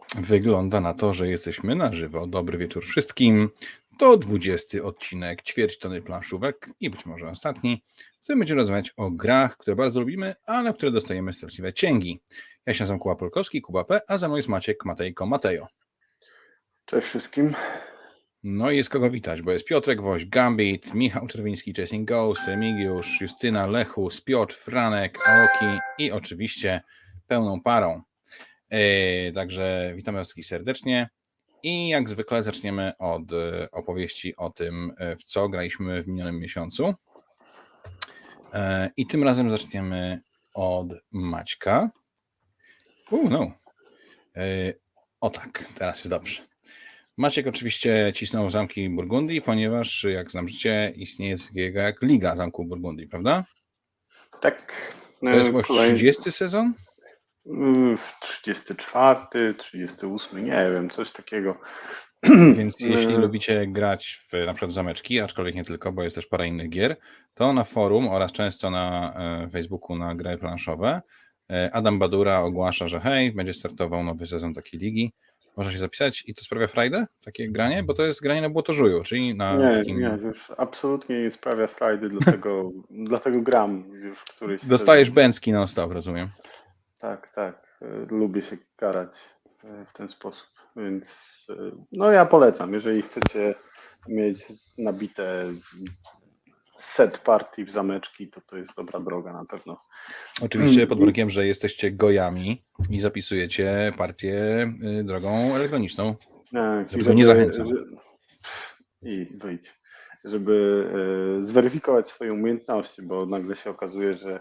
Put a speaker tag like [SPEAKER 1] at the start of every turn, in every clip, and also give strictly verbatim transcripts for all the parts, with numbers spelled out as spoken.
[SPEAKER 1] Wygląda na to, że jesteśmy na żywo. Dobry wieczór wszystkim. To dwudziesty odcinek ćwierć tony planszówek i być może ostatni, w którym będziemy rozmawiać o grach, które bardzo lubimy, ale w które dostajemy straszliwe cięgi. Ja się nazywam Kuba Polkowski, Kuba P., a za mną jest Maciek Matejko Matejo.
[SPEAKER 2] Cześć wszystkim.
[SPEAKER 1] No i jest kogo witać, bo jest Piotrek Woś, Gambit, Michał Czerwiński, Chasing Ghost, Remigiusz, Justyna, Lechus, Piotr, Franek, Aoki i oczywiście pełną parą. Yy, także witamy wszystkich serdecznie i jak zwykle zaczniemy od opowieści o tym, w co graliśmy w minionym miesiącu. Yy, I tym razem zaczniemy od Maćka. Uh, no. Yy, o tak, teraz jest dobrze. Maciek oczywiście cisnął Zamki Burgundii, ponieważ jak znam życie, istnieje coś takiego jak Liga Zamków Burgundii, prawda?
[SPEAKER 2] Tak.
[SPEAKER 1] To jest chyba trzydziesty sezon?
[SPEAKER 2] trzydziesty czwarty, trzydziesty ósmy, nie wiem, coś takiego.
[SPEAKER 1] Więc jeśli lubicie grać w na przykład zameczki, aczkolwiek nie tylko, bo jest też parę innych gier, to na forum oraz często na Facebooku na gry planszowe Adam Badura ogłasza, że hej, będzie startował nowy sezon takiej ligi. Można się zapisać i to sprawia frajdę, takie granie? Bo to jest granie na błotożuju, czyli na
[SPEAKER 2] nie,
[SPEAKER 1] takim...
[SPEAKER 2] Nie, już absolutnie nie sprawia frajdy, dlatego, dlatego gram już któryś
[SPEAKER 1] Dostajesz
[SPEAKER 2] sezon.
[SPEAKER 1] bęcki non stop, rozumiem.
[SPEAKER 2] Tak, tak. Lubię się karać w ten sposób, więc no ja polecam, jeżeli chcecie mieć nabite set partii w zameczki, to to jest dobra droga na pewno.
[SPEAKER 1] Oczywiście pod warunkiem, że jesteście gojami i zapisujecie partię drogą elektroniczną.
[SPEAKER 2] Tak,
[SPEAKER 1] Dlatego nie zachęcam.
[SPEAKER 2] Że, I wyjdź. Żeby e, zweryfikować swoje umiejętności, bo nagle się okazuje, że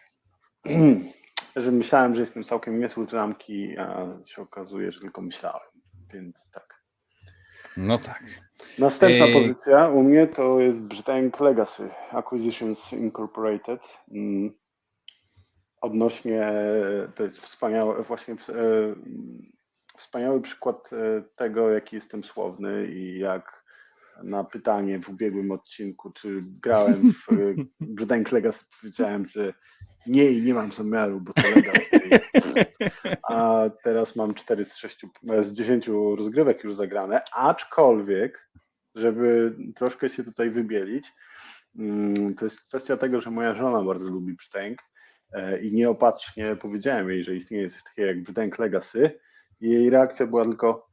[SPEAKER 2] że myślałem, że jestem całkiem niezły w zamki, a się okazuje, że tylko myślałem, więc tak.
[SPEAKER 1] No tak.
[SPEAKER 2] Następna Ej... pozycja u mnie to jest Brzdęk Legacy Acquisitions Incorporated. Mm. Odnośnie, to jest wspaniałe, właśnie e, wspaniały przykład tego, jaki jestem słowny i jak na pytanie w ubiegłym odcinku, czy grałem w Brzdęk Legacy, powiedziałem, że nie i nie mam zamiaru, bo to Legacy. A teraz mam cztery z sześciu, z dziesięciu rozgrywek już zagrane, aczkolwiek, żeby troszkę się tutaj wybielić, to jest kwestia tego, że moja żona bardzo lubi Brzdęk i nieopatrznie powiedziałem jej, że istnieje coś takiego jak Brzdęk Legacy i jej reakcja była tylko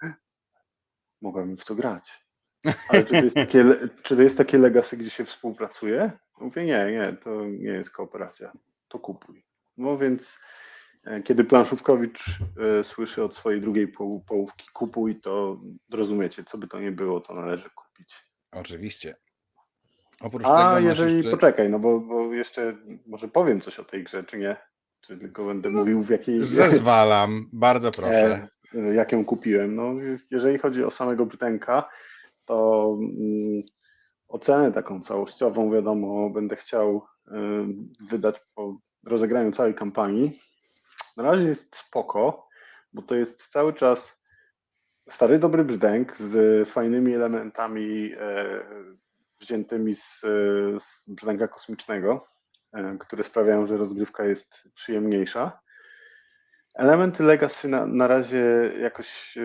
[SPEAKER 2] mogłem w to grać. Ale czy to jest takie, czy to jest takie Legacy, gdzie się współpracuje? Mówię, nie, nie, to nie jest kooperacja. To kupuj. No więc kiedy planszówkowicz y, słyszy od swojej drugiej poł- połówki kupuj, to rozumiecie, co by to nie było, to należy kupić.
[SPEAKER 1] Oczywiście. Oprócz
[SPEAKER 2] A
[SPEAKER 1] tego
[SPEAKER 2] jeżeli,
[SPEAKER 1] jeszcze...
[SPEAKER 2] poczekaj, no bo, bo jeszcze może powiem coś o tej grze, czy nie? Czy tylko będę no, mówił w jakiej...
[SPEAKER 1] Zezwalam, bardzo proszę.
[SPEAKER 2] E, jak ją kupiłem. No, jeżeli chodzi o samego Brzdęka, to mm, ocenę taką całościową, wiadomo, będę chciał y, wydać po rozegraniu całej kampanii. Na razie jest spoko, bo to jest cały czas stary, dobry Brzdęk z fajnymi elementami e, wziętymi z, z Brzdęka kosmicznego, e, które sprawiają, że rozgrywka jest przyjemniejsza. Elementy Legacy na, na razie jakoś e,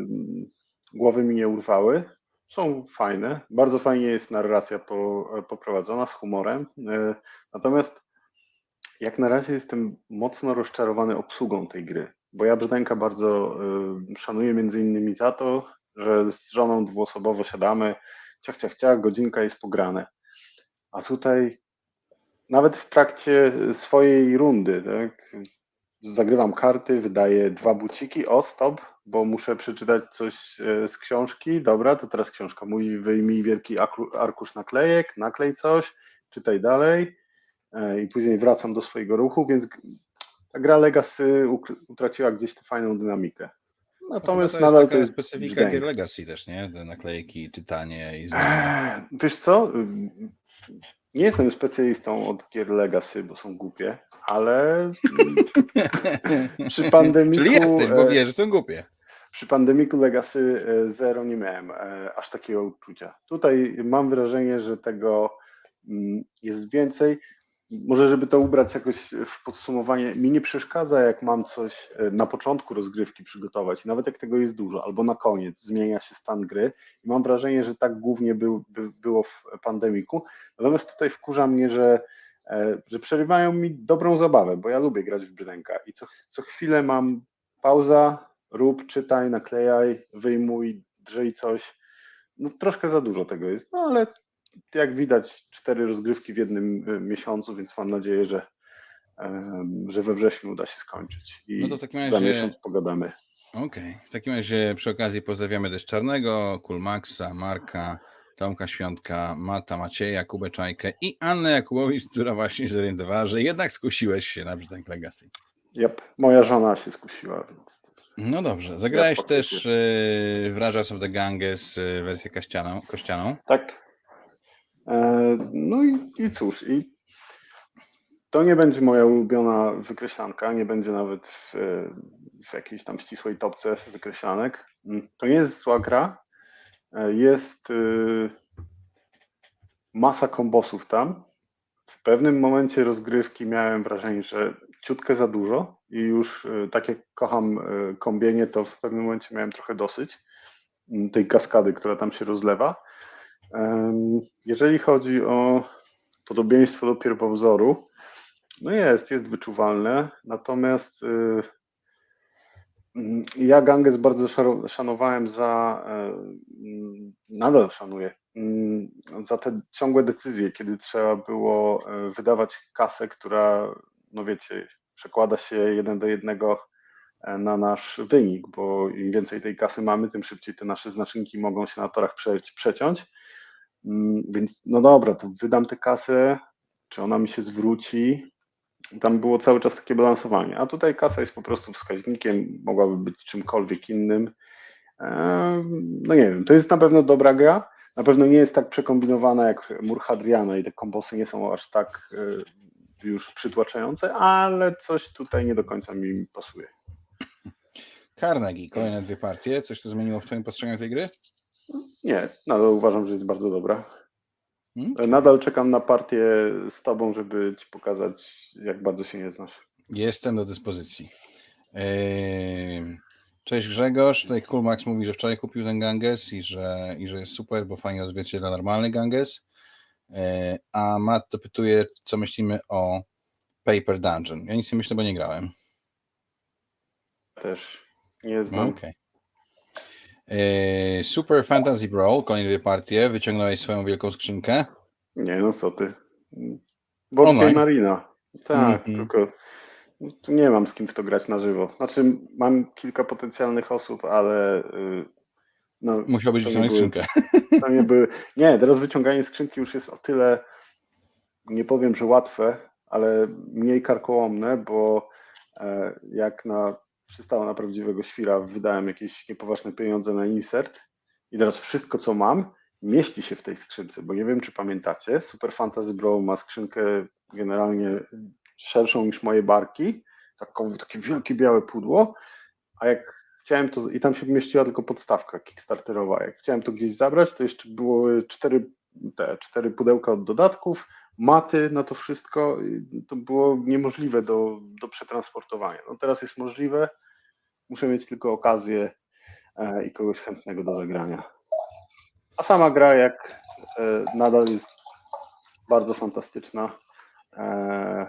[SPEAKER 2] głowy mi nie urwały. Są fajne. Bardzo fajnie jest narracja po, poprowadzona z humorem. E, natomiast jak na razie jestem mocno rozczarowany obsługą tej gry, bo ja Brzdęka bardzo y, szanuję między innymi za to, że z żoną dwuosobowo siadamy, ciach, ciach, ciach, godzinka jest pograne. A tutaj nawet w trakcie swojej rundy, tak, zagrywam karty, wydaję dwa buciki, o stop, bo muszę przeczytać coś z książki, dobra, to teraz książka mówi, wyjmij wielki arkusz naklejek, naklej coś, czytaj dalej. I później wracam do swojego ruchu, więc ta gra Legacy utraciła gdzieś tę fajną dynamikę. Natomiast
[SPEAKER 1] to jest
[SPEAKER 2] nadal
[SPEAKER 1] taka
[SPEAKER 2] to jest
[SPEAKER 1] specyfika
[SPEAKER 2] Brzdęk.
[SPEAKER 1] gier Legacy też, nie? Te naklejki, czytanie i zmiany.
[SPEAKER 2] Wiesz co? Nie jestem specjalistą od gier Legacy, bo są głupie, ale przy pandemiku...
[SPEAKER 1] Czyli jesteś, bo wiesz, że są głupie.
[SPEAKER 2] Przy pandemiku Legacy Zero nie miałem aż takiego uczucia. Tutaj mam wrażenie, że tego jest więcej. może żeby to ubrać jakoś w podsumowanie, mi nie przeszkadza, jak mam coś na początku rozgrywki przygotować, nawet jak tego jest dużo, albo na koniec zmienia się stan gry i mam wrażenie, że tak głównie był, by, było w Pandemiku. Natomiast tutaj wkurza mnie, że, że przerywają mi dobrą zabawę, bo ja lubię grać w brzdęka i co, co chwilę mam pauza, rób, czytaj, naklejaj, wyjmuj, drzyj coś. No troszkę za dużo tego jest, no ale jak widać, cztery rozgrywki w jednym miesiącu, więc mam nadzieję, że, że we wrześniu uda się skończyć i no to w takim razie... za miesiąc pogadamy.
[SPEAKER 1] Okej, okay. W takim razie przy okazji pozdrawiamy Deszcz Czarnego, Kulmaxa, Marka, Tomka Świątka, Mata Macieja, Kubę Czajkę i Annę Jakubowicz, która właśnie zorientowała, że jednak skusiłeś się na Brzdęk Legacy.
[SPEAKER 2] Yep, moja żona się skusiła, więc...
[SPEAKER 1] No dobrze, zagrałeś ja też w Rajas of the Ganges wersję kościaną, kościaną.
[SPEAKER 2] Tak. No i, i cóż, i to nie będzie moja ulubiona wykreślanka, nie będzie nawet w, w jakiejś tam ścisłej topce wykreślanek. To nie jest zła gra, jest masa kombosów tam. W pewnym momencie rozgrywki miałem wrażenie, że ciutkę za dużo i już tak jak kocham kombienie, to w pewnym momencie miałem trochę dosyć tej kaskady, która tam się rozlewa. Jeżeli chodzi o podobieństwo do pierwowzoru, no jest, jest wyczuwalne, natomiast ja Ganges bardzo szanowałem za, nadal szanuję, za te ciągłe decyzje, kiedy trzeba było wydawać kasę, która, no wiecie, przekłada się jeden do jednego na nasz wynik, bo im więcej tej kasy mamy, tym szybciej te nasze znaczniki mogą się na torach prze, przeciąć. Więc no dobra, to wydam tę kasę, czy ona mi się zwróci. Tam było cały czas takie balansowanie, a tutaj kasa jest po prostu wskaźnikiem, mogłaby być czymkolwiek innym. No nie wiem, to jest na pewno dobra gra, na pewno nie jest tak przekombinowana jak Mur Hadriana i te kombosy nie są aż tak już przytłaczające, ale coś tutaj nie do końca mi pasuje.
[SPEAKER 1] Carnegie, kolejne dwie partie. Coś to zmieniło w twoim postrzeganiu tej gry?
[SPEAKER 2] Nie, nadal uważam, że jest bardzo dobra.
[SPEAKER 1] Okay.
[SPEAKER 2] Nadal czekam na partię z tobą, żeby ci pokazać, jak bardzo się nie znasz.
[SPEAKER 1] Jestem do dyspozycji. Cześć Grzegorz, tutaj Kulmax mówi, że wczoraj kupił ten Ganges i że, i że jest super, bo fajnie odzwierciedla normalny Ganges. A Matt dopytuje, co myślimy o Paper Dungeon. Ja nic nie myślę, bo nie grałem.
[SPEAKER 2] Też nie znam.
[SPEAKER 1] Okay. Super Fantasy Brawl, kolejne dwie partie. Wyciągnąłeś swoją wielką skrzynkę?
[SPEAKER 2] Nie, no co ty. Board Game Arena. Tak, mm-hmm. Tylko tu nie mam z kim w to grać na żywo. Znaczy mam kilka potencjalnych osób, ale no,
[SPEAKER 1] musiałbyś wyciągnąć były, skrzynkę.
[SPEAKER 2] To nie, były, nie, teraz wyciąganie skrzynki już jest o tyle, nie powiem, że łatwe, ale mniej karkołomne, bo jak na przystało na prawdziwego świra, wydałem jakieś niepoważne pieniądze na insert i teraz wszystko, co mam, mieści się w tej skrzynce, bo nie wiem, czy pamiętacie, Super Fantasy Brawl ma skrzynkę generalnie szerszą niż moje barki, taką, takie wielkie białe pudło, a jak chciałem to, i tam się mieściła tylko podstawka kickstarterowa, jak chciałem to gdzieś zabrać, to jeszcze były cztery, te, cztery pudełka od dodatków, maty na to wszystko, to było niemożliwe do, do przetransportowania. No teraz jest możliwe, muszę mieć tylko okazję e, i kogoś chętnego do zagrania. A sama gra jak e, nadal jest bardzo fantastyczna e,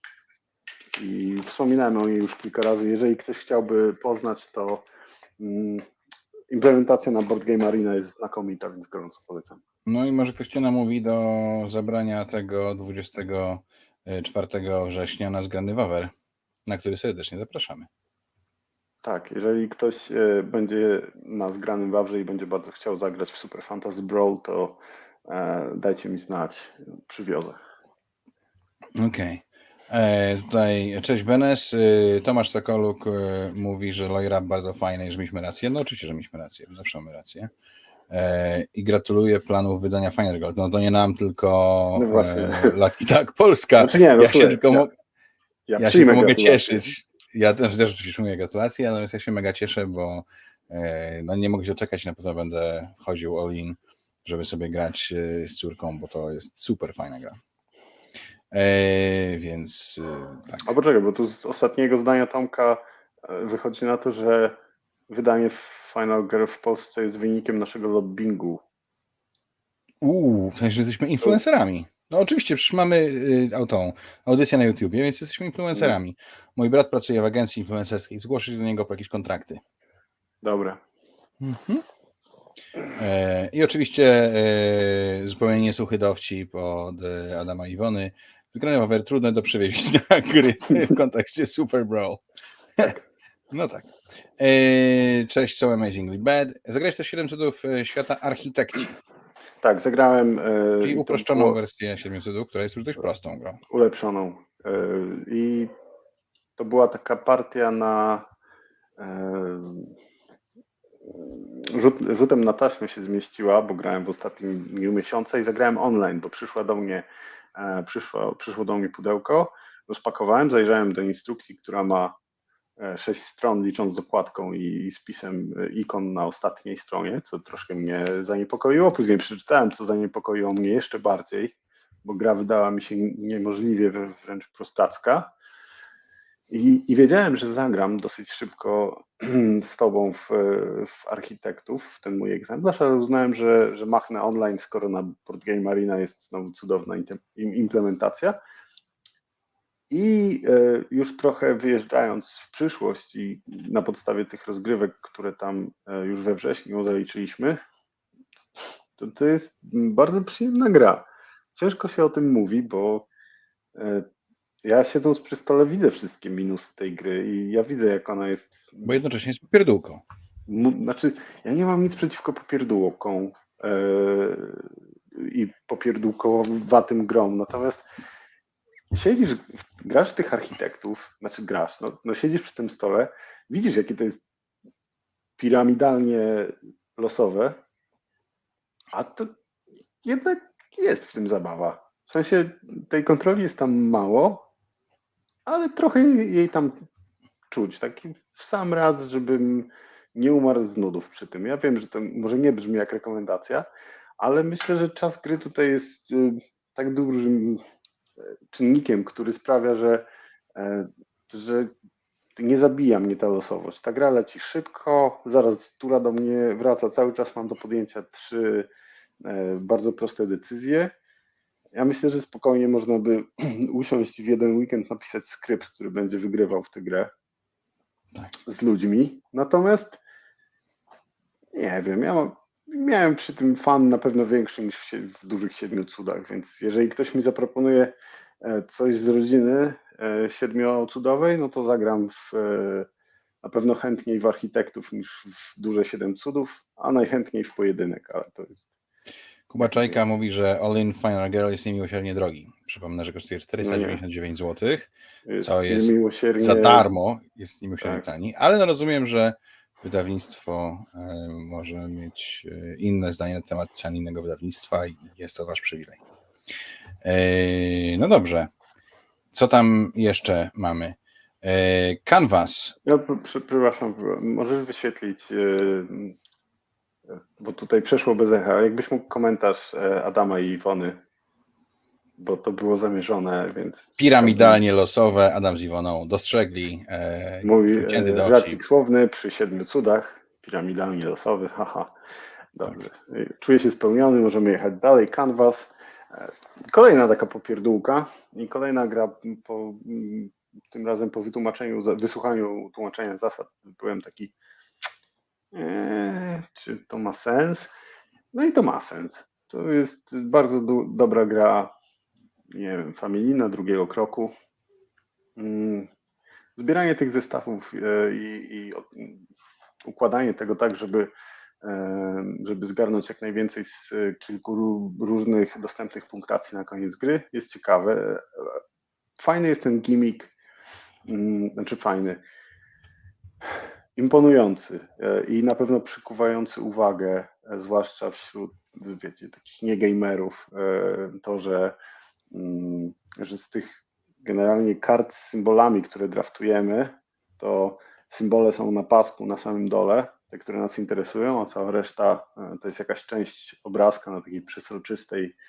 [SPEAKER 2] i wspominałem o niej już kilka razy. Jeżeli ktoś chciałby poznać, to mm, implementacja na Board Game Arena jest znakomita, więc gorąco polecam.
[SPEAKER 1] No i może Krystyna mówi do zabrania tego dwudziestego czwartego września na zgrany Wawer, na który serdecznie zapraszamy.
[SPEAKER 2] Tak, jeżeli ktoś będzie na zgranym Wawrze i będzie bardzo chciał zagrać w Super Fantasy Brawl, to dajcie mi znać, przywiozę.
[SPEAKER 1] Okej. Okay. Tutaj cześć Benes, Tomasz Sokoluk mówi, że Loira bardzo fajne i że mieliśmy rację. No oczywiście, że mieliśmy rację, zawsze mamy rację. I gratuluję planów wydania Final Gold. No to nie nam, tylko
[SPEAKER 2] no właśnie.
[SPEAKER 1] Lucky Duck Polska.
[SPEAKER 2] Znaczy nie, no
[SPEAKER 1] ja się
[SPEAKER 2] słuchaj,
[SPEAKER 1] tylko,
[SPEAKER 2] ja,
[SPEAKER 1] mo-
[SPEAKER 2] ja
[SPEAKER 1] ja się tylko mogę cieszyć. Ja też, też oczywiście mówię gratulacje, natomiast ja się mega cieszę, bo no nie mogę się doczekać, na pewno będę chodził all in, żeby sobie grać z córką, bo to jest super fajna gra. E, więc e, tak.
[SPEAKER 2] A poczekaj, bo tu z ostatniego zdania Tomka wychodzi na to, że wydanie Final Girl w Polsce jest wynikiem naszego lobbingu.
[SPEAKER 1] Uuu, w sensie, że jesteśmy influencerami. No oczywiście, przecież mamy y, tą audycję na YouTubie, więc jesteśmy influencerami. Mój brat pracuje w agencji influencerskiej, zgłoszę się do niego po jakieś kontrakty.
[SPEAKER 2] Dobra.
[SPEAKER 1] Mhm. E, I oczywiście e, zupełnie niesłuchy dowcip od Adama i Iwony. Wygrane wawer trudne do przewiezienia gry w kontekście Super Brawl.
[SPEAKER 2] Tak.
[SPEAKER 1] No tak. E, cześć, So Amazingly Bad. Zagrałeś też siedem cudów świata architekci.
[SPEAKER 2] Tak, zagrałem.
[SPEAKER 1] Czyli
[SPEAKER 2] i
[SPEAKER 1] uproszczoną
[SPEAKER 2] było...
[SPEAKER 1] wersję siedmiu cudów, która jest już dość prostą grą.
[SPEAKER 2] Ulepszoną. I to była taka partia na rzut, rzutem na taśmę się zmieściła, bo grałem w ostatnim dniu miesiąca i zagrałem online, bo przyszła do mnie, przyszło, przyszło do mnie pudełko, rozpakowałem, zajrzałem do instrukcji, która ma sześć stron, licząc z okładką i spisem ikon na ostatniej stronie, co troszkę mnie zaniepokoiło. Później przeczytałem, co zaniepokoiło mnie jeszcze bardziej, bo gra wydała mi się niemożliwie wręcz prostacka. I, I wiedziałem, że zagram dosyć szybko z tobą w, w architektów, w ten mój egzemplarz, ale uznałem, że, że machnę online, skoro na Board Game Arena jest znowu cudowna implementacja. I już trochę wyjeżdżając w przyszłość i na podstawie tych rozgrywek, które tam już we wrześniu zaliczyliśmy, to to jest bardzo przyjemna gra. Ciężko się o tym mówi, bo ja siedząc przy stole widzę wszystkie minusy tej gry i ja widzę, jak ona jest...
[SPEAKER 1] Bo jednocześnie jest popierdółką.
[SPEAKER 2] Znaczy, ja nie mam nic przeciwko popierdółkom yy, i popierdółkowatym grom, natomiast siedzisz, grasz w tych architektów, znaczy grasz, no, no siedzisz przy tym stole, widzisz, jakie to jest piramidalnie losowe, a to jednak jest w tym zabawa. W sensie tej kontroli jest tam mało, ale trochę jej tam czuć, taki w sam raz, żebym nie umarł z nudów przy tym. Ja wiem, że to może nie brzmi jak rekomendacja, ale myślę, że czas gry tutaj jest tak dużym czynnikiem, który sprawia, że, że nie zabija mnie ta losowość. Ta gra leci szybko, zaraz tura do mnie wraca, cały czas mam do podjęcia trzy bardzo proste decyzje. Ja myślę, że spokojnie można by usiąść w jeden weekend, napisać skrypt, który będzie wygrywał w tę grę
[SPEAKER 1] tak.
[SPEAKER 2] z ludźmi. Natomiast nie wiem, ja miałem przy tym fan na pewno większy niż w, w dużych siedmiu cudach, więc jeżeli ktoś mi zaproponuje coś z rodziny siedmiocudowej, no to zagram w, na pewno chętniej w architektów niż w duże siedem cudów, a najchętniej w pojedynek, ale to jest...
[SPEAKER 1] Kuba Czajka mówi, że All In Final Girl jest niemiłosiernie drogi. Przypomnę, że kosztuje czterysta dziewięćdziesiąt dziewięć złotych,
[SPEAKER 2] jest
[SPEAKER 1] co jest
[SPEAKER 2] niemiłosiernie...
[SPEAKER 1] za darmo, jest niemiłosiernie
[SPEAKER 2] tak.
[SPEAKER 1] tani, ale no rozumiem, że wydawnictwo e, może mieć e, inne zdanie na temat cen innego wydawnictwa i jest to wasz przywilej. E, no dobrze. Co tam jeszcze mamy? E, Canvas.
[SPEAKER 2] Ja, przepraszam, możesz wyświetlić... Bo tutaj przeszło bez echa. Jakbyś mógł komentarz Adama i Iwony, bo to było zamierzone, więc...
[SPEAKER 1] Piramidalnie losowe, Adam z Iwoną dostrzegli. E,
[SPEAKER 2] Mój żarcik słowny przy siedmiu cudach, piramidalnie losowy, haha. Dobrze. Tak. Czuję się spełniony, możemy jechać dalej. Canvas. Kolejna taka popierdółka i kolejna gra po, tym razem po wytłumaczeniu, wysłuchaniu tłumaczenia zasad. Byłem taki Eee, czy to ma sens? No i to ma sens. To jest bardzo do, dobra gra, nie wiem, familijna, drugiego kroku. Mm, zbieranie tych zestawów e, i, i układanie tego tak, żeby, e, żeby zgarnąć jak najwięcej z kilku różnych dostępnych punktacji na koniec gry jest ciekawe. Fajny jest ten gimmick, mm, znaczy fajny. Imponujący i na pewno przykuwający uwagę, zwłaszcza wśród, wiecie, takich niegamerów, to, że, że z tych generalnie kart z symbolami, które draftujemy, to symbole są na pasku na samym dole, te, które nas interesują, a cała reszta to jest jakaś część obrazka na takiej przezroczystej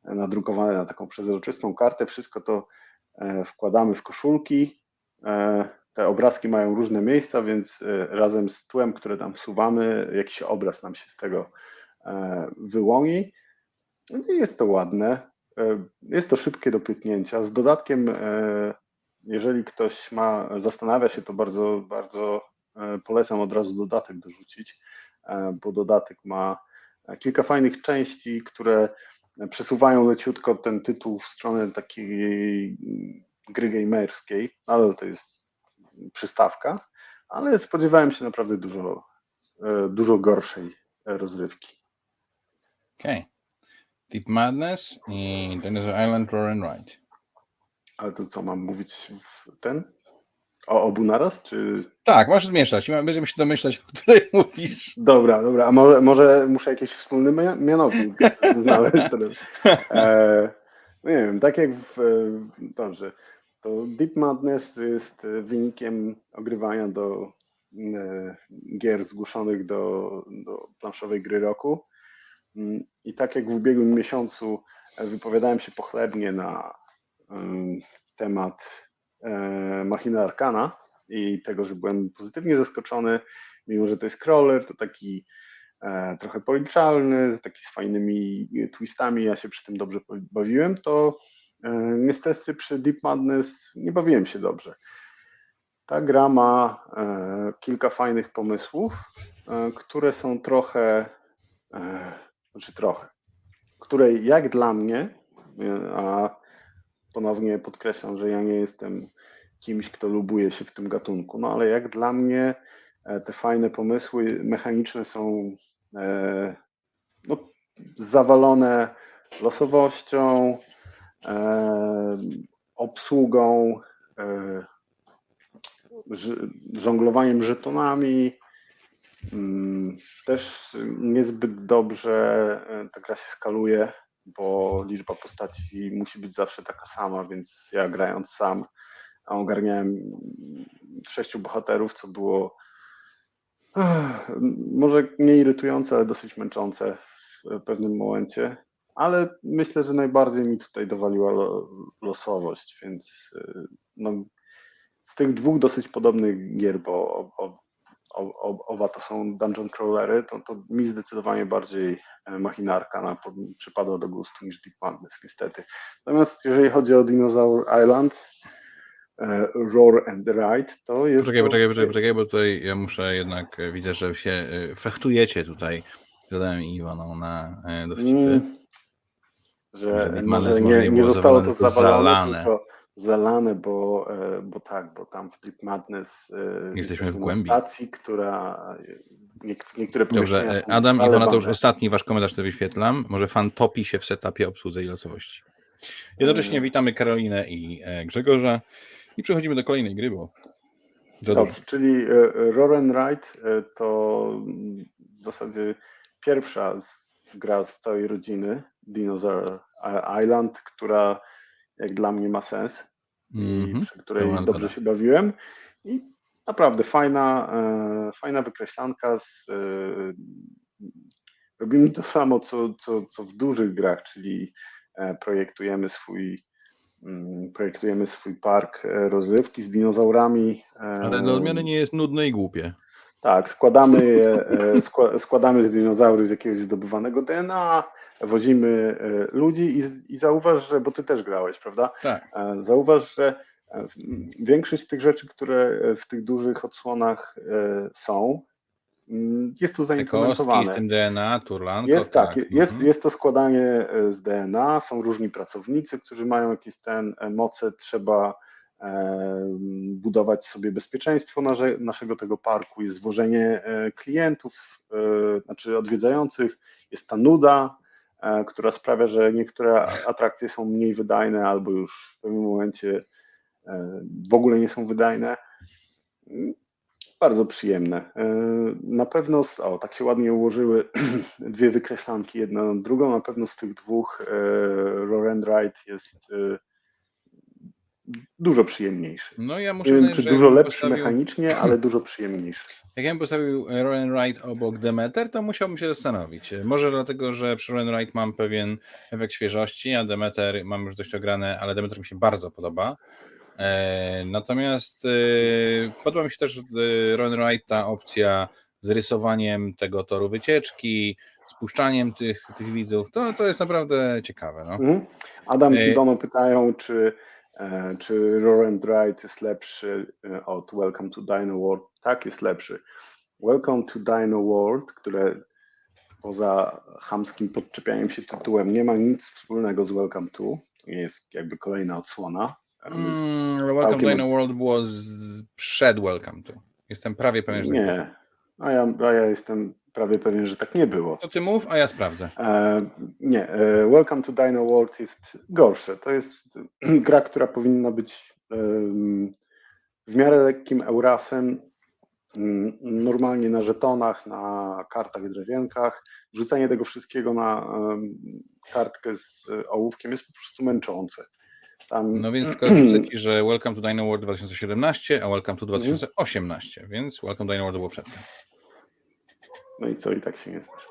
[SPEAKER 2] nadrukowane na taką przezroczystą kartę. Wszystko to wkładamy w koszulki. Te obrazki mają różne miejsca, więc razem z tłem, które tam wsuwamy, jakiś obraz nam się z tego wyłoni. I jest to ładne. Jest to szybkie do pyknięcia. Z dodatkiem, jeżeli ktoś ma, zastanawia się, to bardzo, bardzo polecam od razu dodatek dorzucić, bo dodatek ma kilka fajnych części, które przesuwają leciutko ten tytuł w stronę takiej gry gamerskiej. Nadal to jest przystawka, ale spodziewałem się naprawdę dużo, dużo gorszej rozrywki.
[SPEAKER 1] Okej. Okay. Deep Madness i Dinosaur Island Roar and Ride.
[SPEAKER 2] Ale to co, mam mówić w ten? O obu naraz, czy...
[SPEAKER 1] Tak, masz zmieszać. Będziemy się domyślać, o której mówisz.
[SPEAKER 2] Dobra, dobra. A może, może muszę jakiś wspólny mianownik znaleźć teraz. E, no nie wiem, tak jak w... Dobrze. To Deep Madness jest wynikiem ogrywania do e, gier zgłoszonych do, do planszowej gry roku. I tak jak w ubiegłym miesiącu wypowiadałem się pochlebnie na um, temat e, Machina Arcana i tego, że byłem pozytywnie zaskoczony, mimo że to jest crawler, to taki e, trochę policzalny, taki z fajnymi twistami, ja się przy tym dobrze bawiłem, to e, niestety przy Deep Madness nie bawiłem się dobrze. Ta gra ma e, kilka fajnych pomysłów, e, które są trochę e, Znaczy trochę, której jak dla mnie, a ponownie podkreślam, że ja nie jestem kimś, kto lubuje się w tym gatunku, no ale jak dla mnie te fajne pomysły mechaniczne są no, zawalone losowością, obsługą, żonglowaniem żetonami. Też niezbyt dobrze ta gra się skaluje, bo liczba postaci musi być zawsze taka sama, więc ja grając sam ogarniałem sześciu bohaterów, co było może nie irytujące, ale dosyć męczące w pewnym momencie. Ale myślę, że najbardziej mi tutaj dowaliła losowość, więc no, z tych dwóch dosyć podobnych gier, bo o, o, oba to są dungeon crawlery, to, to mi zdecydowanie bardziej Machina Arcana przypadła do gustu niż Deep Madness, niestety. Natomiast jeżeli chodzi o Dinosaur Island, Roar and Ride, to jest...
[SPEAKER 1] Poczekaj,
[SPEAKER 2] to...
[SPEAKER 1] poczekaj, poczekaj, poczekaj, bo tutaj ja muszę jednak, widzę, że się fechtujecie tutaj z Adamem i Iwoną na dowcipy. Mm,
[SPEAKER 2] że, że może nie, nie, nie zostało to zawalone, zalane. Tylko zalane, bo, bo tak, bo tam w Deep Madness
[SPEAKER 1] jesteśmy w głębi.
[SPEAKER 2] Stacji, która niektóre
[SPEAKER 1] Dobrze, Adam i Iwona, to już ostatni wasz komentarz to wyświetlam. Może fan topi się w setupie, obsłudze i losowości. Jednocześnie witamy Karolinę i Grzegorza i przechodzimy do kolejnej gry, bo
[SPEAKER 2] dobrze, czyli Roar and Ride to w zasadzie pierwsza gra z całej rodziny Dinosaur Island, która jak dla mnie ma sens mm-hmm. i przy której dobrze zgoda. się bawiłem i naprawdę fajna, e, fajna wykreślanka z, e, robimy to samo co, co, co w dużych grach, czyli e, projektujemy swój mm, projektujemy swój park rozrywki z dinozaurami. E,
[SPEAKER 1] Ale dla odmiany nie jest nudne i głupie.
[SPEAKER 2] Tak, składamy je, skła, składamy te dinozaury z jakiegoś zdobywanego D N A, wozimy ludzi i, i zauważ, że, bo ty też grałeś, prawda?
[SPEAKER 1] Tak.
[SPEAKER 2] Zauważ, że większość z tych rzeczy, które w tych dużych odsłonach są, jest tu zaimplementowane.
[SPEAKER 1] Kostki z tym D N A, turlanko.
[SPEAKER 2] Jest tak, tak. Jest, mhm. jest to składanie z D N A, są różni pracownicy, którzy mają jakieś ten moce, trzeba budować sobie bezpieczeństwo naszego tego parku, jest zwożenie klientów, znaczy odwiedzających, jest ta nuda, która sprawia, że niektóre atrakcje są mniej wydajne albo już w pewnym momencie w ogóle nie są wydajne. Bardzo przyjemne. Na pewno, o tak się ładnie ułożyły dwie wykreślanki, jedna na drugą, na pewno z tych dwóch Roar and Ride jest dużo przyjemniejszy.
[SPEAKER 1] No ja
[SPEAKER 2] Nie
[SPEAKER 1] muszę
[SPEAKER 2] wiem,
[SPEAKER 1] powiedzieć,
[SPEAKER 2] czy
[SPEAKER 1] że
[SPEAKER 2] dużo
[SPEAKER 1] jakbym
[SPEAKER 2] lepszy
[SPEAKER 1] postawił,
[SPEAKER 2] mechanicznie, ale dużo przyjemniejszy.
[SPEAKER 1] jak ja bym postawił Roll and Ride obok Demeter, to musiałbym się zastanowić. Może dlatego, że przy Roll and Ride mam pewien efekt świeżości, a Demeter mam już dość ograne, ale Demeter mi się bardzo podoba. E, natomiast e, podoba mi się też w Roll and Ride ta opcja z rysowaniem tego toru wycieczki, spuszczaniem tych, tych widzów. To, to jest naprawdę ciekawe. No.
[SPEAKER 2] Mhm. Adam
[SPEAKER 1] E,
[SPEAKER 2] czy Dono pytają, czy, e, czy Roll and Ride jest lepszy e, od Welcome to Dino World. Tak, jest lepszy. Welcome to Dino World, które poza chamskim podczepianiem się tytułem nie ma nic wspólnego z Welcome to. To nie jest jakby kolejna odsłona. On jest
[SPEAKER 1] mm, Welcome to
[SPEAKER 2] całkiem
[SPEAKER 1] Dino
[SPEAKER 2] od-
[SPEAKER 1] World było z, przed Welcome to. Jestem prawie pewien, że tak było.
[SPEAKER 2] Nie, a ja, a ja jestem prawie pewien, że tak nie było.
[SPEAKER 1] To ty mów, a ja sprawdzę.
[SPEAKER 2] E, nie, e, Welcome to Dino World jest gorsze. To jest gra, która powinna być em, w miarę lekkim Eurasem, mm, normalnie na żetonach, na kartach drewienkach. Wrzucanie tego wszystkiego na em, kartkę z e, ołówkiem jest po prostu męczące. Tam,
[SPEAKER 1] No więc tylko wrzucę ci, że Welcome to Dino World dwa tysiące siedemnaście, a Welcome to dwa tysiące osiemnaście, więc Welcome to Dino World było przedtem.
[SPEAKER 2] no i co, i tak się nie znasz.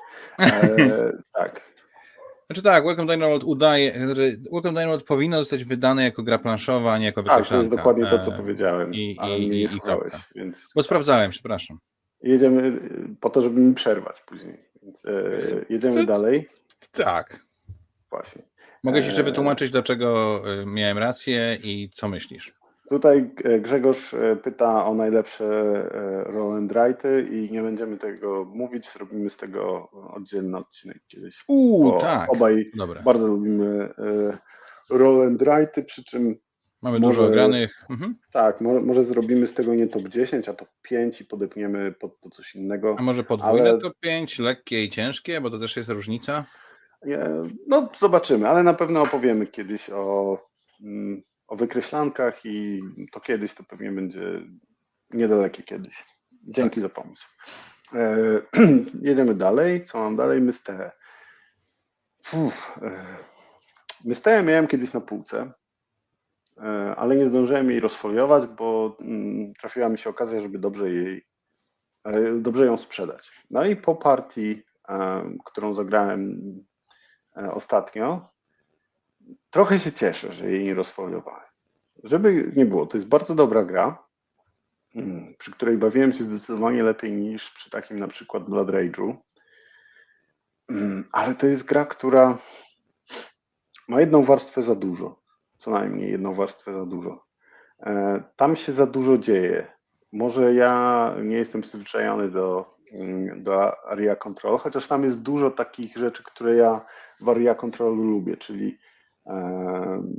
[SPEAKER 2] E, tak.
[SPEAKER 1] Znaczy tak, Welcome to Dino World udaje, znaczy Welcome to Dino World powinno zostać wydane jako gra planszowa, a nie jako
[SPEAKER 2] Tak, to
[SPEAKER 1] wykreślanka.
[SPEAKER 2] jest dokładnie to, co
[SPEAKER 1] E,
[SPEAKER 2] powiedziałem,
[SPEAKER 1] i,
[SPEAKER 2] ale
[SPEAKER 1] i,
[SPEAKER 2] mnie
[SPEAKER 1] i,
[SPEAKER 2] nie
[SPEAKER 1] i
[SPEAKER 2] słuchałeś,
[SPEAKER 1] kropka.
[SPEAKER 2] więc...
[SPEAKER 1] Bo sprawdzałem, przepraszam.
[SPEAKER 2] Jedziemy y, po to, żeby mi przerwać później. Więc e, jedziemy dalej.
[SPEAKER 1] Tak.
[SPEAKER 2] Właśnie.
[SPEAKER 1] Mogę ci jeszcze
[SPEAKER 2] E,
[SPEAKER 1] wytłumaczyć, dlaczego y, miałem rację i co myślisz.
[SPEAKER 2] Tutaj e, Grzegorz e, pyta o najlepsze e, roll and write'y i nie będziemy tego mówić, zrobimy z tego oddzielny odcinek kiedyś.
[SPEAKER 1] Uuu,
[SPEAKER 2] Bo
[SPEAKER 1] tak.
[SPEAKER 2] obaj
[SPEAKER 1] Dobra.
[SPEAKER 2] bardzo lubimy e, roll and write'y, przy czym
[SPEAKER 1] Mamy
[SPEAKER 2] może-
[SPEAKER 1] dużo ogranych. Mhm.
[SPEAKER 2] tak, może, może zrobimy z tego nie top dziesięć, a top pięć i podepniemy pod to coś innego.
[SPEAKER 1] A może podwójne
[SPEAKER 2] Ale-
[SPEAKER 1] to pięć, lekkie i ciężkie, bo to też jest różnica.
[SPEAKER 2] Nie, no zobaczymy, ale na pewno opowiemy kiedyś o, mm, o wykreślankach i to kiedyś to pewnie będzie niedalekie kiedyś. Dzięki za pomysł. E, jedziemy dalej. Co mam dalej? Mysteę. Uff, e, Mysteę miałem kiedyś na półce, e, ale nie zdążyłem jej rozfoliować, bo mm, trafiła mi się okazja, żeby dobrze jej e, dobrze ją sprzedać. No i po partii, e, którą zagrałem e, ostatnio, trochę się cieszę, że jej nie rozfoliowałem. Żeby nie było, to jest bardzo dobra gra, mm, przy której bawiłem się zdecydowanie lepiej niż przy takim na przykład Blood Rage'u. Mm, Ale to jest gra, która ma jedną warstwę za dużo. Co najmniej jedną warstwę za dużo. E, Tam się za dużo dzieje. Może ja nie jestem przyzwyczajony do, mm, do Area Control, chociaż tam jest dużo takich rzeczy, które ja w Area Control lubię, czyli em,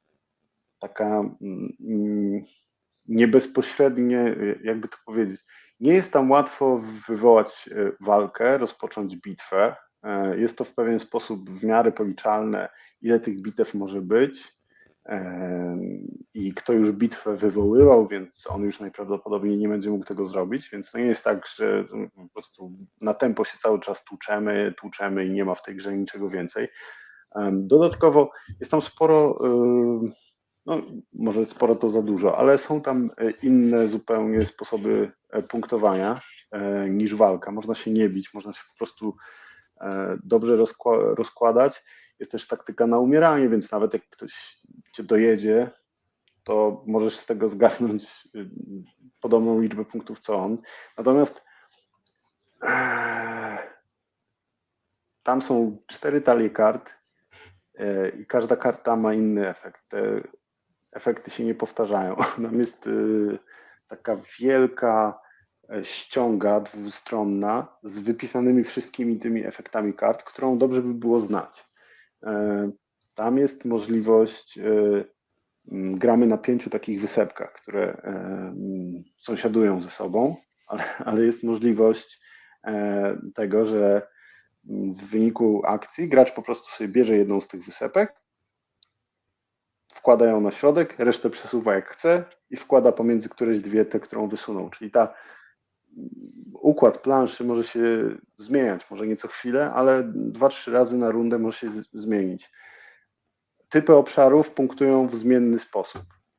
[SPEAKER 2] taka mm, niebezpośrednie, jakby to powiedzieć, nie jest tam łatwo wywołać e, walkę, rozpocząć bitwę. E, Jest to w pewien sposób w miarę policzalne, ile tych bitew może być em, i kto już bitwę wywoływał, więc on już najprawdopodobniej nie będzie mógł tego zrobić, więc to nie jest tak, że po prostu na tempo się cały czas tłuczemy, tłuczemy i nie ma w tej grze niczego więcej. Em, Dodatkowo jest tam sporo, em, no może sporo to za dużo, ale są tam e, inne zupełnie sposoby e, punktowania e, niż walka. Można się nie bić, można się po prostu e, dobrze rozkła- rozkładać. Jest też taktyka na umieranie, więc nawet jak ktoś cię dojedzie, to możesz z tego zgarnąć y, podobną liczbę punktów co on. Natomiast e, tam są cztery talie kart e, i każda karta ma inny efekt. Te efekty się nie powtarzają. Tam jest y, taka wielka e, ściąga dwustronna z wypisanymi wszystkimi tymi efektami kart, którą dobrze by było znać. E, Tam jest możliwość, e, m, gramy na pięciu takich wysepkach, które e, m, sąsiadują ze sobą, ale, ale jest możliwość e, tego, że m, w wyniku akcji gracz po prostu sobie bierze jedną z tych wysepek, wkłada ją na środek, resztę przesuwa jak chce i wkłada pomiędzy któreś dwie te, którą wysunął. Czyli ta mm, układ planszy może się zmieniać, może nie co chwilę, ale dwa, trzy razy na rundę może się z- zmienić. Typy obszarów punktują w zmienny sposób.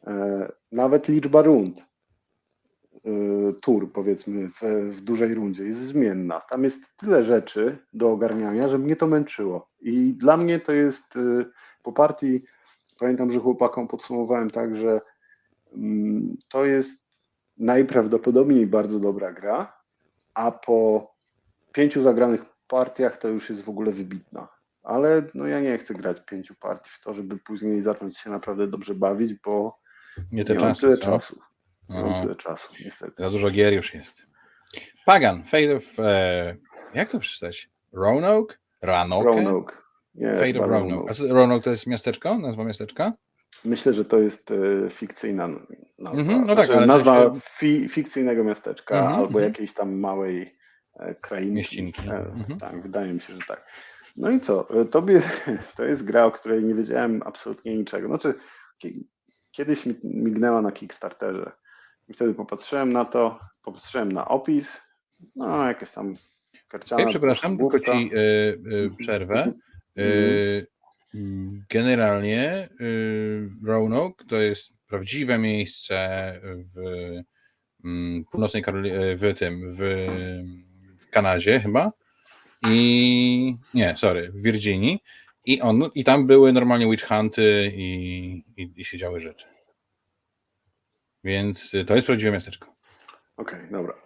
[SPEAKER 2] Nawet liczba rund, tur powiedzmy w, w dużej rundzie jest zmienna. Tam jest tyle rzeczy do ogarniania, że mnie to męczyło. I dla mnie to jest po partii, pamiętam, że chłopakom podsumowałem tak, że to jest najprawdopodobniej bardzo dobra gra, a po pięciu zagranych partiach to już jest w ogóle wybitna. Ale no ja nie chcę grać pięciu partii w to, żeby później zacząć się naprawdę dobrze bawić, bo
[SPEAKER 1] nie, te
[SPEAKER 2] nie mam
[SPEAKER 1] czasy,
[SPEAKER 2] tyle
[SPEAKER 1] co?
[SPEAKER 2] czasu. Nie mam
[SPEAKER 1] Aha.
[SPEAKER 2] tyle czasu, niestety.
[SPEAKER 1] Za dużo gier już jest. Pagan, Fate of... E, jak to przeczytać? Roanoke? Ranoke?
[SPEAKER 2] Roanoke. Nie,
[SPEAKER 1] Fate
[SPEAKER 2] chyba
[SPEAKER 1] of Roanoke.
[SPEAKER 2] Roanoke.
[SPEAKER 1] A Roanoke to jest miasteczko? Nazwa miasteczka?
[SPEAKER 2] Myślę, że to jest e, fikcyjna nazwa.
[SPEAKER 1] Mhm, no tak,
[SPEAKER 2] znaczy,
[SPEAKER 1] ale w
[SPEAKER 2] nazwa
[SPEAKER 1] sensie-
[SPEAKER 2] fi, fikcyjnego miasteczka
[SPEAKER 1] Mhm,
[SPEAKER 2] albo
[SPEAKER 1] mhm.
[SPEAKER 2] jakiejś tam małej e, krainki.
[SPEAKER 1] Mieścinki.
[SPEAKER 2] E,
[SPEAKER 1] Mhm.
[SPEAKER 2] Tak, wydaje mi się, że tak. No i co? E, Tobie to jest gra, o której nie wiedziałem absolutnie niczego. Znaczy, ki- kiedyś mi mignęła na Kickstarterze. I wtedy popatrzyłem na to, popatrzyłem na opis, no jakieś tam karciana.
[SPEAKER 1] Ej, przepraszam, tylko
[SPEAKER 2] koszykówka.
[SPEAKER 1] ci y, y, przerwę. Y, generalnie y, Roanoke to jest prawdziwe miejsce w mm, północnej Karoli- w tym, w, w Kanadzie chyba i nie, sorry, w Virginii i on, i tam były normalnie witch hunty i, i, i się działy rzeczy. Więc to jest prawdziwe miasteczko.
[SPEAKER 2] Okej, okay, dobra.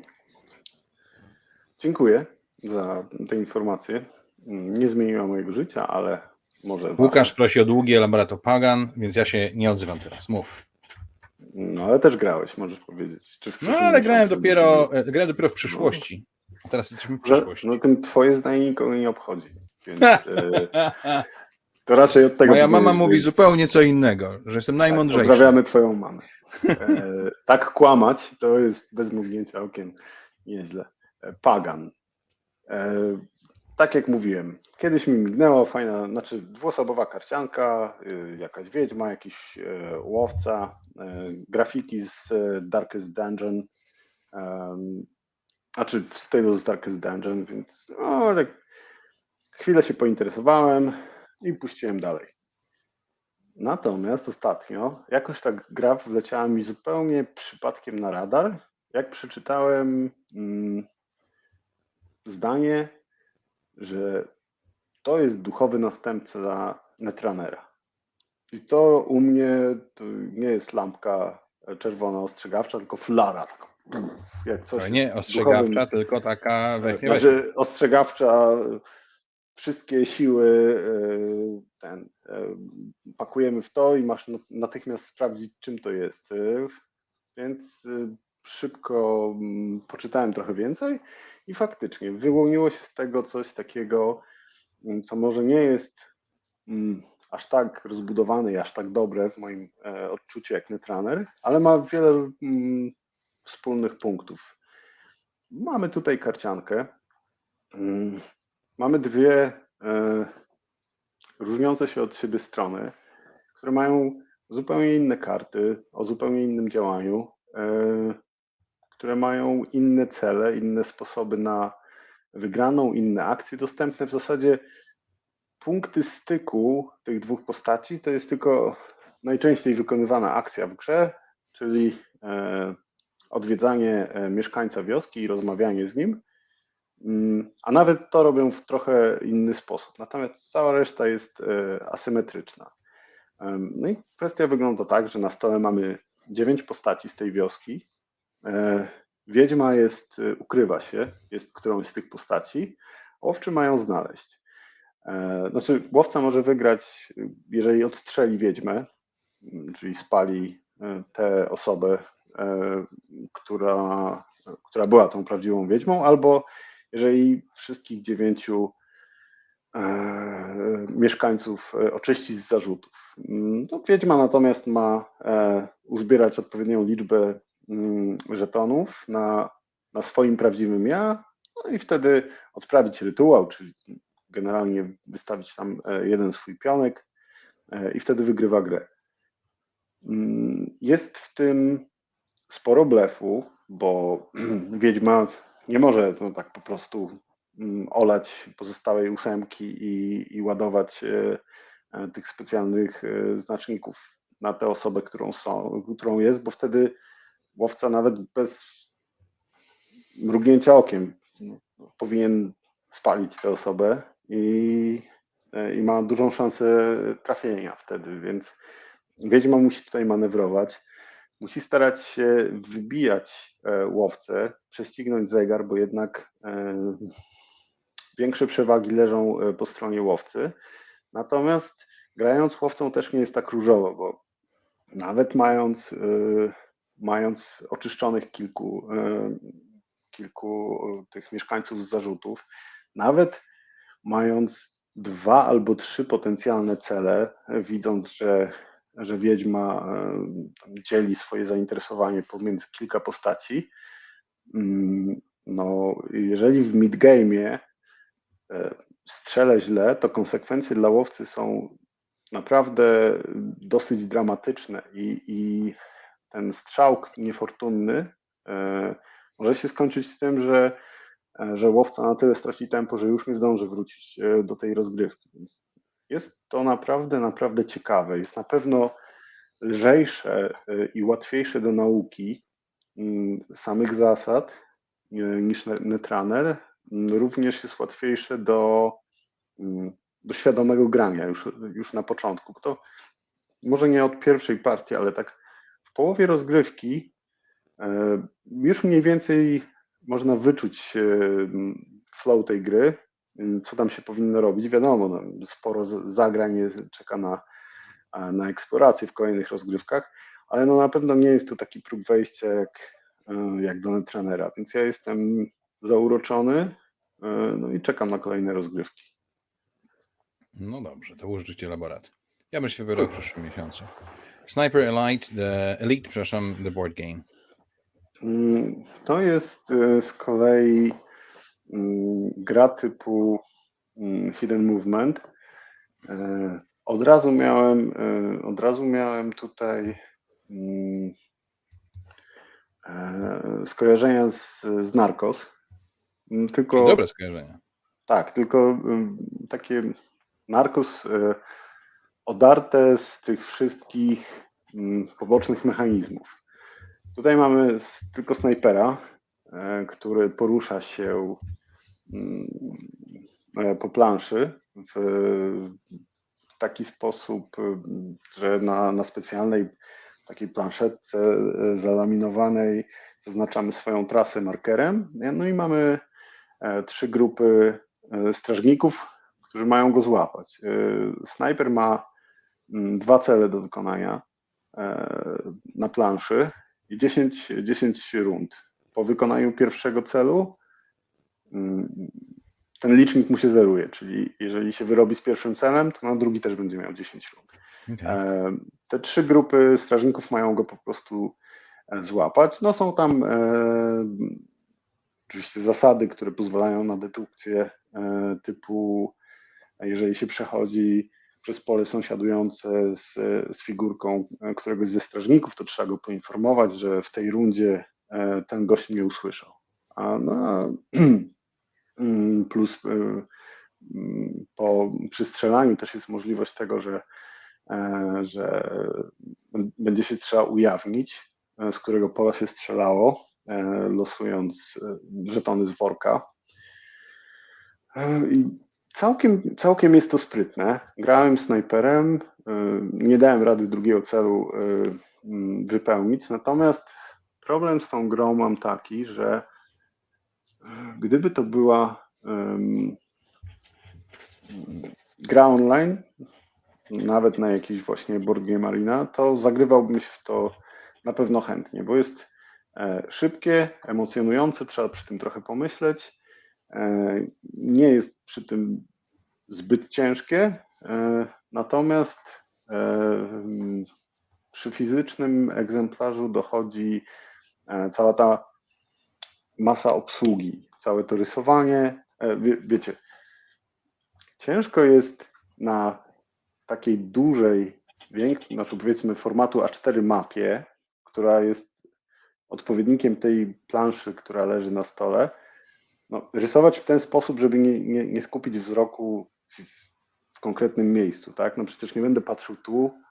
[SPEAKER 2] Dziękuję za te informacje. Nie zmieniła mojego życia, ale może
[SPEAKER 1] Łukasz
[SPEAKER 2] wasze.
[SPEAKER 1] prosi o długi elaborat o Pagan, więc ja się nie odzywam teraz. Mów.
[SPEAKER 2] No ale też grałeś, możesz powiedzieć. Czy w
[SPEAKER 1] No
[SPEAKER 2] przyszłym
[SPEAKER 1] ale grałem
[SPEAKER 2] miesiącu
[SPEAKER 1] dopiero,
[SPEAKER 2] będziesz
[SPEAKER 1] grałem dopiero w przyszłości. A teraz jesteśmy w
[SPEAKER 2] miał?
[SPEAKER 1] przyszłości.
[SPEAKER 2] No tym twoje zdanie nikogo nie obchodzi. Więc e, to raczej od tego.
[SPEAKER 1] Moja mama
[SPEAKER 2] jest,
[SPEAKER 1] mówi
[SPEAKER 2] jest...
[SPEAKER 1] zupełnie co innego, że jestem najmądrzejszy.
[SPEAKER 2] Tak, pozdrawiamy twoją mamę. E, tak kłamać to jest bez mrugnięcia okiem nieźle. E, Pagan. E, tak jak mówiłem, kiedyś mi mignęło fajna, znaczy dwuosobowa karcianka, y, jakaś wiedźma, jakiś y, łowca, y, grafiki z y, Darkest Dungeon, um, znaczy w stylu z Darkest Dungeon, więc no, tak chwilę się pointeresowałem i puściłem dalej. Natomiast ostatnio jakoś tak gra wleciała mi zupełnie przypadkiem na radar, jak przeczytałem mm, zdanie, że to jest duchowy następca Netrunnera. I to u mnie to nie jest lampka czerwona ostrzegawcza, tylko flara. Jak coś
[SPEAKER 1] Nie ostrzegawcza,
[SPEAKER 2] duchowym,
[SPEAKER 1] tylko taka weźmie,
[SPEAKER 2] znaczy ostrzegawcza, wszystkie siły ten, pakujemy w to i masz natychmiast sprawdzić, czym to jest. Więc szybko poczytałem trochę więcej i faktycznie wyłoniło się z tego coś takiego, co może nie jest mm, aż tak rozbudowane i aż tak dobre w moim e, odczuciu jak Netrunner, ale ma wiele mm, wspólnych punktów. Mamy tutaj karciankę. Mm, mamy dwie e, różniące się od siebie strony, które mają zupełnie inne karty, o zupełnie innym działaniu, e, które mają inne cele, inne sposoby na wygraną, inne akcje dostępne. W zasadzie punkty styku tych dwóch postaci to jest tylko najczęściej wykonywana akcja w grze, czyli e, odwiedzanie e, mieszkańca wioski i rozmawianie z nim, mm, a nawet to robią w trochę inny sposób. Natomiast cała reszta jest e, asymetryczna. E, no i kwestia wygląda tak, że na stole mamy dziewięć postaci z tej wioski. E, wiedźma jest, ukrywa się, jest którąś z tych postaci, łowczy mają znaleźć. Znaczy, łowca może wygrać, jeżeli odstrzeli wiedźmę, czyli spali tę osobę, która, która była tą prawdziwą wiedźmą, albo jeżeli wszystkich dziewięciu mieszkańców oczyści z zarzutów. No, wiedźma natomiast ma uzbierać odpowiednią liczbę żetonów na, na swoim prawdziwym ja, no i wtedy odprawić rytuał, czyli generalnie wystawić tam jeden swój pionek i wtedy wygrywa grę. Jest w tym sporo blefu, bo wiedźma nie może no tak po prostu olać pozostałej ósemki i, i ładować tych specjalnych znaczników na tę osobę, którą są, którą jest, bo wtedy łowca nawet bez mrugnięcia okiem powinien spalić tę osobę i, i ma dużą szansę trafienia wtedy, więc wiedźma musi tutaj manewrować, musi starać się wybijać łowcę, prześcignąć zegar, bo jednak większe przewagi leżą po stronie łowcy. Natomiast grając łowcą też nie jest tak różowo, bo nawet mając, mając oczyszczonych kilku, kilku tych mieszkańców z zarzutów, nawet mając dwa albo trzy potencjalne cele, widząc, że, że wiedźma dzieli swoje zainteresowanie pomiędzy kilka postaci, no jeżeli w midgame'ie strzelę źle, to konsekwencje dla łowcy są naprawdę dosyć dramatyczne i, i ten strzał niefortunny e, może się skończyć z tym, że, że łowca na tyle straci tempo, że już nie zdąży wrócić do tej rozgrywki. Więc jest to naprawdę, naprawdę ciekawe. Jest na pewno lżejsze i łatwiejsze do nauki samych zasad niż Netrunner. Również jest łatwiejsze do, do świadomego grania już, już na początku. To może nie od pierwszej partii, ale tak w połowie rozgrywki już mniej więcej można wyczuć flow tej gry, co tam się powinno robić. Wiadomo, no, sporo zagrań czeka na, na eksplorację w kolejnych rozgrywkach, ale no na pewno nie jest to taki próg wejścia jak, jak do Netrunnera, więc ja jestem zauroczony, no i czekam na kolejne rozgrywki.
[SPEAKER 1] No dobrze, to użycie laborat. Ja bym się wybrał w przyszłym miesiącu. Sniper Elite, the Elite, przepraszam, the board game.
[SPEAKER 2] To jest z kolei gra typu Hidden Movement. Od razu miałem, od razu miałem tutaj skojarzenia z, z Narcos. Tylko,
[SPEAKER 1] dobre skojarzenia.
[SPEAKER 2] Tak, tylko takie Narcos odarte z tych wszystkich pobocznych mechanizmów. Tutaj mamy tylko snajpera, który porusza się po planszy w taki sposób, że na, na specjalnej takiej planszetce zalaminowanej zaznaczamy swoją trasę markerem. No i mamy trzy grupy strażników, którzy mają go złapać. Snajper ma dwa cele do wykonania na planszy i dziesięć, dziesięć rund. Po wykonaniu pierwszego celu ten licznik mu się zeruje, czyli jeżeli się wyrobi z pierwszym celem, to na drugi też będzie miał dziesięć rund. Okay. Te trzy grupy strażników mają go po prostu złapać. No są tam e, oczywiście zasady, które pozwalają na dedukcję e, typu jeżeli się przechodzi przez pole sąsiadujące z, z figurką któregoś ze strażników, to trzeba go poinformować, że w tej rundzie e, ten gość mnie usłyszał. A no, plus po przystrzelaniu też jest możliwość tego, że, że będzie się trzeba ujawnić, z którego pola się strzelało, losując żetony z worka. I całkiem, całkiem jest to sprytne. Grałem snajperem, nie dałem rady drugiego celu wypełnić, natomiast problem z tą grą mam taki, że gdyby to była um, gra online, nawet na jakiś właśnie Board Game Arena, to zagrywałbym się w to na pewno chętnie, bo jest e, szybkie, emocjonujące, trzeba przy tym trochę pomyśleć, e, nie jest przy tym zbyt ciężkie, e, natomiast e, przy fizycznym egzemplarzu dochodzi e, cała ta masa obsługi, całe to rysowanie, wie, wiecie, ciężko jest na takiej dużej, większej, znaczy powiedzmy formatu A cztery mapie, która jest odpowiednikiem tej planszy, która leży na stole, no, rysować w ten sposób, żeby nie, nie, nie skupić wzroku w, w konkretnym miejscu, tak? No przecież nie będę patrzył tu,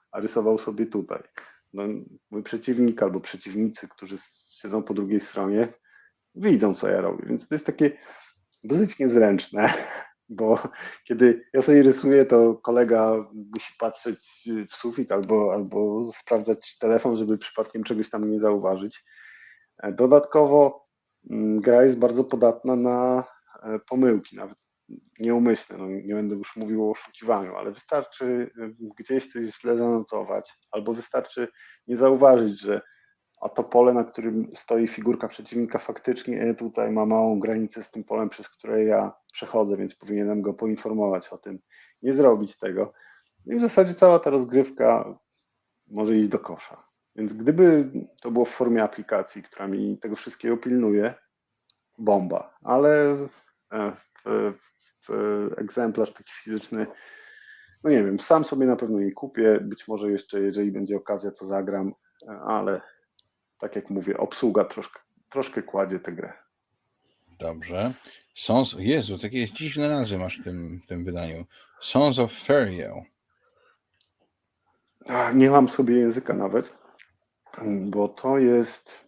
[SPEAKER 2] a rysował sobie tutaj. No, mój przeciwnik albo przeciwnicy, którzy siedzą po drugiej stronie, widzą, co ja robię, więc to jest takie dosyć niezręczne, bo kiedy ja sobie rysuję, to kolega musi patrzeć w sufit albo, albo sprawdzać telefon, żeby przypadkiem czegoś tam nie zauważyć. Dodatkowo gra jest bardzo podatna na pomyłki, nawet nieumyślne. No, nie będę już mówił o oszukiwaniu, ale wystarczy gdzieś coś źle zanotować, albo wystarczy nie zauważyć, że a to pole, na którym stoi figurka przeciwnika, faktycznie tutaj ma małą granicę z tym polem, przez które ja przechodzę, więc powinienem go poinformować o tym. Nie zrobić tego. No i w zasadzie cała ta rozgrywka może iść do kosza. Więc gdyby to było w formie aplikacji, która mi tego wszystkiego pilnuje, bomba. Ale w, w egzemplarz taki fizyczny, no nie wiem, sam sobie na pewno nie kupię. Być może jeszcze, jeżeli będzie okazja, to zagram, ale tak jak mówię, obsługa troszkę, troszkę kładzie tę grę.
[SPEAKER 1] Dobrze. Sons, Jezu, takie dziwne nazwy masz w tym, w tym wydaniu. Sons of Ferio.
[SPEAKER 2] Nie mam sobie języka nawet, bo to jest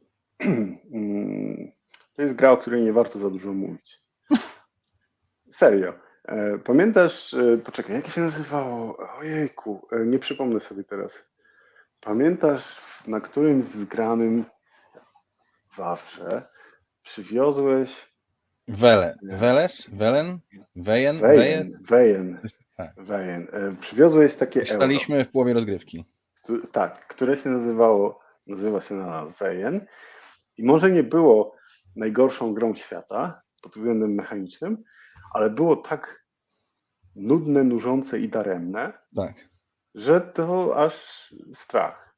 [SPEAKER 2] to jest gra, o której nie warto za dużo mówić. Serio. Pamiętasz, poczekaj, jak się nazywało? Ojejku, nie przypomnę sobie teraz. Pamiętasz, na którym zgranym Wawrze przywiozłeś
[SPEAKER 1] Wele. Weles? Welen? Wejen?
[SPEAKER 2] Wejen. Wejen.
[SPEAKER 1] Tak.
[SPEAKER 2] Wejen. Przywiozłeś takie euro.
[SPEAKER 1] Staliśmy w połowie rozgrywki.
[SPEAKER 2] Tak, które się nazywało, nazywa się na Wejen i może nie było najgorszą grą świata pod względem mechanicznym, ale było tak nudne, nużące i daremne,
[SPEAKER 1] tak,
[SPEAKER 2] że to aż strach.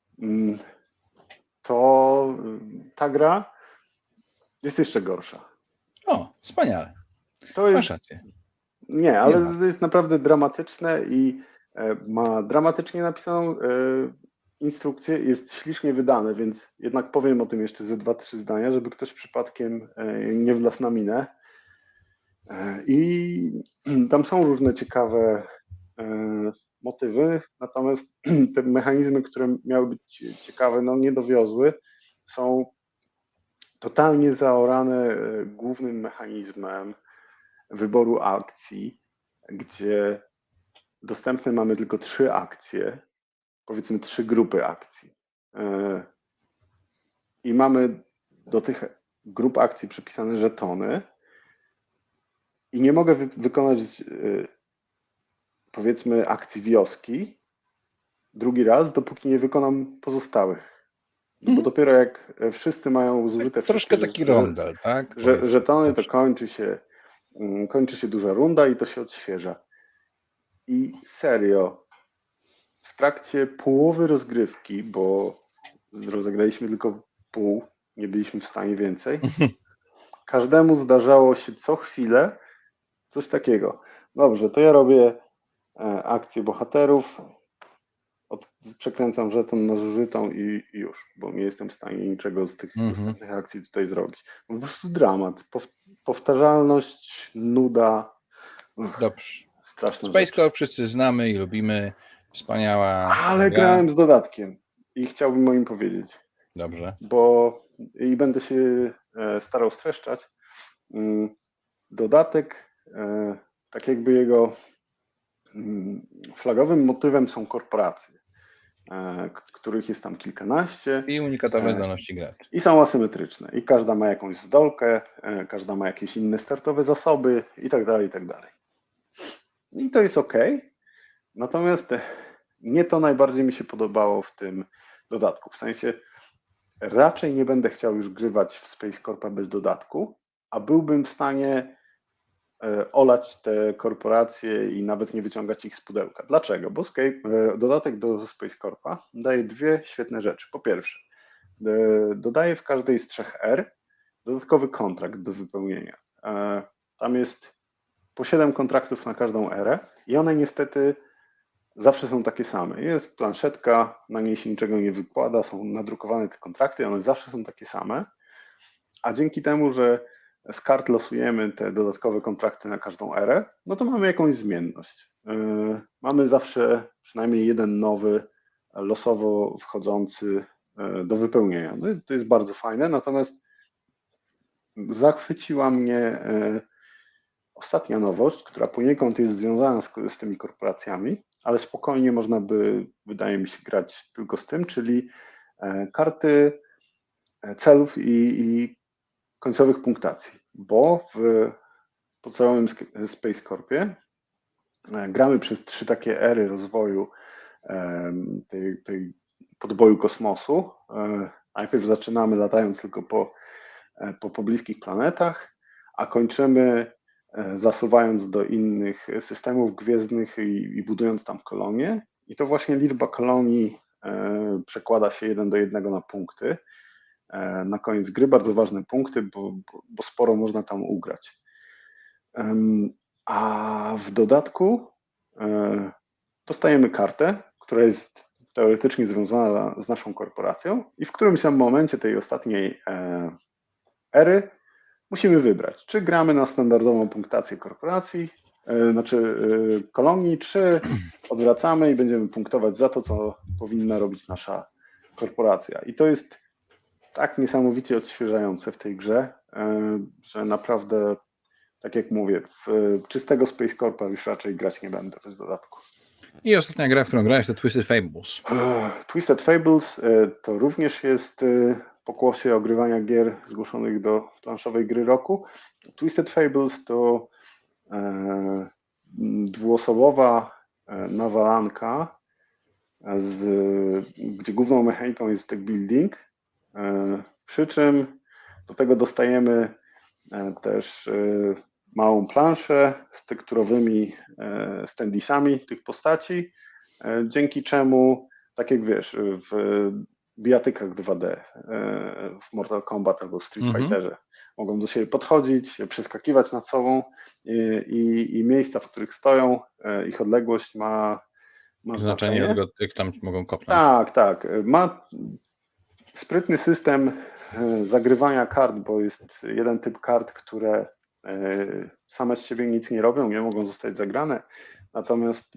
[SPEAKER 2] To ta gra jest jeszcze gorsza.
[SPEAKER 1] O, wspaniale.
[SPEAKER 2] To jest,
[SPEAKER 1] Masz rację.
[SPEAKER 2] Nie, ale nie to jest naprawdę dramatyczne i ma dramatycznie napisaną instrukcję, jest ślicznie wydane, więc jednak powiem o tym jeszcze ze dwa, trzy zdania, żeby ktoś przypadkiem nie wlazł na minę. I tam są różne ciekawe motywy, natomiast te mechanizmy, które miały być ciekawe, no nie dowiozły, są totalnie zaorane głównym mechanizmem wyboru akcji, gdzie dostępne mamy tylko trzy akcje, powiedzmy trzy grupy akcji. I mamy do tych grup akcji przypisane żetony i nie mogę wy- wykonać powiedzmy akcji wioski drugi raz, dopóki nie wykonam pozostałych. No bo dopiero jak wszyscy mają zużyte
[SPEAKER 1] Troszkę
[SPEAKER 2] wszystkie
[SPEAKER 1] taki
[SPEAKER 2] że-
[SPEAKER 1] rondel, tak?
[SPEAKER 2] że, żetony, to kończy się, kończy się duża runda i to się odświeża. I serio, w trakcie połowy rozgrywki, bo rozegraliśmy tylko pół, nie byliśmy w stanie więcej, każdemu zdarzało się co chwilę coś takiego. Dobrze, to ja robię akcję bohaterów, od, przekręcam żeton na zużytą i, i już, bo nie jestem w stanie niczego z tych
[SPEAKER 1] Mhm.
[SPEAKER 2] ostatnich akcji tutaj zrobić. Po prostu dramat, Pow, powtarzalność, nuda. Uch,
[SPEAKER 1] Dobrze.
[SPEAKER 2] straszna
[SPEAKER 1] Space
[SPEAKER 2] rzecz.
[SPEAKER 1] Corp wszyscy znamy i lubimy. Wspaniała
[SPEAKER 2] Ale
[SPEAKER 1] gra.
[SPEAKER 2] grałem z dodatkiem i chciałbym o nim powiedzieć,
[SPEAKER 1] Dobrze.
[SPEAKER 2] bo i będę się e, starał streszczać. Mm, Dodatek, e, tak jakby jego mm, flagowym motywem są korporacje, e, k- których jest tam kilkanaście
[SPEAKER 1] I unikatowe
[SPEAKER 2] E,
[SPEAKER 1] zdolności graczy.
[SPEAKER 2] i są asymetryczne. I każda ma jakąś zdolkę, e, każda ma jakieś inne startowe zasoby i tak dalej, i tak dalej. I to jest ok. Natomiast e, nie to najbardziej mi się podobało w tym dodatku. W sensie raczej nie będę chciał już grywać w Space Corpa bez dodatku, a byłbym w stanie e, olać te korporacje i nawet nie wyciągać ich z pudełka. Dlaczego? Bo Scape, e, dodatek do Space Corpa daje dwie świetne rzeczy. Po pierwsze, e, dodaje w każdej z trzech R dodatkowy kontrakt do wypełnienia. E, Tam jest po siedem kontraktów na każdą erę i one niestety zawsze są takie same. Jest planszetka, na niej się niczego nie wykłada, są nadrukowane te kontrakty, one zawsze są takie same, a dzięki temu, że z kart losujemy te dodatkowe kontrakty na każdą erę, no to mamy jakąś zmienność. Yy, mamy zawsze przynajmniej jeden nowy losowo wchodzący do wypełnienia. No to jest bardzo fajne, natomiast zachwyciła mnie ostatnia nowość, która poniekąd jest związana z, z tymi korporacjami, ale spokojnie można by, wydaje mi się, grać tylko z tym, czyli karty celów i, i końcowych punktacji, bo w podstawowym Space Corpie gramy przez trzy takie ery rozwoju tej, tej podboju kosmosu. Najpierw zaczynamy latając tylko po, po pobliskich planetach, a kończymy zasuwając do innych systemów gwiezdnych i, i budując tam kolonie. I to właśnie liczba kolonii przekłada się jeden do jednego na punkty. Na koniec gry bardzo ważne punkty, bo, bo sporo można tam ugrać. A w dodatku dostajemy kartę, która jest teoretycznie związana z naszą korporacją i w którymś tam momencie tej ostatniej ery musimy wybrać, czy gramy na standardową punktację korporacji, znaczy kolonii, czy odwracamy i będziemy punktować za to, co powinna robić nasza korporacja. I to jest tak niesamowicie odświeżające w tej grze, że naprawdę, tak jak mówię, w czystego Space Corpa już raczej grać nie będę bez dodatku.
[SPEAKER 1] I ostatnia gra, w którą grałeś, to Twisted Fables.
[SPEAKER 2] Twisted Fables to również jest pokłosie ogrywania gier zgłoszonych do planszowej gry roku. Twisted Fables to dwuosobowa nawalanka, z, gdzie główną mechaniką jest deck building, przy czym do tego dostajemy też małą planszę z tekturowymi standisami tych postaci, dzięki czemu, tak jak wiesz, w bijatykach dwa D, w Mortal Kombat albo w Street mm-hmm. Fighterze, mogą do siebie podchodzić, przeskakiwać nad sobą i, i, i miejsca, w których stoją, ich odległość ma, ma
[SPEAKER 1] znaczenie,
[SPEAKER 2] znaczenie.
[SPEAKER 1] Tego, jak tam mogą kopnąć.
[SPEAKER 2] Tak, tak. Ma sprytny system zagrywania kart, bo jest jeden typ kart, które same z siebie nic nie robią, nie mogą zostać zagrane, natomiast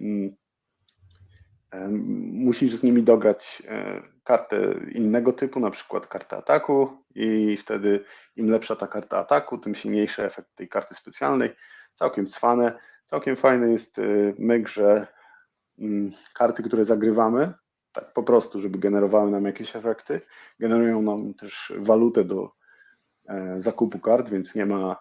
[SPEAKER 2] musisz z nimi dograć kartę innego typu, na przykład kartę ataku i wtedy im lepsza ta karta ataku, tym silniejszy efekt tej karty specjalnej. Całkiem cwane, całkiem fajny jest myk, że karty, które zagrywamy, tak po prostu, żeby generowały nam jakieś efekty, generują nam też walutę do zakupu kart, więc nie ma,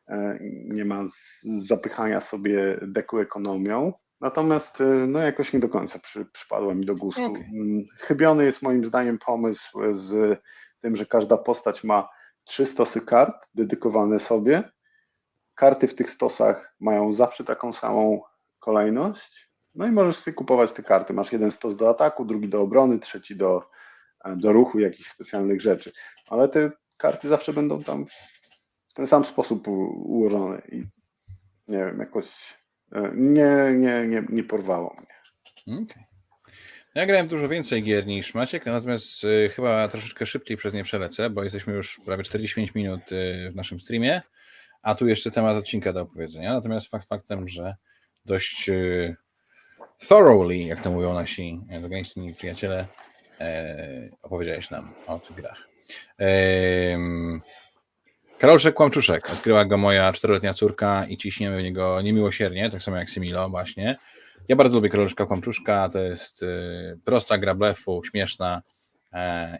[SPEAKER 2] nie ma zapychania sobie deku ekonomią. Natomiast no jakoś nie do końca przy, przypadła mi do gustu. Okay. Chybiony jest moim zdaniem pomysł z tym, że każda postać ma trzy stosy kart dedykowane sobie. Karty w tych stosach mają zawsze taką samą kolejność. No i możesz sobie kupować te karty. Masz jeden stos do ataku, drugi do obrony, trzeci do, do ruchu, jakichś specjalnych rzeczy. Ale te karty zawsze będą tam w ten sam sposób ułożone i nie wiem, jakoś nie, nie, nie, nie porwało mnie.
[SPEAKER 1] Okay. Ja grałem dużo więcej gier niż Maciek, natomiast y, chyba troszeczkę szybciej przez nie przelecę, bo jesteśmy już prawie czterdzieści pięć minut y, w naszym streamie, a tu jeszcze temat odcinka do opowiedzenia. Natomiast fakt faktem, że dość y, thoroughly, jak to mówią nasi zagraniczni przyjaciele, y, opowiedziałeś nam o tych grach. Y, Karolczek Kłamczuszek, odkryła go moja czteroletnia córka i ciśniemy w niego niemiłosiernie, tak samo jak Similo właśnie. Ja bardzo lubię Karolczka Kłamczuszka, to jest y, prosta gra blefu, śmieszna y,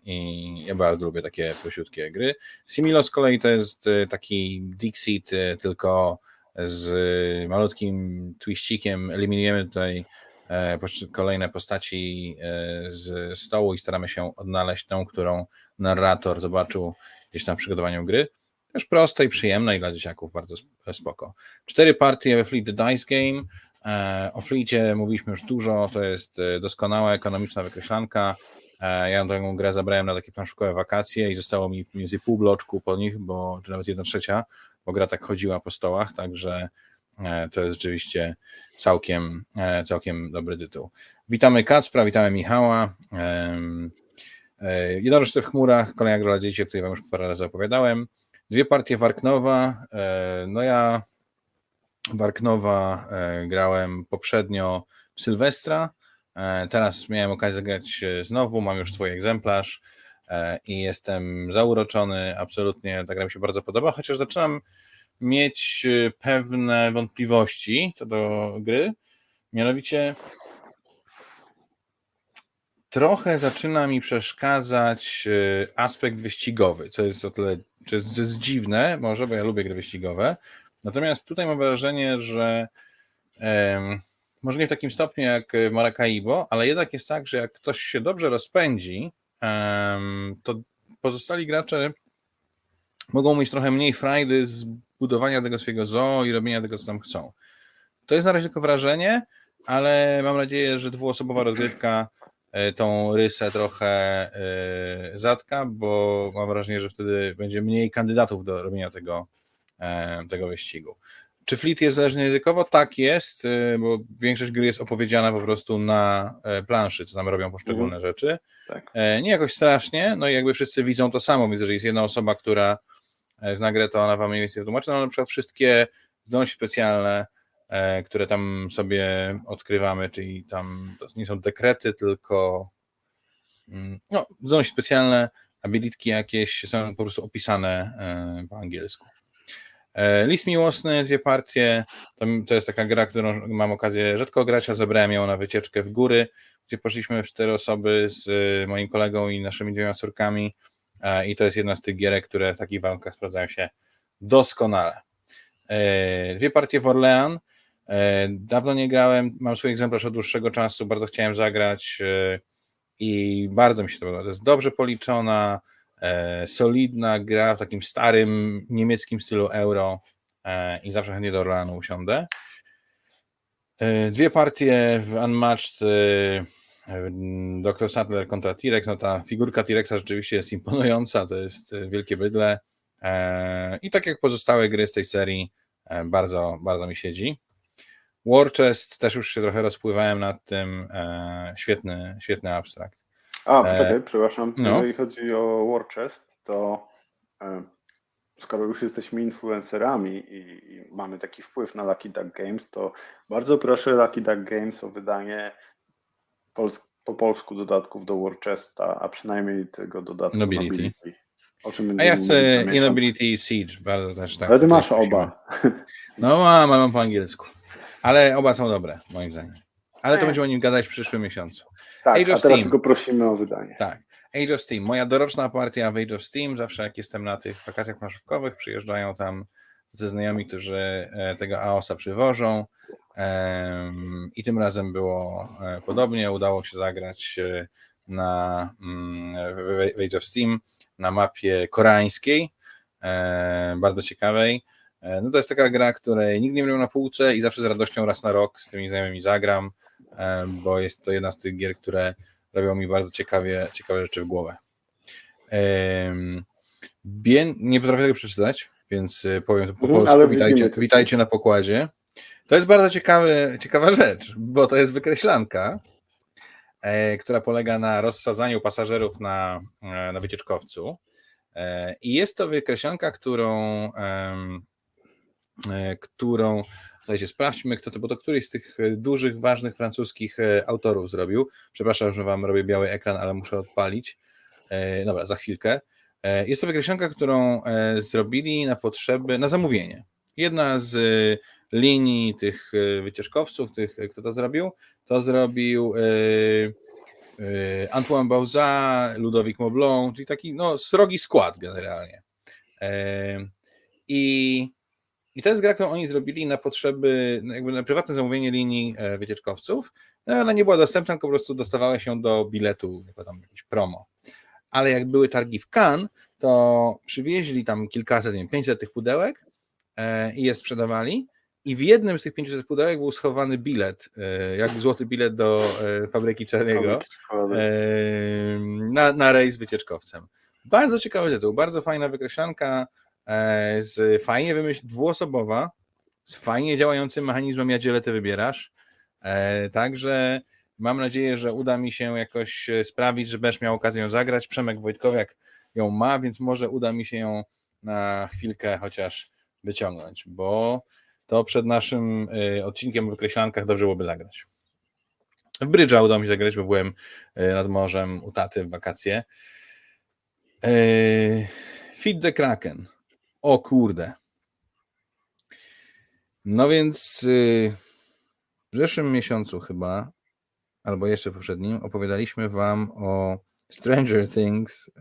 [SPEAKER 1] i ja bardzo lubię takie prościutkie gry. Similo z kolei to jest y, taki Dixit, y, tylko z y, malutkim twiścikiem. Eliminujemy tutaj y, kolejne postaci y, z stołu i staramy się odnaleźć tą, którą narrator zobaczył gdzieś tam w przygotowaniu gry. Też proste i przyjemne i dla dzieciaków bardzo spoko. Cztery partie we Fleet the Dice Game. O Fleetie mówiliśmy już dużo, to jest doskonała ekonomiczna wykreślanka. Ja tę grę zabrałem na takie planszówkowe wakacje i zostało mi mniej więcej pół bloczku po nich, bo, czy nawet jedna trzecia, bo gra tak chodziła po stołach, także to jest rzeczywiście całkiem, całkiem dobry tytuł. Witamy Kacpra, witamy Michała. Jednorożce w chmurach, kolejna gra dla dzieci, o której wam już parę razy opowiadałem. Dwie partie Warknowa. No ja Warknowa grałem poprzednio w Sylwestra Teraz miałem okazję zagrać znowu, mam już twój egzemplarz i jestem zauroczony, absolutnie ta gra mi się bardzo podoba, chociaż zaczynam mieć pewne wątpliwości co do gry, mianowicie trochę zaczyna mi przeszkadzać aspekt wyścigowy, co jest o tyle, co jest, co jest dziwne może, bo ja lubię gry wyścigowe, natomiast tutaj mam wrażenie, że um, może nie w takim stopniu jak w Maracaibo, ale jednak jest tak, że jak ktoś się dobrze rozpędzi, um, to pozostali gracze mogą mieć trochę mniej frajdy z budowania tego swojego zoo i robienia tego, co tam chcą. To jest na razie tylko wrażenie, ale mam nadzieję, że dwuosobowa rozgrywka tą rysę trochę zatka, bo mam wrażenie, że wtedy będzie mniej kandydatów do robienia tego, tego wyścigu. Czy fleet jest zależny językowo? Tak jest, bo większość gry jest opowiedziana po prostu na planszy, co tam robią poszczególne mhm. rzeczy. Tak. Nie jakoś strasznie, no i jakby wszyscy widzą to samo, więc jeżeli jest jedna osoba, która zna grę, to ona wam mniej więcej wytłumaczy, no na przykład wszystkie zdolności specjalne, które tam sobie odkrywamy, czyli tam to nie są dekrety, tylko no, zdolności specjalne, abilitki jakieś są po prostu opisane po angielsku. List miłosny, dwie partie, to, to jest taka gra, którą mam okazję rzadko grać, a zabrałem ją na wycieczkę w góry, gdzie poszliśmy w cztery osoby z moim kolegą i naszymi dwiema córkami i to jest jedna z tych gierek, które w takich warunkach sprawdzają się doskonale. Dwie partie w Orlean, dawno nie grałem, mam swój egzemplarz od dłuższego czasu, bardzo chciałem zagrać i bardzo mi się to podoba. To jest dobrze policzona, solidna gra w takim starym niemieckim stylu euro i zawsze chętnie do Orleanu usiądę. Dwie partie w Unmatched doktor Sattler kontra T-Rex, no ta figurka T-Rexa rzeczywiście jest imponująca, to jest wielkie bydle i tak jak pozostałe gry z tej serii bardzo, bardzo mi siedzi. War Chest, też już się trochę rozpływałem nad tym, świetny, świetny abstrakt.
[SPEAKER 2] A, poczekaj, e, przepraszam, no. Jeżeli chodzi o War Chest, to e, skoro już jesteśmy influencerami i, i mamy taki wpływ na Lucky Duck Games, to bardzo proszę Lucky Duck Games o wydanie pols- po polsku dodatków do War Chesta, a przynajmniej tego dodatku Nobility. Nobility.
[SPEAKER 1] O czym a ja chcę i Nobility i Siege, bardzo też tak.
[SPEAKER 2] Ale ty masz oba.
[SPEAKER 1] No mam, ale mam po angielsku. Ale oba są dobre, moim zdaniem. Ale to będziemy o nim gadać w przyszłym miesiącu.
[SPEAKER 2] Tak, Age of a teraz Steam. Tylko prosimy o wydanie.
[SPEAKER 1] Tak, Age of Steam. Moja doroczna partia w Age of Steam. Zawsze jak jestem na tych wakacjach planszówkowych, przyjeżdżają tam ze znajomi, którzy tego A O S-a przywożą. I tym razem było podobnie. Udało się zagrać na, w Age of Steam na mapie koreańskiej. Bardzo ciekawej. No to jest taka gra, której nigdy nie miałem na półce i zawsze z radością raz na rok z tymi znajomymi zagram, bo jest to jedna z tych gier, które robią mi bardzo ciekawie, ciekawe rzeczy w głowę. Bien, nie potrafię tego przeczytać, więc powiem to po polsku. Ale witajcie, witajcie na pokładzie. To jest bardzo ciekawy, ciekawa rzecz, bo to jest wykreślanka, która polega na rozsadzaniu pasażerów na, na wycieczkowcu. I jest to wykreślanka, którą którą, słuchajcie, sprawdźmy, kto to, bo to któryś z tych dużych, ważnych francuskich autorów zrobił. Przepraszam, że wam robię biały ekran, ale muszę odpalić. Dobra, za chwilkę. Jest to wykreślanka, którą zrobili na potrzeby, na zamówienie. Jedna z linii tych wycieczkowców, tych, kto to zrobił, to zrobił Antoine Bauza, Ludovic Moblon, czyli taki no, srogi skład generalnie. I I to jest gra, którą oni zrobili na potrzeby, jakby na prywatne zamówienie linii wycieczkowców, no ona nie była dostępna, tylko po prostu dostawała się do biletu, jako tam jakieś promo. Ale jak były targi w Cannes, to przywieźli tam kilkaset, nie wiem, pięćset tych pudełek e, i je sprzedawali i w jednym z tych pięciuset pudełek był schowany bilet, e, jak złoty bilet do e, fabryki Charlie'ego e, na, na rejs wycieczkowcem. Bardzo ciekawy tytuł, bardzo fajna wykreślanka, z fajnie wymyśl, dwuosobowa, z fajnie działającym mechanizmem, ja dzielę, ty wybierasz. Także mam nadzieję, że uda mi się jakoś sprawić, że będziesz miał okazję ją zagrać. Przemek Wojtkowiak ją ma, więc może uda mi się ją na chwilkę chociaż wyciągnąć, bo to przed naszym odcinkiem o wykreślankach dobrze byłoby zagrać. W Brydża udało mi się zagrać, bo byłem nad morzem u taty w wakacje. Feed the Kraken. O kurde. No więc w zeszłym miesiącu chyba, albo jeszcze poprzednim, opowiadaliśmy wam o Stranger Things,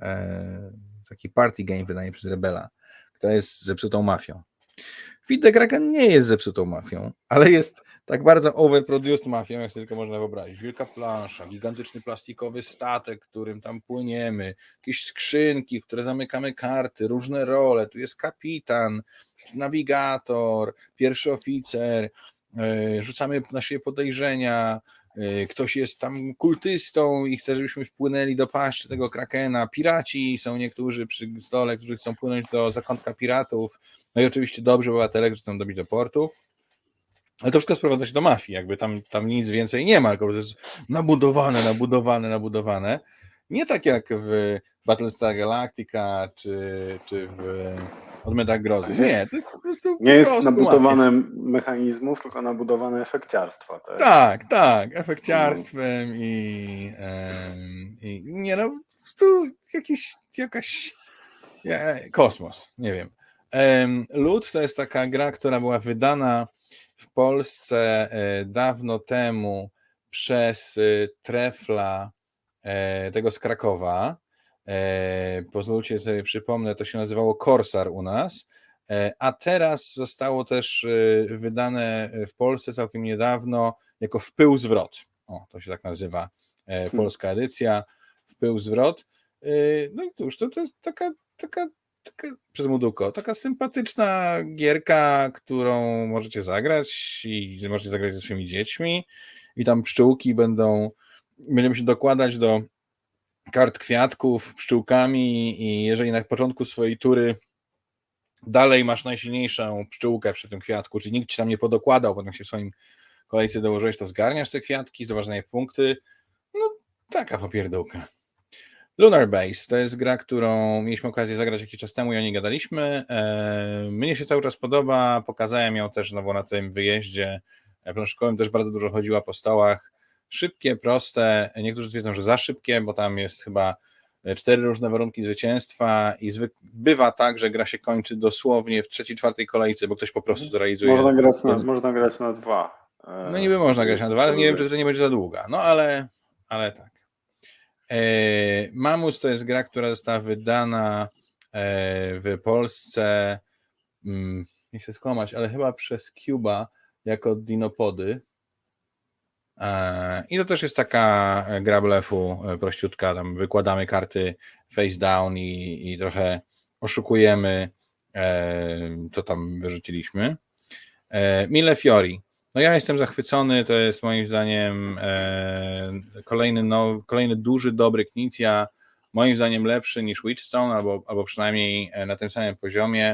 [SPEAKER 1] taki party game wydany przez Rebela, która jest zepsutą mafią. Feed the Kraken nie jest zepsutą mafią, ale jest tak bardzo overproduced mafią, jak sobie tylko można wyobrazić. Wielka plansza, gigantyczny plastikowy statek, którym tam płyniemy, jakieś skrzynki, w które zamykamy karty, różne role, tu jest kapitan, nawigator, pierwszy oficer, rzucamy na siebie podejrzenia, ktoś jest tam kultystą i chce, żebyśmy wpłynęli do paszczy tego krakena, piraci są niektórzy przy stole, którzy chcą płynąć do zakątka piratów, no i oczywiście dobrzy obywatele, którzy chcą dobić do portu, ale to wszystko sprowadza się do mafii, jakby tam, tam nic więcej nie ma, tylko to jest nabudowane, nabudowane, nabudowane, nie tak jak w Battlestar Galactica czy, czy w Odmętach Grozy. Nie, to jest po prostu
[SPEAKER 2] nie jest
[SPEAKER 1] prostu
[SPEAKER 2] nabudowane
[SPEAKER 1] mafia.
[SPEAKER 2] Mechanizmów, tylko nabudowane efekciarstwa. Tak,
[SPEAKER 1] tak, tak efekciarstwem i, i nie no, po prostu jakiś, jakaś ja, kosmos, nie wiem. Lud to jest taka gra, która była wydana w Polsce dawno temu przez Trefla, tego z Krakowa. Pozwólcie sobie przypomnę, to się nazywało Korsar u nas, a teraz zostało też wydane w Polsce całkiem niedawno jako Wpył Zwrot. O, to się tak nazywa polska edycja, Wpył Zwrot. No i cóż, to, to jest taka, taka, taka przez Muduko, taka sympatyczna gierka, którą możecie zagrać i możecie zagrać ze swoimi dziećmi i tam pszczółki będą, będziemy się dokładać do kart kwiatków pszczółkami i jeżeli na początku swojej tury dalej masz najsilniejszą pszczółkę przy tym kwiatku, czyli nikt ci tam nie podokładał, potem się w swoim kolejce dołożyłeś, to zgarniasz te kwiatki, zobacz na je punkty. No taka popierdółka. Lunar Base to jest gra, którą mieliśmy okazję zagrać jakiś czas temu i o niej gadaliśmy. Mnie się cały czas podoba, pokazałem ją też znowu na tym wyjeździe planszykowym, też bardzo dużo chodziła po stołach. Szybkie, proste, niektórzy twierdzą, że za szybkie, bo tam jest chyba cztery różne warunki zwycięstwa i zwyk- bywa tak, że gra się kończy dosłownie w trzeciej, czwartej kolejce, bo ktoś po prostu zrealizuje.
[SPEAKER 2] Można grać na, można grać na dwa.
[SPEAKER 1] No niby można grać na dwa, ale nie wiem, czy to nie będzie za długa. No ale, ale tak. E, Mamus to jest gra, która została wydana e, w Polsce, mm, nie chcę skłamać, ale chyba przez Cuba jako Dinopody. I to też jest taka gra blefu prościutka, tam wykładamy karty face down i, i trochę oszukujemy, co tam wyrzuciliśmy. Mille Fiori. No ja jestem zachwycony, to jest moim zdaniem kolejny, now, kolejny duży, dobry Knizia, moim zdaniem lepszy niż Witchstone, albo, albo przynajmniej na tym samym poziomie.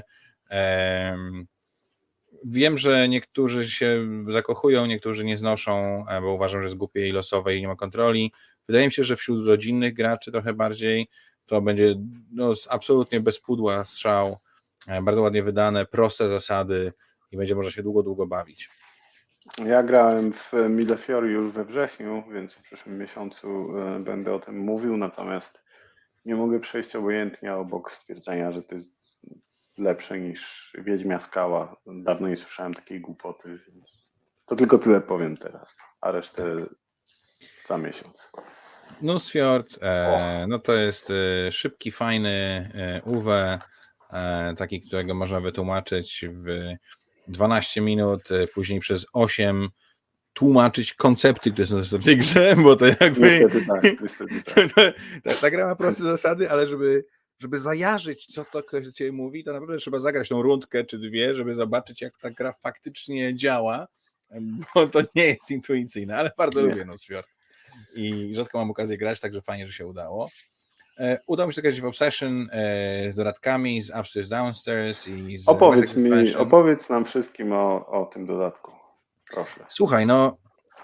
[SPEAKER 1] Wiem, że niektórzy się zakochują, niektórzy nie znoszą, bo uważam, że jest głupie i losowe i nie ma kontroli. Wydaje mi się, że wśród rodzinnych graczy trochę bardziej to będzie no, absolutnie bez pudła strzał, bardzo ładnie wydane, proste zasady i będzie można się długo, długo bawić.
[SPEAKER 2] Ja grałem w Mille Fiori już we wrześniu, więc w przyszłym miesiącu będę o tym mówił, natomiast nie mogę przejść obojętnie obok stwierdzenia, że to jest lepsze niż Wiedźmia Skała. Dawno nie słyszałem takiej głupoty, więc to tylko tyle powiem teraz, a resztę za miesiąc.
[SPEAKER 1] Nusfjord, e, no to jest e, szybki, fajny e, U W, e, taki, którego można wytłumaczyć w dwanaście minut, e, później przez osiem tłumaczyć koncepty, które są zresztą w tej grze, bo to jakby...
[SPEAKER 2] Niestety tak, niestety tak.
[SPEAKER 1] ta, ta gra ma proste zasady, ale żeby żeby zajarzyć, co to ktoś do ciebie mówi, to naprawdę trzeba zagrać tą rundkę czy dwie, żeby zobaczyć, jak ta gra faktycznie działa, bo to nie jest intuicyjne, ale bardzo nie. lubię Nosfjord i rzadko mam okazję grać, także fajnie, że się udało. E, udało mi się zagrać w Obsession e, z dodatkami, z Upstairs, Downstairs i z...
[SPEAKER 2] Opowiedz mi, opowiedz nam wszystkim o, o tym dodatku, proszę.
[SPEAKER 1] Słuchaj, no...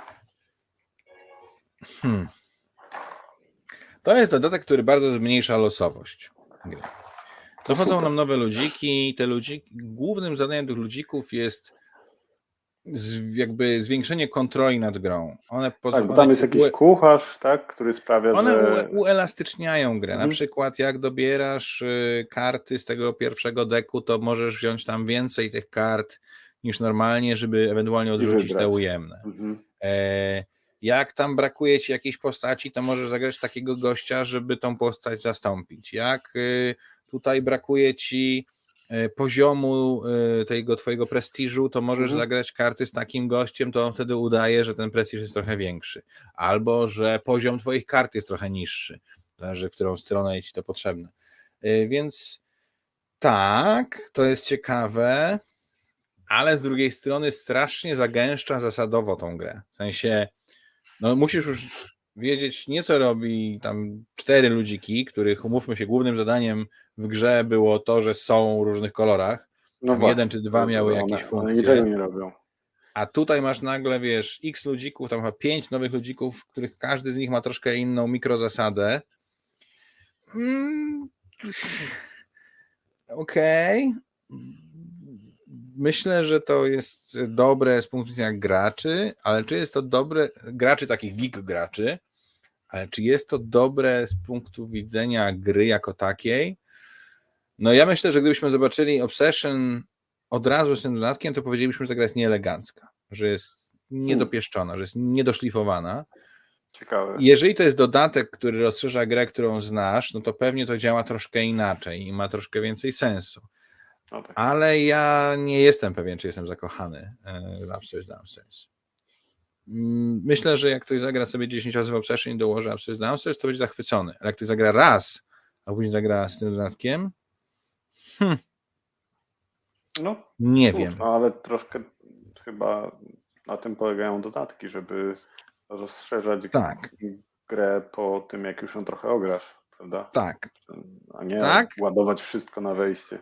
[SPEAKER 1] Hmm. To jest dodatek, który bardzo zmniejsza losowość gry. Dochodzą nam nowe ludziki, te ludziki, głównym zadaniem tych ludzików jest z, jakby zwiększenie kontroli nad grą. One poz,
[SPEAKER 2] Tak, bo
[SPEAKER 1] one
[SPEAKER 2] tam jest jakiś
[SPEAKER 1] u,
[SPEAKER 2] kucharz, tak, który sprawia,
[SPEAKER 1] one
[SPEAKER 2] że...
[SPEAKER 1] u, uelastyczniają grę.
[SPEAKER 2] Mhm.
[SPEAKER 1] Na przykład jak dobierasz y, karty z tego pierwszego deku, to możesz wziąć tam więcej tych kart niż normalnie, żeby ewentualnie odrzucić te ujemne.
[SPEAKER 2] Mhm.
[SPEAKER 1] E, jak tam brakuje ci jakiejś postaci, to możesz zagrać takiego gościa, żeby tą postać zastąpić. Jak y, tutaj brakuje ci poziomu tego twojego prestiżu, to możesz
[SPEAKER 2] Mhm.
[SPEAKER 1] zagrać karty z takim gościem, to on wtedy udaje, że ten prestiż jest trochę większy. Albo, że poziom twoich kart jest trochę niższy. Zależy, w którą stronę jest ci to potrzebne. Więc tak, to jest ciekawe, ale z drugiej strony strasznie zagęszcza zasadowo tą grę. W sensie, no musisz już wiedzieć nie co robi tam cztery ludziki, których, umówmy się, głównym zadaniem w grze było to, że są w różnych kolorach.
[SPEAKER 2] No
[SPEAKER 1] Tam
[SPEAKER 2] właśnie,
[SPEAKER 1] jeden czy dwa miały
[SPEAKER 2] one,
[SPEAKER 1] jakieś
[SPEAKER 2] one
[SPEAKER 1] funkcje.
[SPEAKER 2] niczego nie robią.
[SPEAKER 1] A tutaj masz nagle, wiesz, x ludzików, tam chyba pięć nowych ludzików, których każdy z nich ma troszkę inną mikrozasadę. Hmm. Okej. Okay. Myślę, że to jest dobre z punktu widzenia graczy, ale czy jest to dobre, graczy takich geek graczy, ale czy jest to dobre z punktu widzenia gry jako takiej? No ja myślę, że gdybyśmy zobaczyli Obsession od razu z tym dodatkiem, to powiedzielibyśmy, że ta gra jest nieelegancka, że jest niedopieszczona, że jest niedoszlifowana.
[SPEAKER 2] Ciekawe.
[SPEAKER 1] Jeżeli to jest dodatek, który rozszerza grę, którą znasz, no to pewnie to działa troszkę inaczej i ma troszkę więcej sensu.
[SPEAKER 2] No tak.
[SPEAKER 1] Ale ja nie jestem pewien, czy jestem zakochany w Upstairs Downstairs. Myślę, że jak ktoś zagra sobie dziesięć razy w Obsession i dołoży Upstairs Downstairs, to będzie zachwycony. Ale jak ktoś zagra raz, a później zagra z tym dodatkiem, hmm,
[SPEAKER 2] no,
[SPEAKER 1] nie
[SPEAKER 2] cóż,
[SPEAKER 1] wiem.
[SPEAKER 2] No ale troszkę chyba na tym polegają dodatki, żeby rozszerzać
[SPEAKER 1] tak.
[SPEAKER 2] grę po tym, jak już ją trochę ograsz, prawda?
[SPEAKER 1] Tak.
[SPEAKER 2] A nie
[SPEAKER 1] tak?
[SPEAKER 2] ładować wszystko na wejście.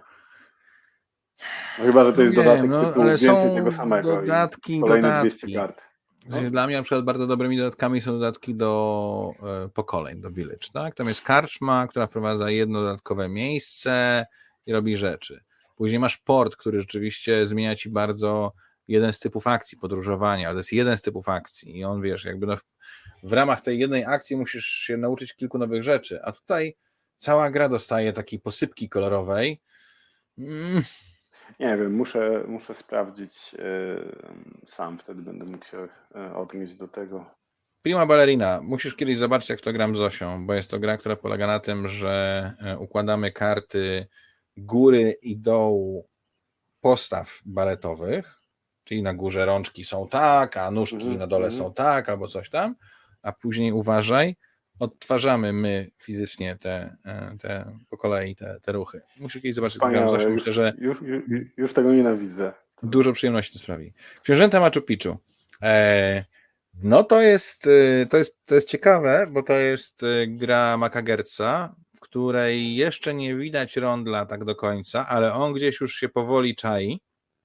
[SPEAKER 2] No chyba, że to jest
[SPEAKER 1] Wiem,
[SPEAKER 2] dodatek
[SPEAKER 1] no,
[SPEAKER 2] typu
[SPEAKER 1] ale
[SPEAKER 2] więcej
[SPEAKER 1] są
[SPEAKER 2] tego samego
[SPEAKER 1] dodatki,
[SPEAKER 2] i kolejne
[SPEAKER 1] dodatki.
[SPEAKER 2] dwieście kart.
[SPEAKER 1] No. Dla mnie na przykład bardzo dobrymi dodatkami są dodatki do e, pokoleń, do Village. Tak? Tam jest karczma, która wprowadza jedno dodatkowe miejsce i robi rzeczy. Później masz port, który rzeczywiście zmienia ci bardzo jeden z typów akcji podróżowania, ale to jest jeden z typów akcji i on, wiesz, jakby no w, w ramach tej jednej akcji musisz się nauczyć kilku nowych rzeczy, a tutaj cała gra dostaje takiej posypki kolorowej. Mm.
[SPEAKER 2] Nie wiem, muszę, muszę sprawdzić yy, sam, wtedy będę mógł się yy, odnieść do tego.
[SPEAKER 1] Prima Ballerina. Musisz kiedyś zobaczyć, jak to gram z Zosią, bo jest to gra, która polega na tym, że układamy karty góry i dołu postaw baletowych, czyli na górze rączki są tak, a nóżki mm-hmm. na dole są tak, albo coś tam, a później uważaj, odtwarzamy my fizycznie te, te po kolei te, te ruchy. Musisz kiedyś zobaczyć, jak gram z Zosią. Myślę, że
[SPEAKER 2] już, już, już tego nienawidzę.
[SPEAKER 1] Dużo przyjemności to sprawi. Książęta Machu Picchu. E, no to jest, to, jest, to jest ciekawe, bo to jest gra Maca Gertza, w której jeszcze nie widać rondla tak do końca, ale on gdzieś już się powoli czai.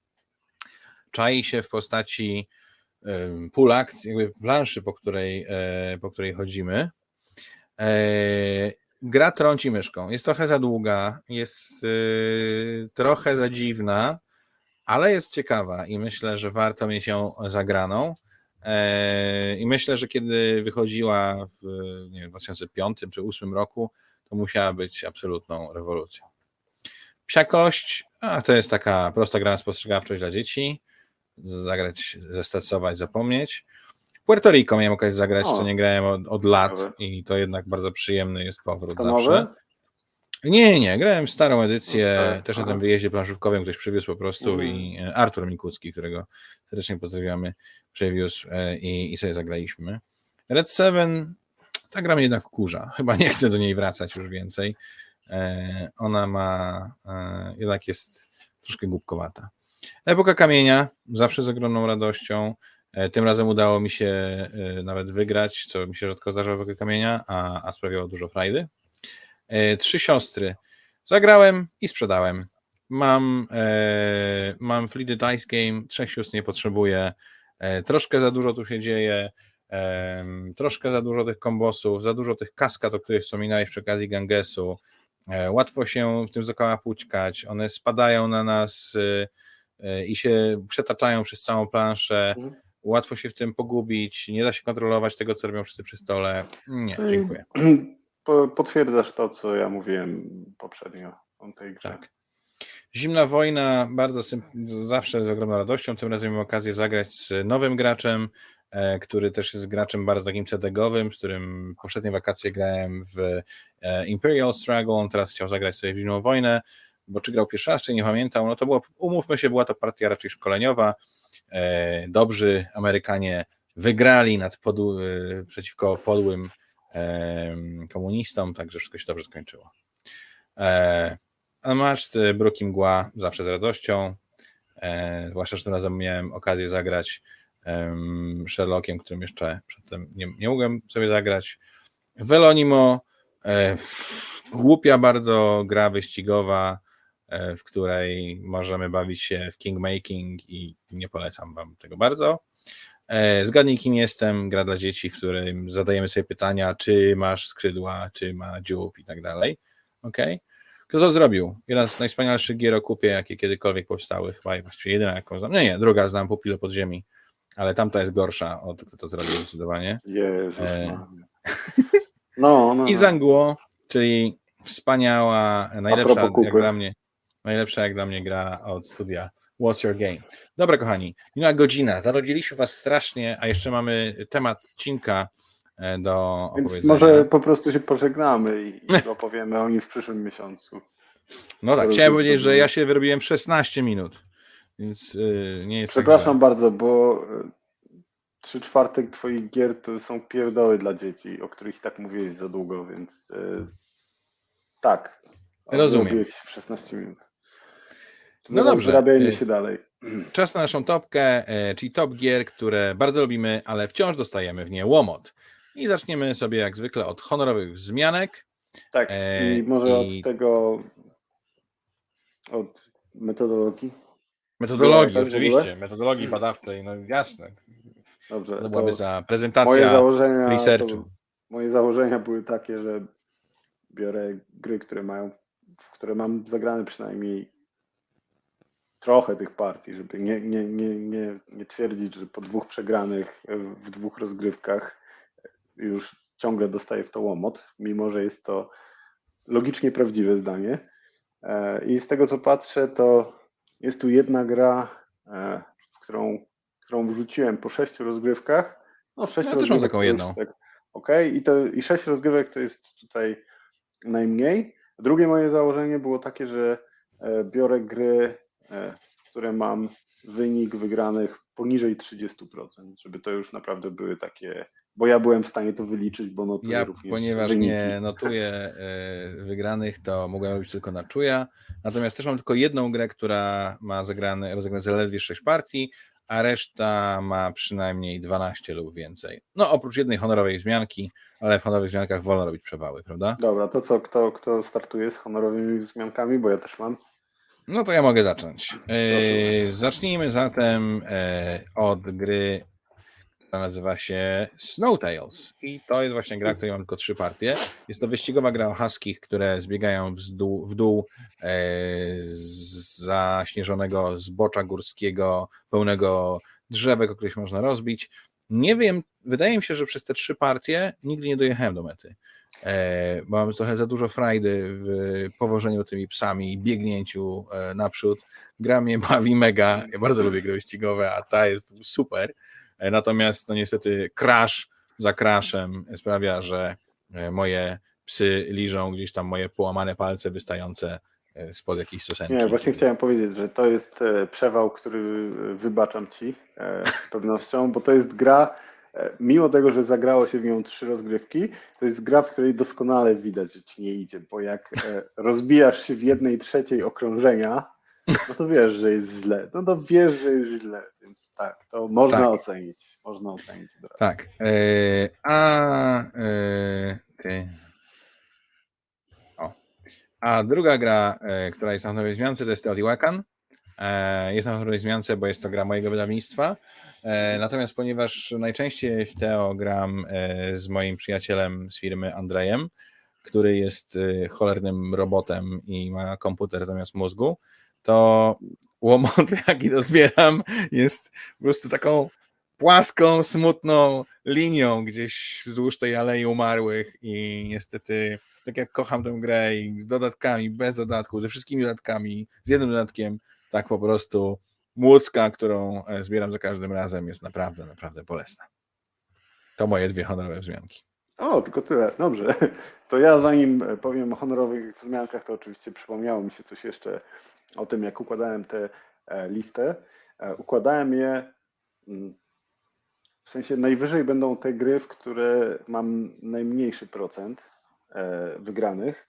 [SPEAKER 1] Czai się w postaci pól akcji, jakby planszy, po której, po której chodzimy. Gra trąci myszką. Jest trochę za długa, jest trochę za dziwna, ale jest ciekawa i myślę, że warto mieć ją zagraną. I myślę, że kiedy wychodziła w nie wiem, dwa tysiące piątym czy dwa tysiące ósmym roku, to musiała być absolutną rewolucją. Psia kość, a to jest taka prosta gra na spostrzegawczość dla dzieci. Zagrać, zestacować, zapomnieć. Puerto Rico miałem okazję zagrać, o, co nie grałem od, od lat i to jednak bardzo przyjemny jest powrót
[SPEAKER 2] to
[SPEAKER 1] zawsze.
[SPEAKER 2] Nowe?
[SPEAKER 1] Nie, nie, grałem w starą edycję,
[SPEAKER 2] no, tak.
[SPEAKER 1] też na tym wyjeździe planszówkowym ktoś przywiózł po prostu mm. i Artur Mikucki, którego serdecznie pozdrawiamy, przywiózł i, i sobie zagraliśmy. Red Seven, ta gra mnie jednak wkurza, chyba nie chcę do niej wracać już więcej. Ona ma, jednak jest troszkę głupkowata. Epoka Kamienia, zawsze z ogromną radością. Tym razem udało mi się nawet wygrać, co mi się rzadko zdarza w Epokę Kamienia, a, a sprawiało dużo frajdy. Trzy siostry. Zagrałem i sprzedałem. Mam, e, mam Fleeted Dice Game, trzech sióstr nie potrzebuję. E, troszkę za dużo tu się dzieje, e, troszkę za dużo tych kombosów, za dużo tych kaskad, o których wspominałeś przy okazji Gangesu. E, łatwo się w tym zakołapućkać, one spadają na nas e, i się przetaczają przez całą planszę,
[SPEAKER 2] Mhm.
[SPEAKER 1] łatwo się w tym pogubić, nie da się kontrolować tego, co robią wszyscy przy stole. Nie,
[SPEAKER 2] Czyli
[SPEAKER 1] dziękuję.
[SPEAKER 2] po- potwierdzasz to, co ja mówiłem poprzednio o tej grze.
[SPEAKER 1] Tak. Zimna wojna, bardzo symp- zawsze z ogromną radością. Tym razem mam okazję zagrać z nowym graczem, e, który też jest graczem bardzo takim C D G-owym, z którym poprzednie wakacje grałem w e, Imperial Struggle. On teraz chciał zagrać sobie w Zimną wojnę, bo czy grał pierwszy raz, czy nie pamiętał. No to było, umówmy się, była to partia raczej szkoleniowa. E, dobrzy Amerykanie wygrali nad podł- e, przeciwko podłym e, komunistom, także wszystko się dobrze skończyło. E, A masz ty, bruk i mgła zawsze z radością, e, zwłaszcza, że tym razem miałem okazję zagrać em, Sherlockiem, którym jeszcze przedtem nie, nie mogłem sobie zagrać. Velonimo, e, głupia bardzo gra wyścigowa, e, w której możemy bawić się w kingmaking i nie polecam wam tego bardzo. E, Zgadnij, kim jestem, gra dla dzieci, w którym zadajemy sobie pytania, czy masz skrzydła, czy ma dziób i tak dalej. Okej? Kto to zrobił? Jedna z najwspanialszych gier o kupie, jakie kiedykolwiek powstały, chyba i właściwie jedyna, jaką znam. Nie, nie, druga znam Pupile Podziemi, ale tamta jest gorsza od kto to zrobił zdecydowanie.
[SPEAKER 2] Jezus
[SPEAKER 1] E,
[SPEAKER 2] Maria. No, no,
[SPEAKER 1] I
[SPEAKER 2] no.
[SPEAKER 1] Zangło, czyli wspaniała, najlepsza
[SPEAKER 2] propos kupy.
[SPEAKER 1] jak dla mnie, najlepsza jak dla mnie gra od studia What's Your Game. Dobra, kochani, minęła godzina, zarodziliśmy was strasznie, a jeszcze mamy temat odcinka e, do
[SPEAKER 2] Więc
[SPEAKER 1] opowiedzenia.
[SPEAKER 2] może po prostu się pożegnamy i, i opowiemy o nim w przyszłym miesiącu.
[SPEAKER 1] No tak,
[SPEAKER 2] Skoro
[SPEAKER 1] chciałem
[SPEAKER 2] już
[SPEAKER 1] powiedzieć, że
[SPEAKER 2] zrobimy.
[SPEAKER 1] ja się wyrobiłem szesnaście minut, więc yy, nie jest
[SPEAKER 2] Przepraszam
[SPEAKER 1] tak
[SPEAKER 2] bardzo, bo y, trzy czwarte twoich gier to są pierdoły dla dzieci, o których i tak mówiłeś za długo, więc y, tak.
[SPEAKER 1] Rozumiem.
[SPEAKER 2] Odrobiłeś w szesnaście minut. To
[SPEAKER 1] No
[SPEAKER 2] teraz
[SPEAKER 1] dobrze.
[SPEAKER 2] wyrabiajmy
[SPEAKER 1] Y,
[SPEAKER 2] się dalej.
[SPEAKER 1] Czas na naszą topkę, e, czyli top gier, które bardzo lubimy, ale wciąż dostajemy w nie łomot. I zaczniemy sobie jak zwykle od honorowych wzmianek.
[SPEAKER 2] Tak,
[SPEAKER 1] E,
[SPEAKER 2] i może
[SPEAKER 1] i-
[SPEAKER 2] od tego, od metodologii.
[SPEAKER 1] Metodologii,
[SPEAKER 2] Była jakaś w ogóle?
[SPEAKER 1] oczywiście, metodologii badawczej, no jasne.
[SPEAKER 2] Dobrze,
[SPEAKER 1] To byłaby
[SPEAKER 2] to
[SPEAKER 1] za
[SPEAKER 2] moje
[SPEAKER 1] prezentacja
[SPEAKER 2] założenia,
[SPEAKER 1] researchu.
[SPEAKER 2] to, moje założenia były takie, że biorę gry, które mają, w które mam zagrane przynajmniej trochę tych partii, żeby nie, nie, nie, nie, nie twierdzić, że po dwóch przegranych w dwóch rozgrywkach już ciągle dostaję w to łomot, mimo że jest to logicznie prawdziwe zdanie. E, I z tego co patrzę, to jest tu jedna gra, e, w którą, którą wrzuciłem po sześciu rozgrywkach. No sześć
[SPEAKER 1] Ja też mam
[SPEAKER 2] rozgrywek
[SPEAKER 1] taką
[SPEAKER 2] to już
[SPEAKER 1] jedną.
[SPEAKER 2] tak okej, i, to, i sześć rozgrywek to jest tutaj najmniej. Drugie moje założenie było takie, że e, biorę gry, e, w które mam wynik wygranych poniżej trzydzieści procent, żeby to już naprawdę były takie, bo ja byłem w stanie to wyliczyć, bo notuję
[SPEAKER 1] Ja,
[SPEAKER 2] również
[SPEAKER 1] ponieważ
[SPEAKER 2] wyniki.
[SPEAKER 1] nie notuję e, wygranych, to mogłem robić tylko na czuja. Natomiast też mam tylko jedną grę, która ma zagrane, rozegrane zaledwie sześć partii, a reszta ma przynajmniej dwanaście lub więcej. No oprócz jednej honorowej wzmianki, ale w honorowych wzmiankach wolno robić przewały, prawda?
[SPEAKER 2] Dobra, to co, kto, kto startuje z honorowymi wzmiankami, bo ja też mam.
[SPEAKER 1] No to ja mogę zacząć.
[SPEAKER 2] Proszę
[SPEAKER 1] E,
[SPEAKER 2] bardzo.
[SPEAKER 1] zacznijmy zatem e, od gry, która nazywa się Snow Tales i to jest właśnie gra, której mam tylko trzy partie. Jest to wyścigowa gra o huskich, które zbiegają w dół, w dół e, z zaśnieżonego zbocza górskiego, pełnego drzewek, o których można rozbić. Nie wiem, wydaje mi się, że przez te trzy partie nigdy nie dojechałem do mety. E, bo mam trochę za dużo frajdy w powożeniu tymi psami, biegnięciu e, naprzód. Gra mnie bawi mega, ja bardzo lubię gry wyścigowe, a ta jest super. E, natomiast no niestety crash za crashem sprawia, że e, moje psy liżą gdzieś tam moje połamane palce wystające e, spod jakiejś sosenki.
[SPEAKER 2] Nie, właśnie chciałem powiedzieć, że to jest e, przewał, który wybaczam ci e, z pewnością, bo to jest gra, e, mimo tego, że zagrało się w nią trzy rozgrywki, to jest gra, w której doskonale widać, że ci nie idzie, bo jak e, rozbijasz się w jednej trzeciej okrążenia, no to wiesz, że jest źle. No to wiesz, że jest źle, więc tak, to można
[SPEAKER 1] Tak.
[SPEAKER 2] ocenić. Można ocenić. od razu.
[SPEAKER 1] Tak. E, a e, ty. O. A druga gra, e, która jest na honorowej wzmiance, to jest Teotihuacan. E, jest na honorowej wzmiance, bo jest to gra mojego wydawnictwa. E, natomiast ponieważ najczęściej w Teo gram e, z moim przyjacielem z firmy Andrejem, który jest e, cholernym robotem i ma komputer zamiast mózgu, to łomot, jaki dozbieram, jest po prostu taką płaską, smutną linią gdzieś wzdłuż tej Alei Umarłych i niestety, tak jak kocham tę grę i z dodatkami, bez dodatków, ze wszystkimi dodatkami, z jednym dodatkiem, tak po prostu młódzka, którą zbieram za każdym razem, jest naprawdę, naprawdę bolesna. To moje dwie honorowe wzmianki.
[SPEAKER 2] O, tylko tyle. Dobrze. To ja zanim powiem o honorowych wzmiankach, to oczywiście przypomniało mi się coś jeszcze o tym, jak układałem tę listę. Układałem je, w sensie najwyżej będą te gry, w które mam najmniejszy procent wygranych.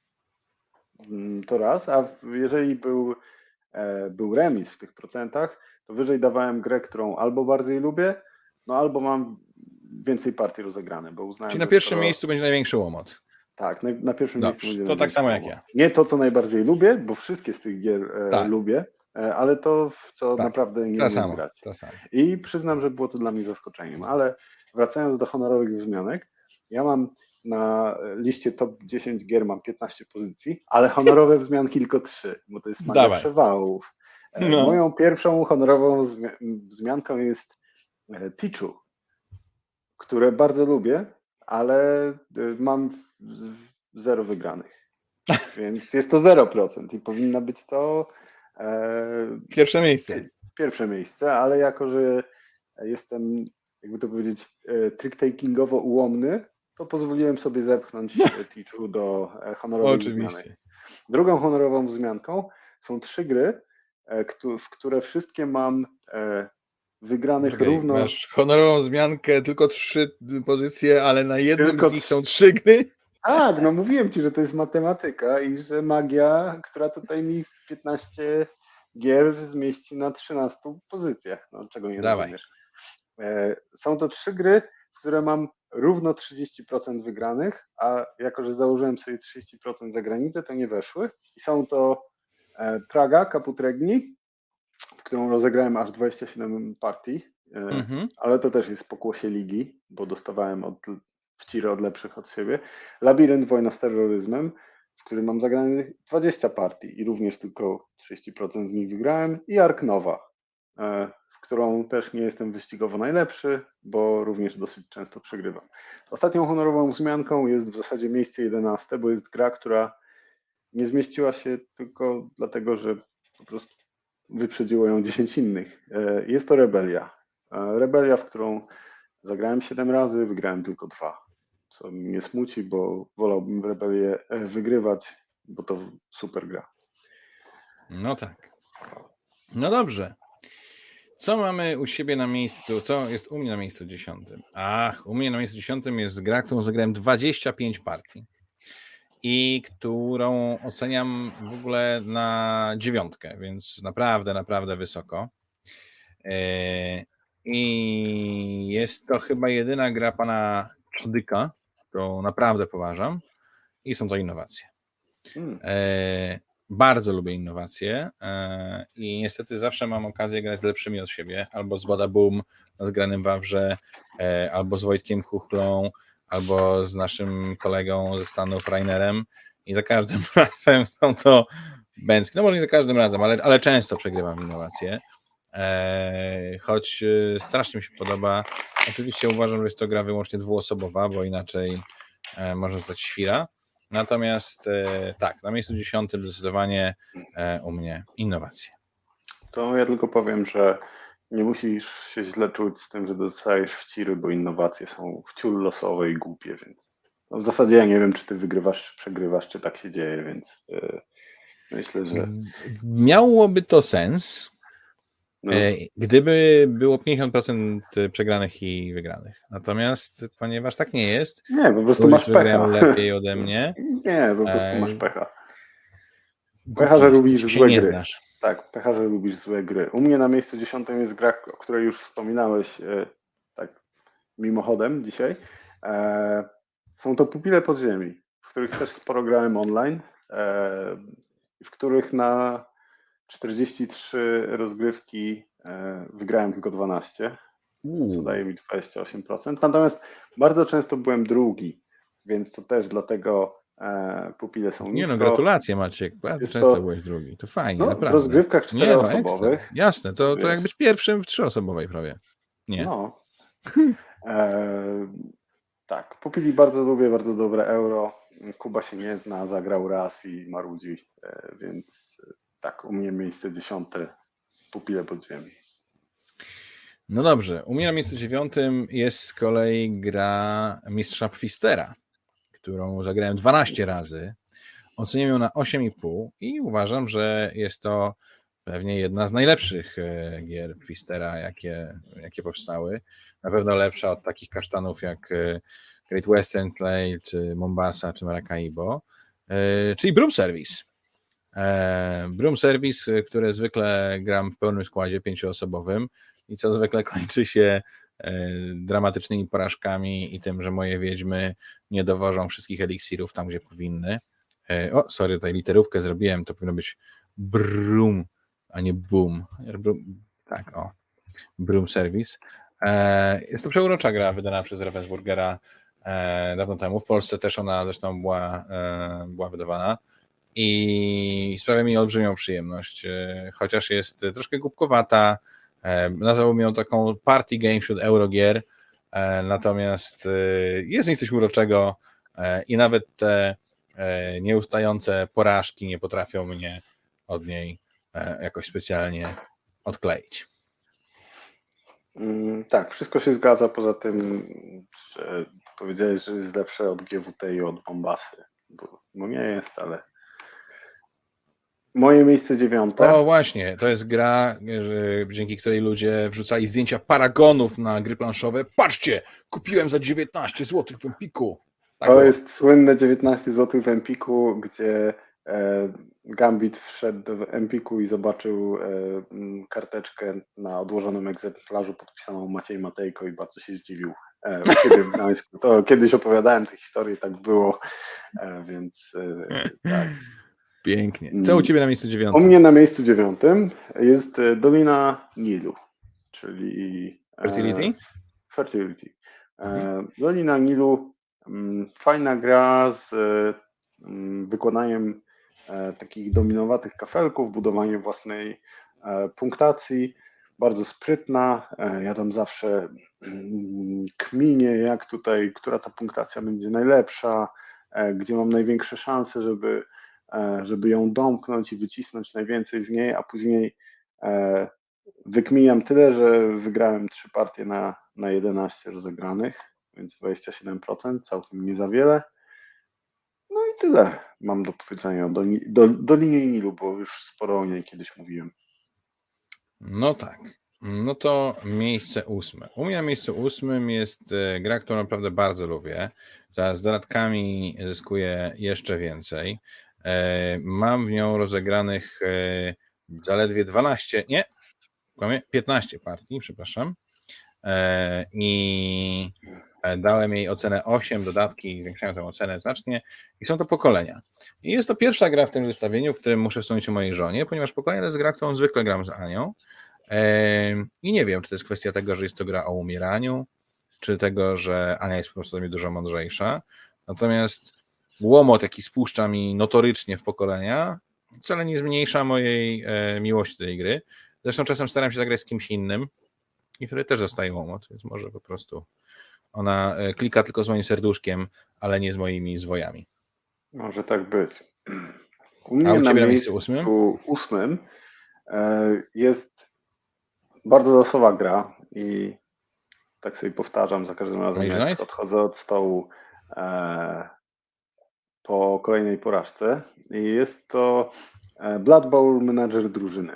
[SPEAKER 2] To raz, a jeżeli był, był remis w tych procentach, to wyżej dawałem grę, którą albo bardziej lubię, no albo mam więcej partii rozegrane, bo uznałem,
[SPEAKER 1] Czyli na
[SPEAKER 2] że
[SPEAKER 1] pierwszym
[SPEAKER 2] skoro...
[SPEAKER 1] miejscu będzie największy łomot.
[SPEAKER 2] Tak, na, na pierwszym
[SPEAKER 1] Dobrze,
[SPEAKER 2] miejscu będzie
[SPEAKER 1] to tak samo jak ja.
[SPEAKER 2] Nie to, co najbardziej lubię, bo wszystkie z tych gier e,
[SPEAKER 1] tak.
[SPEAKER 2] lubię, e, ale to, w co
[SPEAKER 1] tak,
[SPEAKER 2] naprawdę nie
[SPEAKER 1] to
[SPEAKER 2] umiem
[SPEAKER 1] samo,
[SPEAKER 2] grać.
[SPEAKER 1] To samo.
[SPEAKER 2] I przyznam, że było to dla mnie zaskoczeniem, ale wracając do honorowych wzmianek, ja mam na liście top dziesięć gier mam piętnaście pozycji, ale honorowe wzmianki tylko trzy, bo to jest magia przewałów. E,
[SPEAKER 1] no.
[SPEAKER 2] Moją pierwszą honorową wzmianką jest Tichu, które bardzo lubię, ale mam zero wygranych. Więc jest to zero procent i powinno być to e,
[SPEAKER 1] pierwsze miejsce.
[SPEAKER 2] Pierwsze miejsce, ale jako, że jestem, jakby to powiedzieć, trick-takingowo ułomny, to pozwoliłem sobie zepchnąć Tichu do honorowej wzmianek. Drugą honorową wzmianką są trzy gry, w które wszystkie mam wygranych
[SPEAKER 1] okay,
[SPEAKER 2] równo.
[SPEAKER 1] Masz honorową wzmiankę, tylko trzy pozycje, ale na jednym
[SPEAKER 2] tylko...
[SPEAKER 1] z nich są trzy gry.
[SPEAKER 2] Tak, no mówiłem ci, że to jest matematyka i że magia, która tutaj mi piętnaście gier zmieści na trzynastu pozycjach. No, czego nie
[SPEAKER 1] Dawaj.
[SPEAKER 2] rozumiesz. Są to trzy gry, w które mam równo trzydzieści procent wygranych, a jako, że założyłem sobie trzydzieści procent za granicę, to nie weszły. I są to Praga, Caput Regni, w którą rozegrałem aż dwadzieścia siedem partii, mm-hmm. ale to też jest pokłosie ligi, bo dostawałem od, wciry od lepszych od siebie. Labirynt, Wojna z terroryzmem, w którym mam zagranych dwadzieścia partii i również tylko trzydzieści procent z nich wygrałem. I Ark Nova, w którą też nie jestem wyścigowo najlepszy, bo również dosyć często przegrywam. Ostatnią honorową wzmianką jest w zasadzie miejsce jedenaste, bo jest gra, która nie zmieściła się tylko dlatego, że po prostu wyprzedziło ją dziesięć innych. Jest to Rebelia. Rebelia, w którą zagrałem siedem razy, wygrałem tylko dwa. Co mnie smuci, bo wolałbym Rebelię wygrywać, bo to super gra.
[SPEAKER 1] No tak. No dobrze. Co mamy u siebie na miejscu? Co jest u mnie na miejscu dziesiątym? Ach, u mnie na miejscu dziesiątym jest gra, którą zagrałem dwadzieścia pięć partii. I którą oceniam w ogóle na dziewiątkę, więc naprawdę, naprawdę wysoko. I jest to chyba jedyna gra pana Czodyka, którą naprawdę poważam, i są to innowacje. Hmm. Bardzo lubię innowacje i niestety zawsze mam okazję grać z lepszymi od siebie, albo z Badaboom, z Granym Wawrze, albo z Wojtkiem Kuchlą, albo z naszym kolegą ze Stanów, Rainerem, i za każdym razem są to bęcki. No może nie za każdym razem, ale, ale często przegrywam innowacje. Eee, choć strasznie mi się podoba. Oczywiście uważam, że jest to gra wyłącznie dwuosobowa, bo inaczej e, może zostać świra. Natomiast e, tak, na miejscu dziesiątym zdecydowanie e, u mnie innowacje.
[SPEAKER 2] To ja tylko powiem, że nie musisz się źle czuć z tym, że dostajesz wciry, bo innowacje są wciul losowe i głupie, więc no w zasadzie ja nie wiem, czy ty wygrywasz, czy przegrywasz, czy tak się dzieje, więc yy, myślę, że...
[SPEAKER 1] Miałoby to sens, no. Gdyby było pięćdziesiąt procent przegranych i wygranych. Natomiast ponieważ tak nie jest,
[SPEAKER 2] nie, po prostu masz pecha.
[SPEAKER 1] Lepiej ode mnie.
[SPEAKER 2] Nie, po prostu masz pecha. Pecha, że lubisz złe gry. Znasz. Tak, pecha, że lubisz złe gry. U mnie na miejscu dziesiątym jest gra, o której już wspominałeś tak mimochodem dzisiaj. Są to Pupile Podziemi, w których też sporo grałem online, w których na czterdzieści trzy rozgrywki wygrałem tylko dwanaście, co daje mi dwadzieścia osiem procent. Natomiast bardzo często byłem drugi, więc to też dlatego Pupile są
[SPEAKER 1] Nie
[SPEAKER 2] nisko.
[SPEAKER 1] no, gratulacje Maciek, bardzo często to, byłeś drugi, to fajnie,
[SPEAKER 2] no,
[SPEAKER 1] naprawdę.
[SPEAKER 2] W rozgrywkach czteroosobowych.
[SPEAKER 1] Nie, no, jasne, to, to jak być pierwszym w trzyosobowej prawie. Nie.
[SPEAKER 2] No. E, tak, Pupili bardzo lubię, bardzo dobre euro. Kuba się nie zna, zagrał raz i marudzi, e, więc tak, u mnie miejsce dziesiąte, Pupile podziemi.
[SPEAKER 1] No dobrze, u mnie na miejscu dziewiątym jest z kolei gra Mistrza Pfistera, którą zagrałem dwanaście razy. Oceniam ją na osiem i pół i uważam, że jest to pewnie jedna z najlepszych gier Pfistera, jakie, jakie powstały. Na pewno lepsza od takich kasztanów jak Great Western Trail, czy Mombasa, czy Maracaibo, czyli Broom Service. Broom Service, które zwykle gram w pełnym składzie pięcioosobowym i co zwykle kończy się dramatycznymi porażkami i tym, że moje wiedźmy nie dowożą wszystkich eliksirów tam, gdzie powinny. O, sorry, tutaj literówkę zrobiłem, to powinno być Broom, a nie Boom. Tak, o, Broom Service. Jest to przeurocza gra wydana przez Ravensburgera dawno temu. W Polsce też ona zresztą była, była wydawana i sprawia mi olbrzymią przyjemność, chociaż jest troszkę głupkowata. Nazwałbym ją taką party game wśród Eurogier, natomiast jest w niej coś uroczego i nawet te nieustające porażki nie potrafią mnie od niej jakoś specjalnie odkleić.
[SPEAKER 2] Tak, wszystko się zgadza, poza tym, że powiedziałeś, że jest lepsze od G W T i od Mombasy, bo, bo nie jest, ale moje miejsce dziewiąte.
[SPEAKER 1] O właśnie, to jest gra, że, dzięki której ludzie wrzucali zdjęcia paragonów na gry planszowe. Patrzcie, kupiłem za dziewiętnaście złotych w Empiku. Tak
[SPEAKER 2] to
[SPEAKER 1] było.
[SPEAKER 2] jest słynne dziewiętnaście złotych w Empiku, gdzie e, Gambit wszedł w Empiku i zobaczył e, karteczkę na odłożonym egzemplarzu podpisaną Maciej Matejko i bardzo się zdziwił. E, u siebie w Gdańsku. To kiedyś opowiadałem tę historię, tak było, e, więc e, tak.
[SPEAKER 1] Pięknie. Co u Ciebie na miejscu dziewiątym?
[SPEAKER 2] U mnie na miejscu dziewiątym jest Dolina Nilu, czyli
[SPEAKER 1] Fertility?
[SPEAKER 2] E, Fertility. E, Dolina Nilu, m, fajna gra z m, wykonaniem e, takich dominowatych kafelków, budowaniem własnej e, punktacji, bardzo sprytna. E, ja tam zawsze m, kminię, jak tutaj, która ta punktacja będzie najlepsza, e, gdzie mam największe szanse, żeby żeby ją domknąć i wycisnąć najwięcej z niej, a później wykminiam tyle, że wygrałem trzy partie na, na jedenaście rozegranych, więc dwadzieścia siedem procent, całkiem nie za wiele. No i tyle mam do powiedzenia o Dolinie do, do Nilu, bo już sporo o niej kiedyś mówiłem.
[SPEAKER 1] No tak. No to miejsce ósme. U mnie na miejscu ósmym jest gra, którą naprawdę bardzo lubię. Z dodatkami zyskuję jeszcze więcej. Mam w nią rozegranych zaledwie dwanaście, nie, piętnaście partii, przepraszam. I dałem jej ocenę osiem, dodatki zwiększają tę ocenę znacznie i są to pokolenia. I jest to pierwsza gra w tym zestawieniu, w którym muszę wspomnieć o mojej żonie, ponieważ pokolenia to jest gra, którą zwykle gram z Anią. I nie wiem, czy to jest kwestia tego, że jest to gra o umieraniu, czy tego, że Ania jest po prostu mnie dużo mądrzejsza. Natomiast łomot, jaki spuszcza mi notorycznie w pokolenia, wcale nie zmniejsza mojej e, miłości do tej gry. Zresztą czasem staram się zagrać z kimś innym i wtedy też dostaje łomot, więc może po prostu ona e, klika tylko z moim serduszkiem, ale nie z moimi zwojami.
[SPEAKER 2] Może tak być. U mnie
[SPEAKER 1] A u Ciebie
[SPEAKER 2] na
[SPEAKER 1] na miejscu
[SPEAKER 2] miejscu
[SPEAKER 1] ósmym?
[SPEAKER 2] ósmym e, jest bardzo losowa gra i tak sobie powtarzam za każdym razem, jak
[SPEAKER 1] Night?
[SPEAKER 2] odchodzę od stołu e, po kolejnej porażce. I jest to Blood Bowl Manager drużyny,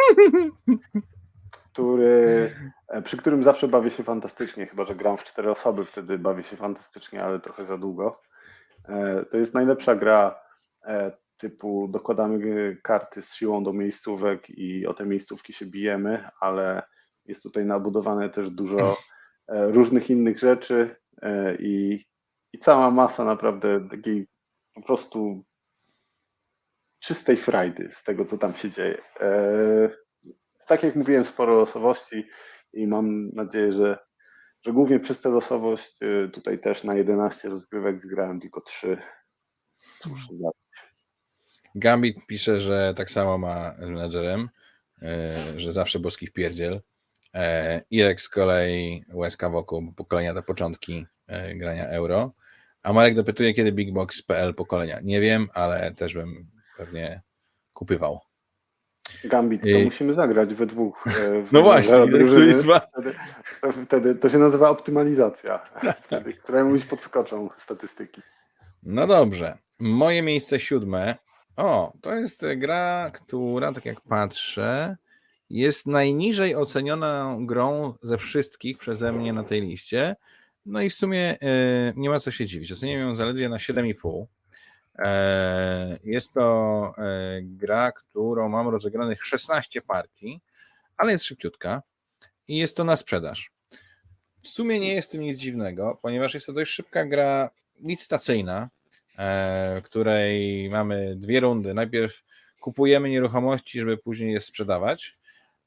[SPEAKER 2] który, przy którym zawsze bawię się fantastycznie, chyba że gram w cztery osoby, wtedy bawię się fantastycznie, ale trochę za długo. To jest najlepsza gra typu dokładamy karty z siłą do miejscówek i o te miejscówki się bijemy, ale jest tutaj nabudowane też dużo różnych innych rzeczy i, i cała masa naprawdę takiej po prostu czystej frajdy z tego, co tam się dzieje. Tak jak mówiłem, sporo losowości i mam nadzieję, że, że głównie przez tę losowość tutaj też na jedenaście rozgrywek wygrałem tylko trzy. cóż,
[SPEAKER 1] Gambit pisze, że tak samo ma z menadżerem, że zawsze boski wpierdziel. Irek z kolei łezka wokół pokolenia do początki grania euro. A Marek dopytuje, kiedy Big Box kropka p l pokolenia. Nie wiem, ale też bym pewnie kupywał.
[SPEAKER 2] Gambit, to I... musimy zagrać we dwóch. W
[SPEAKER 1] no właśnie, drużyny.
[SPEAKER 2] Wtedy, wtedy to się nazywa optymalizacja, wtedy któremuś podskoczą statystyki.
[SPEAKER 1] No dobrze. Moje miejsce siódme. O, to jest gra, która, tak jak patrzę, jest najniżej ocenioną grą ze wszystkich przeze mnie na tej liście. No i w sumie yy, nie ma co się dziwić. Oceniam ją zaledwie na siedem i pół. Jest to gra, którą mam rozegranych szesnaście partii, ale jest szybciutka i jest to na sprzedaż. W sumie nie jest tym nic dziwnego, ponieważ jest to dość szybka gra licytacyjna, w której mamy dwie rundy. Najpierw kupujemy nieruchomości, żeby później je sprzedawać.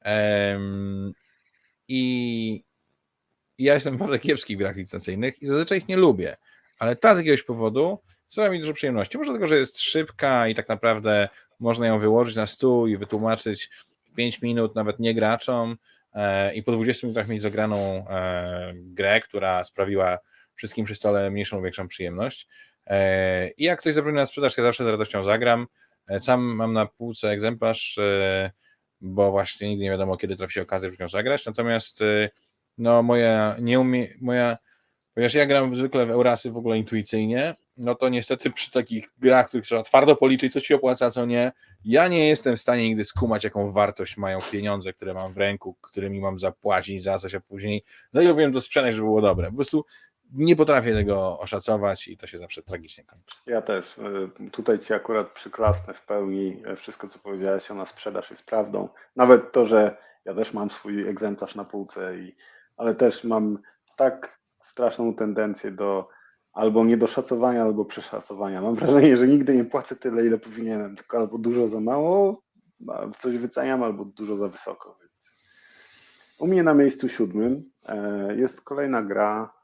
[SPEAKER 1] I ja jestem naprawdę kiepski w grach licytacyjnych i zazwyczaj ich nie lubię, ale ta z jakiegoś powodu sprawia mi dużo przyjemności. Może dlatego, że jest szybka i tak naprawdę można ją wyłożyć na stół i wytłumaczyć w pięć minut nawet nie graczom i po dwudziestu minutach mieć zagraną grę, która sprawiła wszystkim przy stole mniejszą lub większą przyjemność. I jak ktoś zaproponuje na sprzedaż, ja zawsze z radością zagram. Sam mam na półce egzemplarz, bo właśnie nigdy nie wiadomo, kiedy trafi się okazja, żeby ją zagrać. Natomiast no moja nie umie, moja ponieważ ja gram zwykle w Eurasy w ogóle intuicyjnie, no to niestety przy takich grach, których trzeba twardo policzyć, co ci opłaca, co nie, ja nie jestem w stanie nigdy skumać, jaką wartość mają pieniądze, które mam w ręku, którymi mam zapłacić za coś, a później za ile wiem to sprzedać, żeby było dobre. Po prostu nie potrafię tego oszacować i to się zawsze tragicznie kończy.
[SPEAKER 2] Ja też. Tutaj ci akurat przyklasnę w pełni. Wszystko, co powiedziałeś o na sprzedaż jest prawdą. Nawet to, że ja też mam swój egzemplarz na półce, i, ale też mam tak straszną tendencję do albo niedoszacowania, albo przeszacowania. Mam wrażenie, że nigdy nie płacę tyle, ile powinienem, tylko albo dużo za mało, coś wyceniam, albo dużo za wysoko. Więc u mnie na miejscu siódmym jest kolejna gra,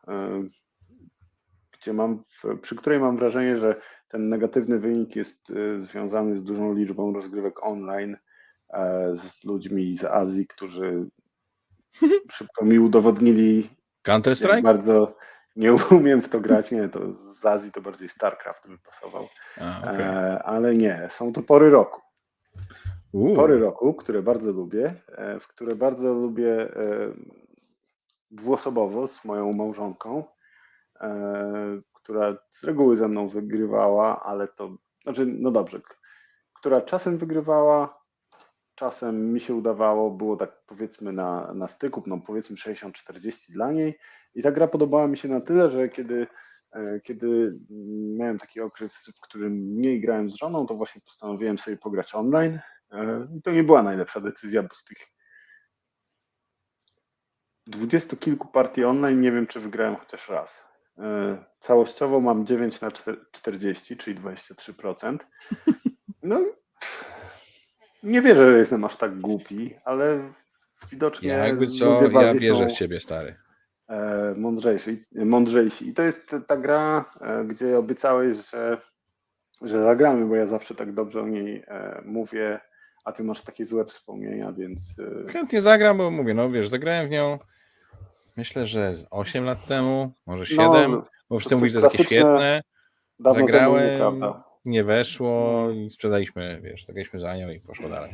[SPEAKER 2] gdzie mam, przy której mam wrażenie, że ten negatywny wynik jest związany z dużą liczbą rozgrywek online z ludźmi z Azji, którzy szybko mi udowodnili,
[SPEAKER 1] Counter-Strike?
[SPEAKER 2] Bardzo nie umiem w to grać. Nie, to z Azji to bardziej StarCraft by pasował. A, okay. e, ale nie, są to pory roku. Uh. Pory roku, które bardzo lubię, e, w które bardzo lubię e, dwuosobowo z moją małżonką, e, która z reguły ze mną wygrywała, ale to, znaczy, no dobrze, która czasem wygrywała, czasem mi się udawało, było tak powiedzmy na, na styku, no powiedzmy sześćdziesiąt czterdzieści dla niej. I ta gra podobała mi się na tyle, że kiedy, kiedy miałem taki okres, w którym mniej grałem z żoną, to właśnie postanowiłem sobie pograć online. I to nie była najlepsza decyzja, bo z tych dwudziestu kilku partii online nie wiem, czy wygrałem chociaż raz. Całościowo mam dziewięć na czterdzieści, czyli dwadzieścia trzy procent. No nie wierzę, że jestem aż tak głupi, ale widocznie
[SPEAKER 1] jakby co, ja wierzę w ciebie, stary.
[SPEAKER 2] Mądrzejsi, mądrzejsi. I to jest ta gra, gdzie obiecałeś, że, że zagramy, bo ja zawsze tak dobrze o niej mówię, a ty masz takie złe wspomnienia, więc...
[SPEAKER 1] Chętnie zagram, bo mówię, no wiesz, zagrałem w nią myślę, że z osiem lat temu, może siedem, no, bo wszyscy mówili, że to jest takie świetne. Zagrałem, nie, nie weszło no. I sprzedaliśmy, wiesz, zagraliśmy za nią i poszło dalej.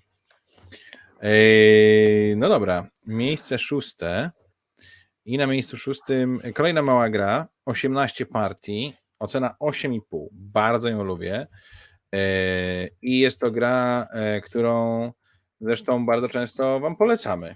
[SPEAKER 1] Ej, no dobra, miejsce szóste. I na miejscu szóstym kolejna mała gra, osiemnaście partii, ocena osiem i pół. Bardzo ją lubię. I jest to gra, którą zresztą bardzo często wam polecamy.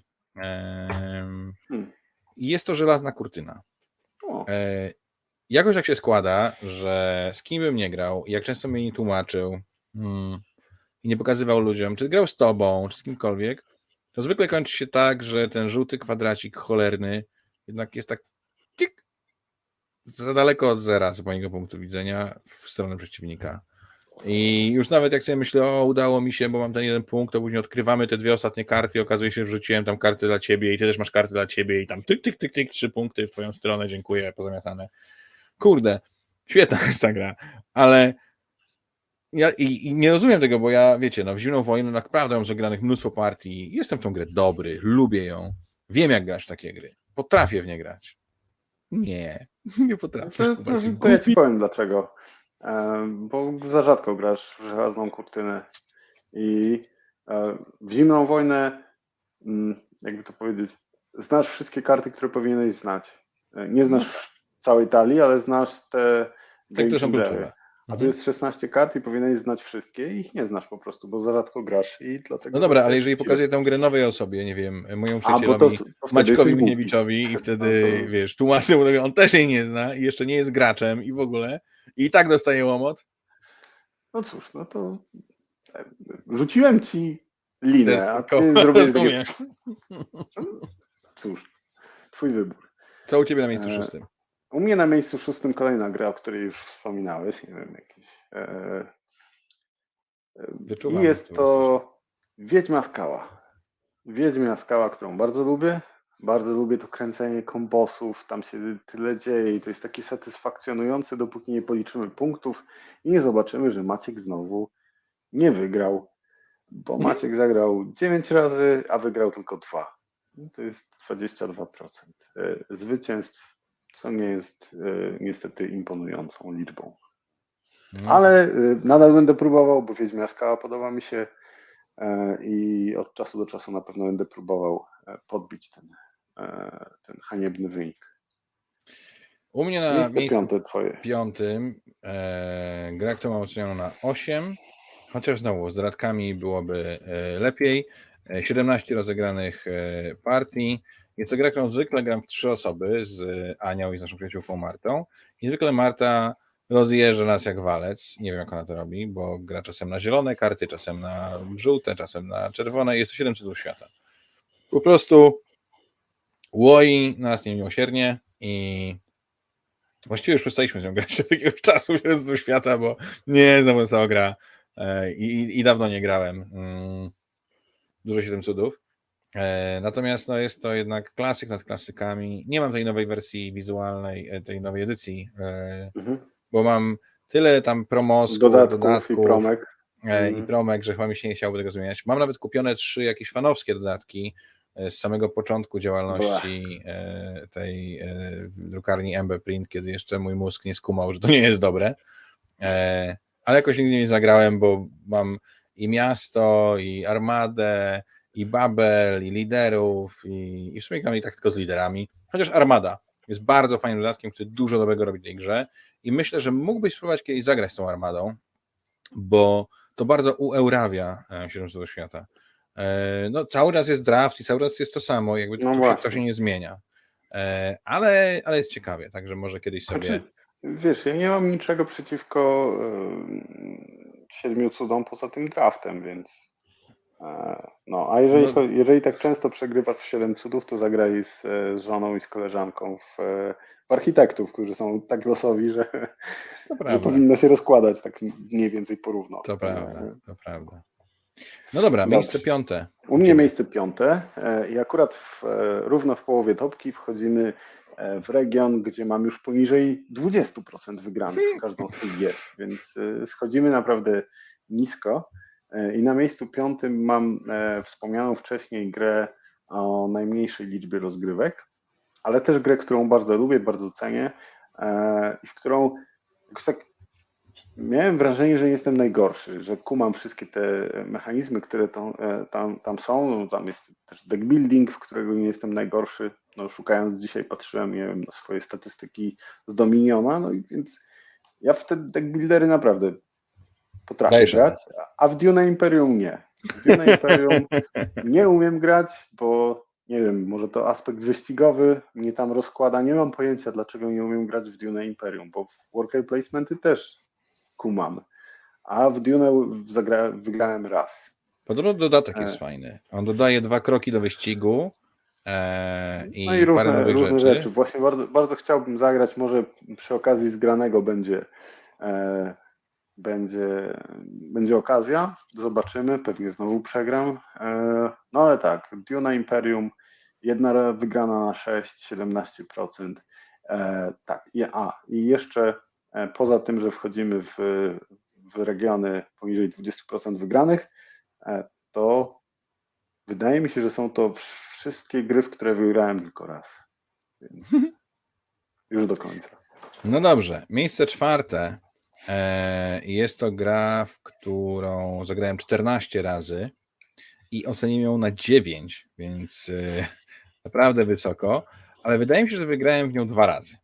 [SPEAKER 1] Jest to Żelazna Kurtyna. Jakoś tak się składa, że z kim bym nie grał, jak często mnie nie tłumaczył i nie pokazywał ludziom, czy grał z tobą, czy z kimkolwiek, to zwykle kończy się tak, że ten żółty kwadracik cholerny jednak jest tak tik, za daleko od zera z mojego punktu widzenia w stronę przeciwnika. I już nawet jak sobie myślę, o udało mi się, bo mam ten jeden punkt, to później odkrywamy te dwie ostatnie karty i okazuje się, że wrzuciłem tam karty dla ciebie i ty też masz karty dla ciebie i tam tyk, tyk, tyk, tyk, trzy punkty w twoją stronę, dziękuję, pozamiatane. Kurde, świetna jest ta gra, ale Ja i, i nie rozumiem tego, bo ja, wiecie, no w Zimną Wojnę naprawdę mam zagranych mnóstwo partii, jestem w tą grę dobry, lubię ją, wiem jak grać w takie gry, potrafię w nie grać. Nie, nie
[SPEAKER 2] No
[SPEAKER 1] potrafię,
[SPEAKER 2] to,
[SPEAKER 1] chyba
[SPEAKER 2] to,
[SPEAKER 1] jesteś
[SPEAKER 2] to ja ci
[SPEAKER 1] głupi.
[SPEAKER 2] powiem dlaczego. E, Bo za rzadko grasz w żelazną kurtynę i e, w Zimną Wojnę, mm, jakby to powiedzieć, znasz wszystkie karty, które powinieneś znać. E, Nie
[SPEAKER 1] No
[SPEAKER 2] znasz całej talii, ale znasz te
[SPEAKER 1] te, które są
[SPEAKER 2] game changer.
[SPEAKER 1] kluczowe.
[SPEAKER 2] A tu
[SPEAKER 1] Mhm.
[SPEAKER 2] jest szesnaście kart i powinieneś znać wszystkie i ich nie znasz po prostu, bo za rzadko grasz i
[SPEAKER 1] No
[SPEAKER 2] dlatego
[SPEAKER 1] dobra, ale
[SPEAKER 2] dostajesz
[SPEAKER 1] jeżeli
[SPEAKER 2] szkilet.
[SPEAKER 1] pokazuję tę grę nowej osobie, nie wiem, mojemu
[SPEAKER 2] A, bo to,
[SPEAKER 1] przyjacielowi
[SPEAKER 2] to wtedy
[SPEAKER 1] Maćkowi
[SPEAKER 2] jesteś głupi.
[SPEAKER 1] Michniewiczowi i
[SPEAKER 2] No
[SPEAKER 1] wtedy,
[SPEAKER 2] to,
[SPEAKER 1] wiesz, tłumaczę mu, że on też jej nie zna i jeszcze nie jest graczem i w ogóle i tak dostaje łomot,
[SPEAKER 2] no cóż, no to e, rzuciłem ci
[SPEAKER 1] to
[SPEAKER 2] linę,
[SPEAKER 1] jest
[SPEAKER 2] a
[SPEAKER 1] koło,
[SPEAKER 2] ty zrobiłeś takie...
[SPEAKER 1] rozumiem.
[SPEAKER 2] Cóż, twój wybór.
[SPEAKER 1] Co u ciebie na miejscu
[SPEAKER 2] E,
[SPEAKER 1] szóstym?
[SPEAKER 2] U mnie na miejscu szóstym kolejna gra, o której już wspominałeś, nie wiem, jakieś. E, e, I
[SPEAKER 1] Wyczuwam
[SPEAKER 2] jest
[SPEAKER 1] to dosyć.
[SPEAKER 2] to Wiedźma Skała. Wiedźmia Skała, którą bardzo lubię. Bardzo lubię to kręcenie kombosów, tam się tyle dzieje i to jest takie satysfakcjonujące, dopóki nie policzymy punktów i nie zobaczymy, że Maciek znowu nie wygrał, bo Maciek zagrał dziewięć razy, a wygrał tylko dwa. To jest dwadzieścia dwa procent e, zwycięstw, co nie jest e, niestety imponującą liczbą.
[SPEAKER 1] No
[SPEAKER 2] Ale
[SPEAKER 1] tak.
[SPEAKER 2] e, nadal będę próbował, bo Wiedźmia Skała podoba mi się e, i od czasu do czasu na pewno będę próbował e, podbić ten, e, ten haniebny wynik.
[SPEAKER 1] U mnie na
[SPEAKER 2] Miejsce
[SPEAKER 1] miejscu
[SPEAKER 2] piąte twoje.
[SPEAKER 1] piątym e, grę, którą mam ocenioną na osiem, chociaż znowu z dodatkami byłoby e, lepiej. E, siedemnaście rozegranych e, partii. Jest to gra, którą zwykle gram w trzy osoby z Anią i z naszą przyjaciółką Martą. I zwykle Marta rozjeżdża nas jak walec. Nie wiem, jak ona to robi, bo gra czasem na zielone karty, czasem na żółte, czasem na czerwone. Jest to siedem cudów świata. Po prostu łoi nas niemiłosiernie i właściwie już przestaliśmy z nią grać od takiego czasu z świata, bo nie znowu cała gra i, i dawno nie grałem. Dużo siedem cudów. Natomiast no, jest to jednak klasyk nad klasykami. Nie mam tej nowej wersji wizualnej, tej nowej edycji, mhm. bo mam tyle tam promosków,
[SPEAKER 2] dodatków,
[SPEAKER 1] dodatków
[SPEAKER 2] i promek.
[SPEAKER 1] i promek, że chyba mi się nie chciałoby tego zmieniać. Mam nawet kupione trzy jakieś fanowskie dodatki z samego początku działalności Blah. tej drukarni M B Print, kiedy jeszcze mój mózg nie skumał, że to nie jest dobre. Ale jakoś nigdy nie zagrałem, bo mam i miasto, i armadę, i Babel, i liderów, i, i w sumie gram i tak tylko z liderami. Chociaż Armada jest bardzo fajnym dodatkiem, który dużo dobrego robi w tej grze i myślę, że mógłbyś spróbować kiedyś zagrać z tą Armadą, bo to bardzo ueurawia siedem cudów świata. No, cały czas jest draft i cały czas jest to samo, jakby
[SPEAKER 2] no
[SPEAKER 1] to, się, to się nie zmienia. Ale, ale jest ciekawie, także może kiedyś sobie...
[SPEAKER 2] Znaczy, wiesz, ja nie mam niczego przeciwko yy, siedmiu cudom poza tym draftem, więc yy, no, a jeżeli, no, jeżeli tak często przegrywasz w siedem cudów, to zagraj z, z żoną i z koleżanką w, w architektów, którzy są tak losowi, że, że powinno się rozkładać tak mniej więcej porówno.
[SPEAKER 1] To prawda, to prawda. No dobra,
[SPEAKER 2] Dobrze.
[SPEAKER 1] miejsce piąte.
[SPEAKER 2] U mnie miejsce piąte i akurat w, równo w połowie topki wchodzimy w region, gdzie mam już poniżej dwadzieścia procent wygranych w każdą z tych gier, więc schodzimy naprawdę nisko i na miejscu piątym mam wspomnianą wcześniej grę o najmniejszej liczbie rozgrywek, ale też grę, którą bardzo lubię, bardzo cenię i w którą jakoś tak miałem wrażenie, że jestem najgorszy, że kumam wszystkie te mechanizmy, które tam, tam, tam są. No, tam jest też deck building, w którego nie jestem najgorszy. No, szukając dzisiaj patrzyłem, nie wiem, na swoje statystyki z Dominiona, no i więc ja w te deck buildery naprawdę potrafię Dajesz grać, a w Dune Imperium nie. W Dune Imperium nie umiem grać, bo nie wiem, może to aspekt wyścigowy mnie tam rozkłada. Nie mam pojęcia, dlaczego nie umiem grać w Dune Imperium, bo w worker placementy też kumam. A w Dune zagra- wygrałem raz.
[SPEAKER 1] Podobno dodatek jest e... fajny. On dodaje dwa kroki do wyścigu e... i,
[SPEAKER 2] no i różne,
[SPEAKER 1] parę nowych
[SPEAKER 2] różne
[SPEAKER 1] rzeczy.
[SPEAKER 2] rzeczy. Właśnie bardzo, bardzo chciałbym zagrać, może przy okazji zgranego będzie, e... będzie, będzie okazja. Zobaczymy, pewnie znowu przegram. E... No ale tak, Dune Imperium, jedna wygrana na sześć, siedemnaście procent. E... Tak, i, a i jeszcze poza tym, że wchodzimy w, w regiony poniżej dwadzieścia procent wygranych, to wydaje mi się, że są to wszystkie gry, w które wygrałem tylko raz. Więc już do końca.
[SPEAKER 1] No dobrze, miejsce czwarte. Jest to gra, w którą zagrałem czternaście razy i oceniłem ją na dziewięć, więc naprawdę wysoko, ale wydaje mi się, że wygrałem w nią dwa razy.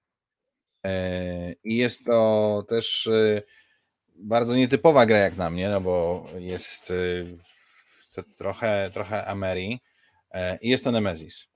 [SPEAKER 1] I jest to też bardzo nietypowa gra jak na mnie, no bo jest trochę, trochę Ameri i jest to Nemesis.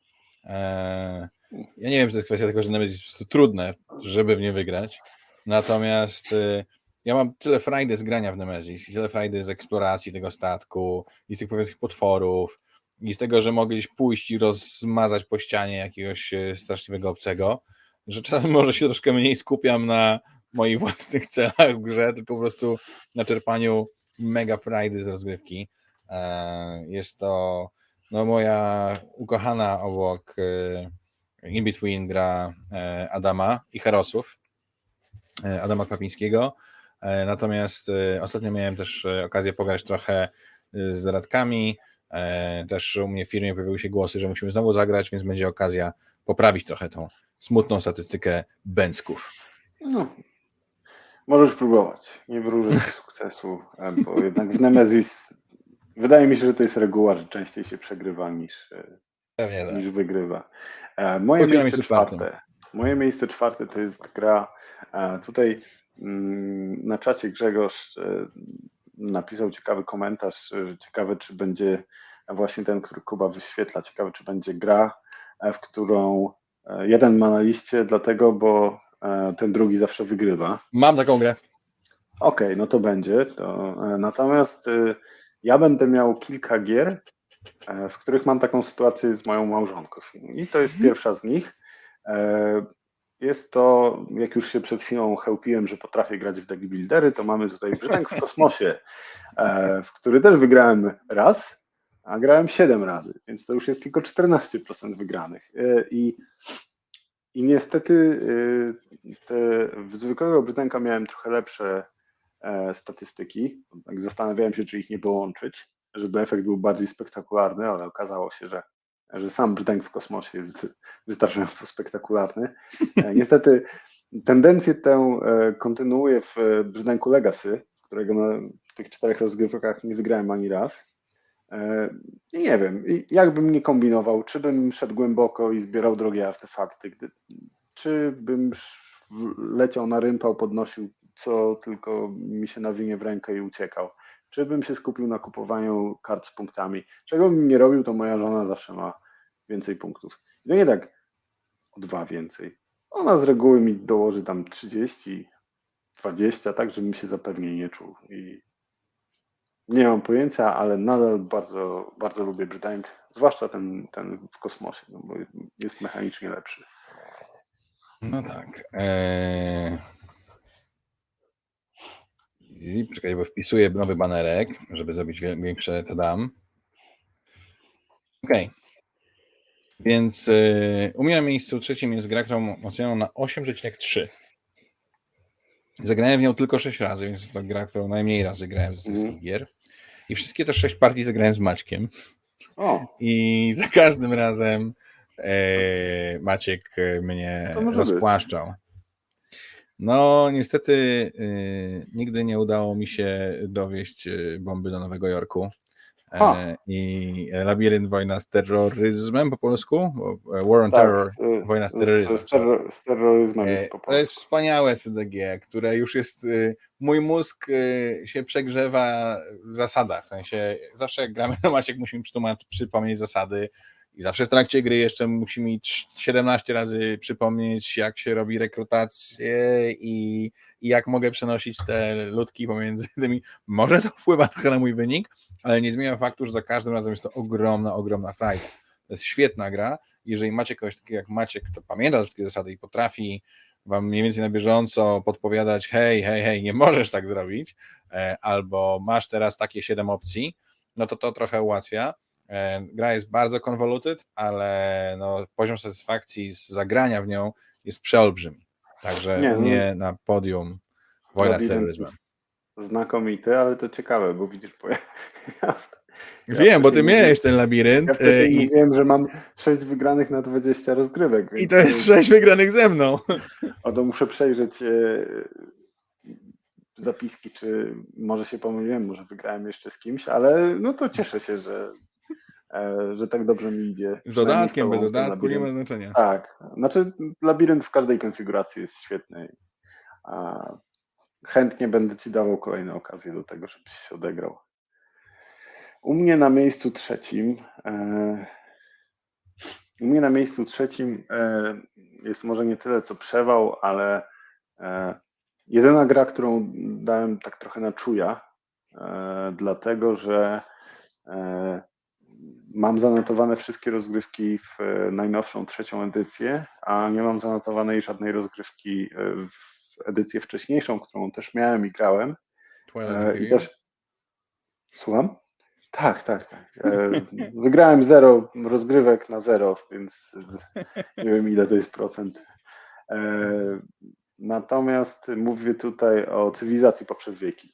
[SPEAKER 1] Ja nie wiem, czy to jest kwestia tego, że Nemesis jest po prostu trudne, żeby w nie wygrać, natomiast ja mam tyle frajdy z grania w Nemesis i tyle frajdy z eksploracji tego statku i z tych powiedzmy potworów i z tego, że mogę gdzieś pójść i rozmazać po ścianie jakiegoś straszliwego obcego, że czasami może się troszkę mniej skupiam na moich własnych celach w grze, tylko po prostu na czerpaniu mega frajdy z rozgrywki. Jest to no, moja ukochana obok In Between gra Adama i Herosów, Adama Kwapińskiego. Natomiast ostatnio miałem też okazję pograć trochę z Radkami. Też u mnie w firmie pojawiły się głosy, że musimy znowu zagrać, więc będzie okazja poprawić trochę tą smutną statystykę bęcków.
[SPEAKER 2] No, możesz próbować. Nie wróżę sukcesu, bo jednak w Nemesis wydaje mi się, że to jest reguła, że częściej się przegrywa niż,
[SPEAKER 1] Pewnie tak.
[SPEAKER 2] niż wygrywa. Moje
[SPEAKER 1] Podzielamy
[SPEAKER 2] miejsce
[SPEAKER 1] czwartym.
[SPEAKER 2] czwarte. Moje miejsce czwarte to jest gra. Tutaj na czacie Grzegorz napisał ciekawy komentarz. Ciekawe, czy będzie właśnie ten, który Kuba wyświetla. Ciekawe, czy będzie gra, w którą jeden ma na liście, dlatego, bo ten drugi zawsze wygrywa.
[SPEAKER 1] Mam taką grę.
[SPEAKER 2] Okej, okay, no to będzie. To, natomiast ja będę miał kilka gier, w których mam taką sytuację z moją małżonką. I to jest pierwsza z nich. Jest to, jak już się przed chwilą chełpiłem, że potrafię grać w deck buildery, to mamy tutaj Brzdęk w kosmosie, w który też wygrałem raz, a grałem siedem razy, więc to już jest tylko czternaście procent wygranych. I, i niestety te, w zwykłego Brzdęka miałem trochę lepsze statystyki. Tak zastanawiałem się, czy ich nie połączyć, żeby efekt był bardziej spektakularny, ale okazało się, że, że sam Brzdęk w kosmosie jest wystarczająco spektakularny. Niestety tendencję tę kontynuuję w Brzdęku Legacy, którego w tych czterech rozgrywkach nie wygrałem ani raz. I nie wiem, jakbym nie kombinował, czy bym szedł głęboko i zbierał drogie artefakty, gdy, czy bym leciał na rympał, podnosił co tylko mi się nawinie w rękę i uciekał. Czy bym się skupił na kupowaniu kart z punktami. Czego bym nie robił, to moja żona zawsze ma więcej punktów. No nie tak o dwa więcej. Ona z reguły mi dołoży tam trzydzieści, dwadzieścia, tak żebym się zapewnie nie czuł. I nie mam pojęcia, ale nadal bardzo, bardzo lubię Brzdęk, zwłaszcza ten, ten w kosmosie, no bo jest mechanicznie lepszy.
[SPEAKER 1] No tak. Eee... I czekaj, bo wpisuję nowy banerek, żeby zrobić większe tadam. Okej. Okay. Więc yy, u mnie na miejscu trzecim jest gra, którą oceniono na osiem przecinek trzy. Zagrałem w nią tylko sześć razy, więc jest to gra, którą najmniej razy grałem z wszystkich mm. gier. I wszystkie te sześć partii zagrałem z Maćkiem.
[SPEAKER 2] O.
[SPEAKER 1] I za każdym razem yy, Maciek mnie rozpłaszczał. Być. No, niestety yy, nigdy nie udało mi się dowieść bomby do Nowego Jorku. E, I Labirynt Wojna z terroryzmem po polsku? War on
[SPEAKER 2] tak,
[SPEAKER 1] Terror,
[SPEAKER 2] z,
[SPEAKER 1] Wojna z terroryzmem.
[SPEAKER 2] Z, terror, z terroryzmem jest po polsku.
[SPEAKER 1] To jest wspaniałe C D G, które już jest, mój mózg się przegrzewa w zasadach, w sensie zawsze jak gramy, Maciek musi mi przypomnieć zasady i zawsze w trakcie gry jeszcze musi mi siedemnaście razy przypomnieć, jak się robi rekrutację i, i jak mogę przenosić te ludki pomiędzy tymi. Może to wpływa trochę na mój wynik, ale nie zmienia faktu, że za każdym razem jest to ogromna, ogromna frajda. To jest świetna gra. Jeżeli macie kogoś takiego jak Maciek, kto pamięta wszystkie zasady i potrafi wam mniej więcej na bieżąco podpowiadać, hej, hej, hej, nie możesz tak zrobić, albo masz teraz takie siedem opcji, no to to trochę ułatwia. Gra jest bardzo convoluted, ale no, poziom satysfakcji z zagrania w nią jest przeolbrzymi. Także nie, nie na podium Wojna z terroryzmem.
[SPEAKER 2] znakomity, ale to ciekawe, bo widzisz, bo ja, ja,
[SPEAKER 1] Wiem, ja bo ty miałeś ten labirynt.
[SPEAKER 2] Ja wcześniej i... mówiłem, że mam sześć wygranych na dwadzieścia rozgrywek.
[SPEAKER 1] I to jest sześć wygranych ze mną.
[SPEAKER 2] O, to muszę przejrzeć e, zapiski, czy może się pomyliłem, może wygrałem jeszcze z kimś, ale no to cieszę się, że, e, że tak dobrze mi idzie.
[SPEAKER 1] Z dodatkiem, bez dodatku, nie ma znaczenia.
[SPEAKER 2] Tak, znaczy labirynt w każdej konfiguracji jest świetny. A chętnie będę ci dawał kolejne okazje do tego, żebyś się odegrał. U mnie na miejscu trzecim e, u mnie na miejscu trzecim e, jest może nie tyle co przewał, ale e, jedyna gra, którą dałem tak trochę na czuja, e, dlatego że e, mam zanotowane wszystkie rozgrywki w najnowszą trzecią edycję, a nie mam zanotowanej żadnej rozgrywki w edycję wcześniejszą, którą też miałem i grałem. E, I też słucham? Tak, tak, tak. Wygrałem zero rozgrywek na zero, więc nie wiem ile to jest procent. Natomiast mówię tutaj o cywilizacji poprzez wieki.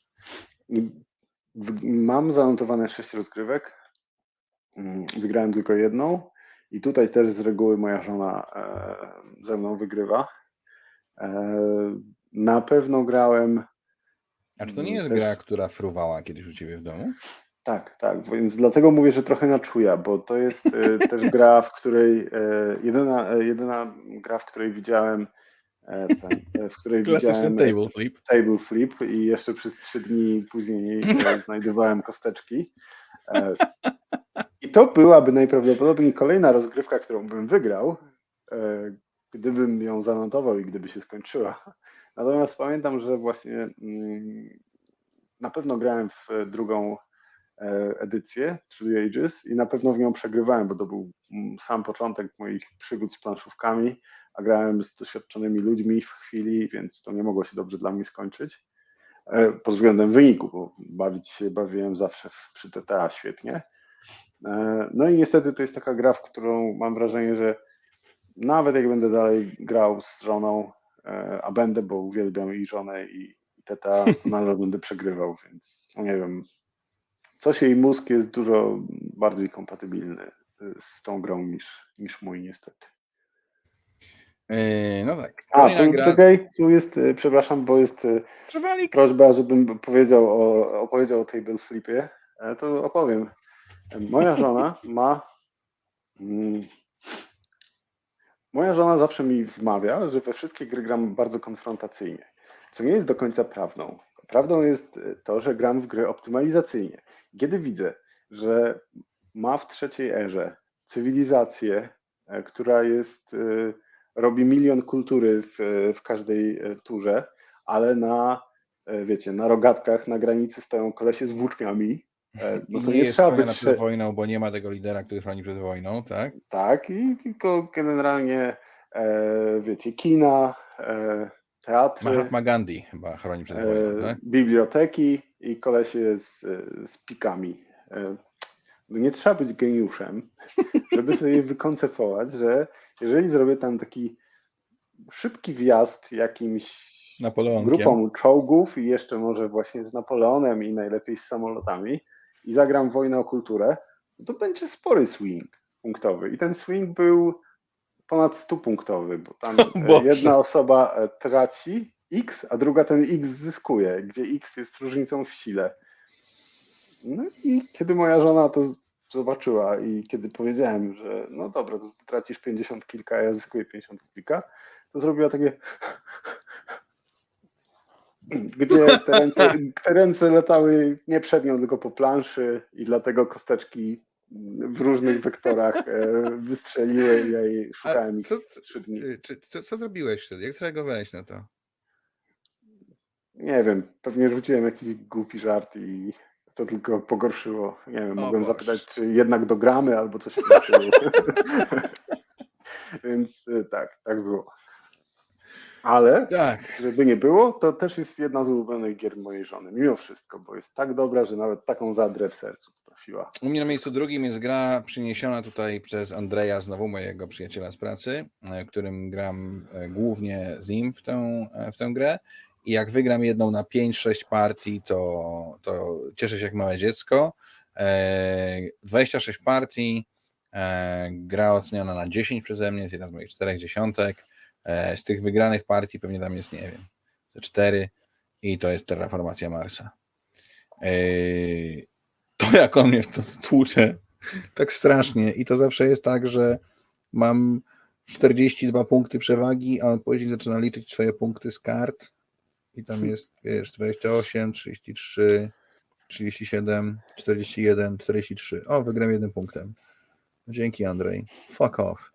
[SPEAKER 2] Mam zanotowane sześć rozgrywek. Wygrałem tylko jedną i tutaj też z reguły moja żona ze mną wygrywa. Na pewno grałem...
[SPEAKER 1] A czy to nie jest też... gra, która fruwała kiedyś u ciebie w domu?
[SPEAKER 2] Tak, tak, więc dlatego mówię, że trochę na czuja, bo to jest e, też gra, w której e, jedyna, e, jedyna gra, w której widziałem e, ten, w której widziałem
[SPEAKER 1] table flip.
[SPEAKER 2] table flip i jeszcze przez trzy dni później e, znajdowałem kosteczki. E, I to byłaby najprawdopodobniej kolejna rozgrywka, którą bym wygrał, e, gdybym ją zanotował i gdyby się skończyła. Natomiast pamiętam, że właśnie mm, na pewno grałem w drugą edycję Three Ages i na pewno w nią przegrywałem, bo to był sam początek moich przygód z planszówkami, a grałem z doświadczonymi ludźmi w chwili, więc to nie mogło się dobrze dla mnie skończyć pod względem wyniku, bo bawić się bawiłem zawsze przy T T A świetnie. No i niestety to jest taka gra, w którą mam wrażenie, że nawet jak będę dalej grał z żoną, a będę, bo uwielbiam i żonę i T T A, to nadal będę przegrywał, więc no nie wiem, coś jej mózg jest dużo bardziej kompatybilny z tą grą niż, niż mój niestety.
[SPEAKER 1] Yy, no tak.
[SPEAKER 2] A, tu, gra... czekaj, tu jest, przepraszam, bo jest
[SPEAKER 1] Przewalik.
[SPEAKER 2] prośba, żebym powiedział o, opowiedział o table flipie. To opowiem. Moja żona ma... Mm, moja żona zawsze mi wmawia, że we wszystkie gry gram bardzo konfrontacyjnie, co nie jest do końca prawdą. Prawdą jest to, że gram w gry optymalizacyjnie. Kiedy widzę, że ma w trzeciej erze cywilizację, która jest, robi milion kultury w, w każdej turze, ale na, wiecie, na rogatkach na granicy stoją kolesie z włóczniami, no to
[SPEAKER 1] I nie, nie jest trzeba być przed wojną, bo nie ma tego lidera, który chroni przed wojną, tak?
[SPEAKER 2] Tak, i tylko generalnie, wiecie, kina, teatry,
[SPEAKER 1] Mahatma Gandhi chyba chroni przed wojną, tak?
[SPEAKER 2] Biblioteki i kolesie z, z pikami. Nie trzeba być geniuszem, żeby sobie wykoncepować, że jeżeli zrobię tam taki szybki wjazd jakimś grupą czołgów i jeszcze może właśnie z Napoleonem i najlepiej z samolotami i zagram wojnę o kulturę, to będzie spory swing punktowy. I ten swing był ponad stupunktowy, bo tam jedna osoba traci X, a druga ten X zyskuje, gdzie X jest różnicą w sile. No i kiedy moja żona to zobaczyła i kiedy powiedziałem, że no dobra, to tracisz pięćdziesiąt kilka, a ja zyskuję pięćdziesiąt kilka, to zrobiła takie gdzie te ręce, te ręce latały nie przed nią, tylko po planszy i dlatego kosteczki w różnych wektorach wystrzeliły i ja jej szukałem ich trzy dni.
[SPEAKER 1] Co, co, co zrobiłeś wtedy? Jak zareagowałeś na to?
[SPEAKER 2] Nie wiem, pewnie rzuciłem jakiś głupi żart i to tylko pogorszyło. Nie wiem, o mogłem Boże. zapytać, czy jednak dogramy albo coś takiego. Więc tak, tak było. Ale
[SPEAKER 1] tak.
[SPEAKER 2] żeby nie było, to też jest jedna z ulubionych gier mojej żony, mimo wszystko, bo jest tak dobra, że nawet taką zadrę w sercu trafiła.
[SPEAKER 1] U mnie na miejscu drugim jest gra przyniesiona tutaj przez Andrzeja, znowu mojego przyjaciela z pracy, w którym gram głównie z nim w tę, w tę grę. i jak wygram jedną na pięć sześć partii, to, to cieszę się jak małe dziecko. dwadzieścia sześć partii, gra oceniona na dziesięć przeze mnie, jest jedna z moich czterech dziesiątek. Z tych wygranych partii pewnie tam jest, nie wiem, ze cztery i to jest Terraformacja Marsa. To jak on mnie w to tłucze tak strasznie i to zawsze jest tak, że mam czterdzieści dwa punkty przewagi, a on później zaczyna liczyć swoje punkty z kart i tam jest, wiesz, dwadzieścia osiem, trzydzieści trzy, trzydzieści siedem, czterdzieści jeden, czterdzieści trzy. O, wygram jednym punktem. Dzięki, Andrzej. Fuck off.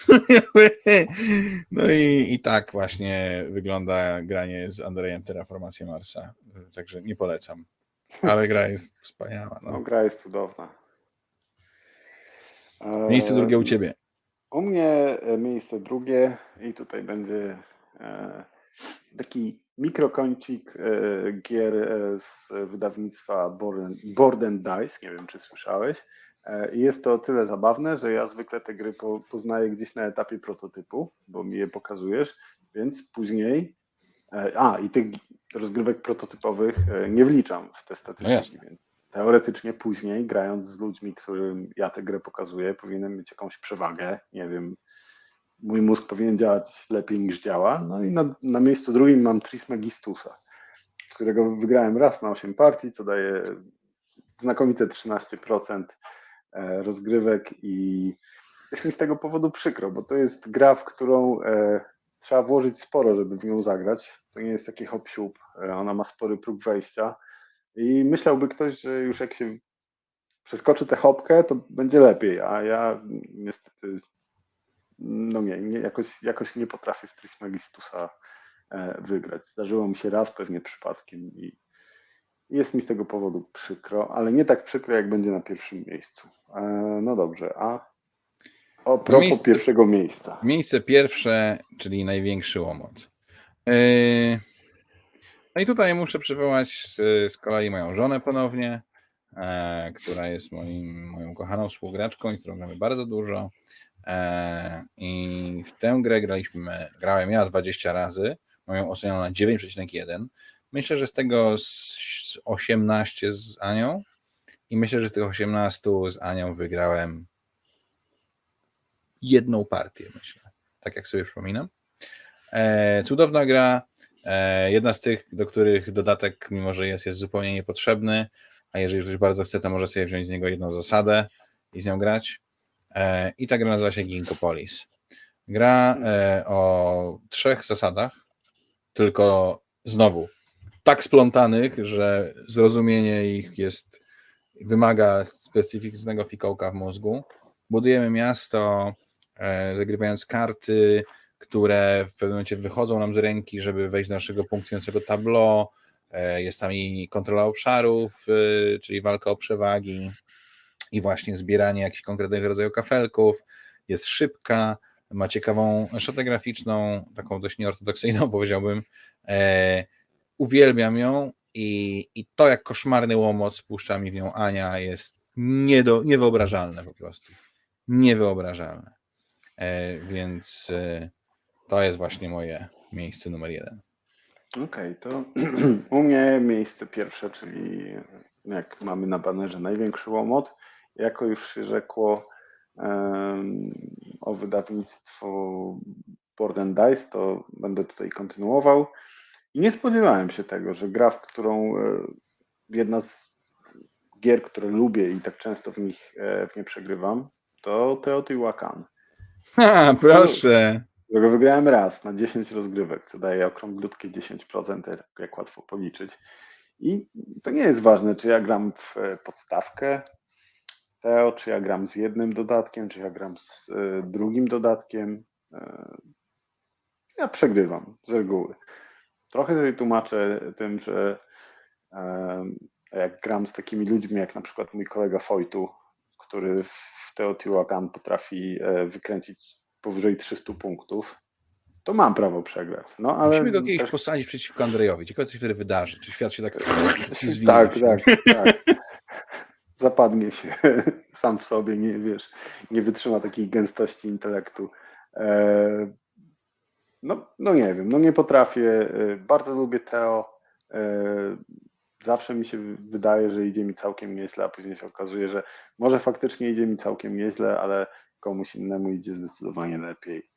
[SPEAKER 1] No i, i tak właśnie wygląda granie z Andrejem Terraformacja Marsa. Także nie polecam. Ale gra jest wspaniała. No.
[SPEAKER 2] No, gra jest cudowna.
[SPEAKER 1] Miejsce drugie u ciebie.
[SPEAKER 2] U mnie miejsce drugie i tutaj będzie taki mikrokącik gier z wydawnictwa Board and Dice. Nie wiem, czy słyszałeś. Jest to o tyle zabawne, że ja zwykle te gry poznaję gdzieś na etapie prototypu, bo mi je pokazujesz, więc później... A, i tych rozgrywek prototypowych nie wliczam w te statystyki, no więc teoretycznie później, grając z ludźmi, którym ja tę grę pokazuję, powinienem mieć jakąś przewagę, nie wiem, mój mózg powinien działać lepiej niż działa, no i na, na miejscu drugim mam Trismegistusa, z którego wygrałem raz na osiem partii, co daje znakomite trzynaście procent rozgrywek i jest mi z tego powodu przykro, bo to jest gra, w którą e, trzeba włożyć sporo, żeby w nią zagrać. To nie jest taki hop-siup, ona ma spory próg wejścia i myślałby ktoś, że już jak się przeskoczy tę hopkę, to będzie lepiej, a ja niestety no nie, nie jakoś, jakoś nie potrafię w Trismegistusa e, wygrać. Zdarzyło mi się raz pewnie przypadkiem i jest mi z tego powodu przykro, ale nie tak przykro, jak będzie na pierwszym miejscu. E, no dobrze, a o propos miejsce, pierwszego miejsca.
[SPEAKER 1] Miejsce pierwsze, czyli największy łomot. Yy, no i tutaj muszę przywołać z, z kolei moją żonę ponownie, e, która jest moim, moją kochaną współgraczką i z którą gramy bardzo dużo. E, I w tę grę graliśmy, grałem ja dwadzieścia razy, moją ocenioną na dziewięć przecinek jeden. Myślę, że z tego z, z osiemnaście z Anią i myślę, że z tych osiemnastu z Anią wygrałem jedną partię, myślę. Tak jak sobie przypominam. E, cudowna gra. E, jedna z tych, do których dodatek, mimo że jest, jest zupełnie niepotrzebny, a jeżeli ktoś bardzo chce, to może sobie wziąć z niego jedną zasadę i z nią grać. E, I ta gra nazywa się Ginkopolis. Gra e, o trzech zasadach, tylko znowu tak splątanych, że zrozumienie ich jest, wymaga specyficznego fikołka w mózgu. Budujemy miasto, e, zagrywając karty, które w pewnym momencie wychodzą nam z ręki, żeby wejść do naszego punktującego tableau. E, jest tam i kontrola obszarów, e, czyli walka o przewagi i właśnie zbieranie jakichś konkretnych rodzajów kafelków. Jest szybka, ma ciekawą szatę graficzną, taką dość nieortodoksyjną, powiedziałbym. E, uwielbiam ją i, i to, jak koszmarny łomot spuszcza mi w nią Ania, jest nie do, niewyobrażalne po prostu. Niewyobrażalne. E, więc e, to jest właśnie moje miejsce numer jeden.
[SPEAKER 2] Okej, okay, to u mnie miejsce pierwsze, czyli jak mamy na banerze największy łomot, jako już się rzekło um, o wydawnictwo Board and Dice, to będę tutaj kontynuował. I nie spodziewałem się tego, że gra, w którą jedna z gier, które lubię i tak często w nich w nie przegrywam, to Teotihuacan.
[SPEAKER 1] Ha, proszę.
[SPEAKER 2] Którego wygrałem raz na dziesięć rozgrywek, co daje okrąglutkie dziesięć procent, jak łatwo policzyć. I to nie jest ważne, czy ja gram w podstawkę Teo, czy ja gram z jednym dodatkiem, czy ja gram z drugim dodatkiem. Ja przegrywam z reguły. Trochę sobie tłumaczę tym, że jak gram z takimi ludźmi, jak na przykład mój kolega Fojtu, który w Teotihuacan potrafi wykręcić powyżej trzysta punktów, to mam prawo przegrać. No, ale
[SPEAKER 1] musimy go kiedyś
[SPEAKER 2] też...
[SPEAKER 1] posadzić przeciwko Andrejowi. Ciekawe, co się wtedy wydarzy. Czy świat się tak zwilży?
[SPEAKER 2] Tak, tak, tak. Zapadnie się sam w sobie, nie wiesz, nie wytrzyma takiej gęstości intelektu. No, no nie wiem, no nie potrafię. Bardzo lubię Teo. Zawsze mi się wydaje, że idzie mi całkiem nieźle, a później się okazuje, że może faktycznie idzie mi całkiem nieźle, ale komuś innemu idzie zdecydowanie lepiej.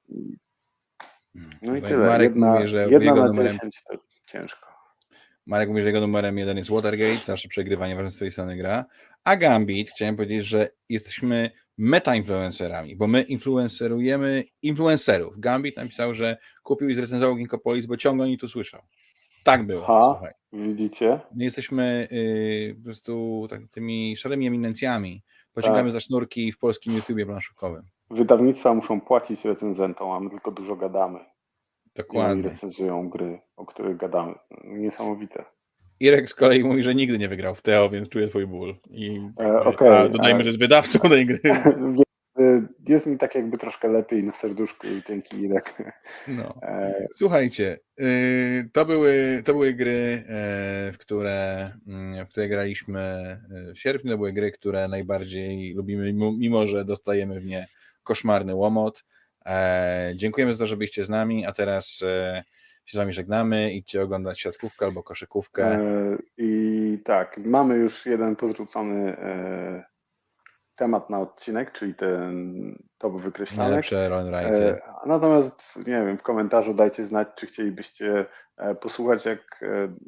[SPEAKER 2] No i tyle.
[SPEAKER 1] Marek
[SPEAKER 2] jedna
[SPEAKER 1] mówi, że
[SPEAKER 2] jedna
[SPEAKER 1] jego
[SPEAKER 2] na
[SPEAKER 1] numerem...
[SPEAKER 2] dziesięć to ciężko.
[SPEAKER 1] Marek mówi, że jego numerem jeden jest Watergate, zawsze przegrywanie ważne z twojej strony gra. A Gambit, chciałem powiedzieć, że jesteśmy meta-influencerami, bo my influencerujemy influencerów. Gambit napisał, że kupił i zrecenzował Ginkopolis, bo ciągle oni tu słyszą. Tak było,
[SPEAKER 2] Ha,
[SPEAKER 1] słuchaj.
[SPEAKER 2] widzicie?
[SPEAKER 1] My jesteśmy yy, po prostu tak, tymi szarymi eminencjami. Pociągamy
[SPEAKER 2] Tak.
[SPEAKER 1] za sznurki w polskim YouTubie planszówkowym.
[SPEAKER 2] Wydawnictwa muszą płacić recenzentom, a my tylko dużo gadamy.
[SPEAKER 1] Dokładnie.
[SPEAKER 2] I oni recenzują gry, o których gadamy. Niesamowite.
[SPEAKER 1] Irek z kolei mówi, że nigdy nie wygrał w Teo, więc czuje twój ból. I
[SPEAKER 2] e, okay,
[SPEAKER 1] a dodajmy,
[SPEAKER 2] e,
[SPEAKER 1] że jest wydawcą tej gry.
[SPEAKER 2] Jest mi tak jakby troszkę lepiej na serduszku i dzięki Irek.
[SPEAKER 1] No.
[SPEAKER 2] E...
[SPEAKER 1] Słuchajcie, to były, to były gry, w które, w które graliśmy w sierpniu. To były gry, które najbardziej lubimy, mimo że dostajemy w nie koszmarny łomot. Dziękujemy za to, że byliście z nami, a teraz się z wami żegnamy. Idźcie oglądać siatkówkę albo koszykówkę.
[SPEAKER 2] I tak, mamy już jeden podrzucony temat na odcinek, czyli ten top wykreślanek.
[SPEAKER 1] Najlepsze roll'n'ride.
[SPEAKER 2] Natomiast, nie wiem, w komentarzu dajcie znać, czy chcielibyście posłuchać, jak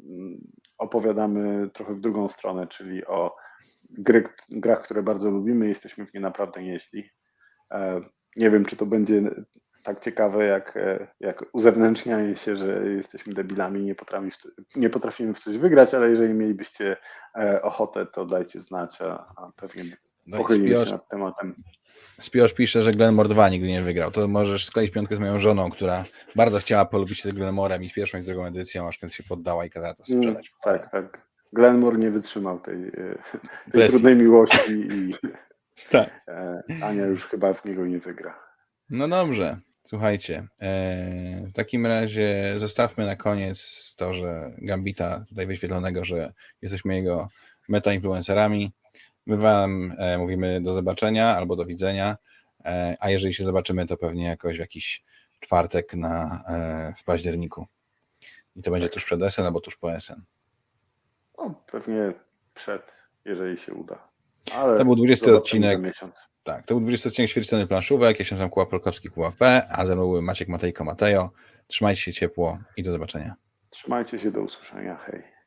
[SPEAKER 2] opowiadamy trochę w drugą stronę, czyli o gry, grach, które bardzo lubimy, jesteśmy w nie naprawdę nieźli. Nie wiem, czy to będzie tak ciekawe, jak, jak uzewnętrznianie się, że jesteśmy debilami i nie potrafimy, nie potrafimy w coś wygrać, ale jeżeli mielibyście ochotę, to dajcie znać, a, a pewnie pochylimy się nad tematem.
[SPEAKER 1] Spiosz pisze, że Glenmore dwa nigdy nie wygrał. To możesz skleić piątkę z moją żoną, która bardzo chciała polubić się z Glenmorem i z pierwszą i z drugą edycją, aż kiedy się poddała i kazała to sprzedać.
[SPEAKER 2] Mm, tak, tak. Glenmore nie wytrzymał tej, tej trudnej miłości i
[SPEAKER 1] tak.
[SPEAKER 2] Ania już chyba w niego nie wygra.
[SPEAKER 1] No dobrze, słuchajcie. W takim razie zostawmy na koniec to, że Gambita tutaj wyświetlonego, że jesteśmy jego meta-influencerami. My wam e, mówimy do zobaczenia albo do widzenia, e, a jeżeli się zobaczymy, to pewnie jakoś w jakiś czwartek na, e, w październiku. I to będzie tuż przed S N albo tuż po S N.
[SPEAKER 2] No, pewnie przed, jeżeli się uda. Ale
[SPEAKER 1] to był dwudziesty odcinek.
[SPEAKER 2] Miesiąc.
[SPEAKER 1] Tak, to był dwudziesty odcinek Ćwierćstrony planszówek. Ja się nazywam Kuba Polkowski, Kuba P, a ze mną był Maciek Matejko Matejo. Trzymajcie się ciepło i do zobaczenia.
[SPEAKER 2] Trzymajcie się, do usłyszenia. Hej.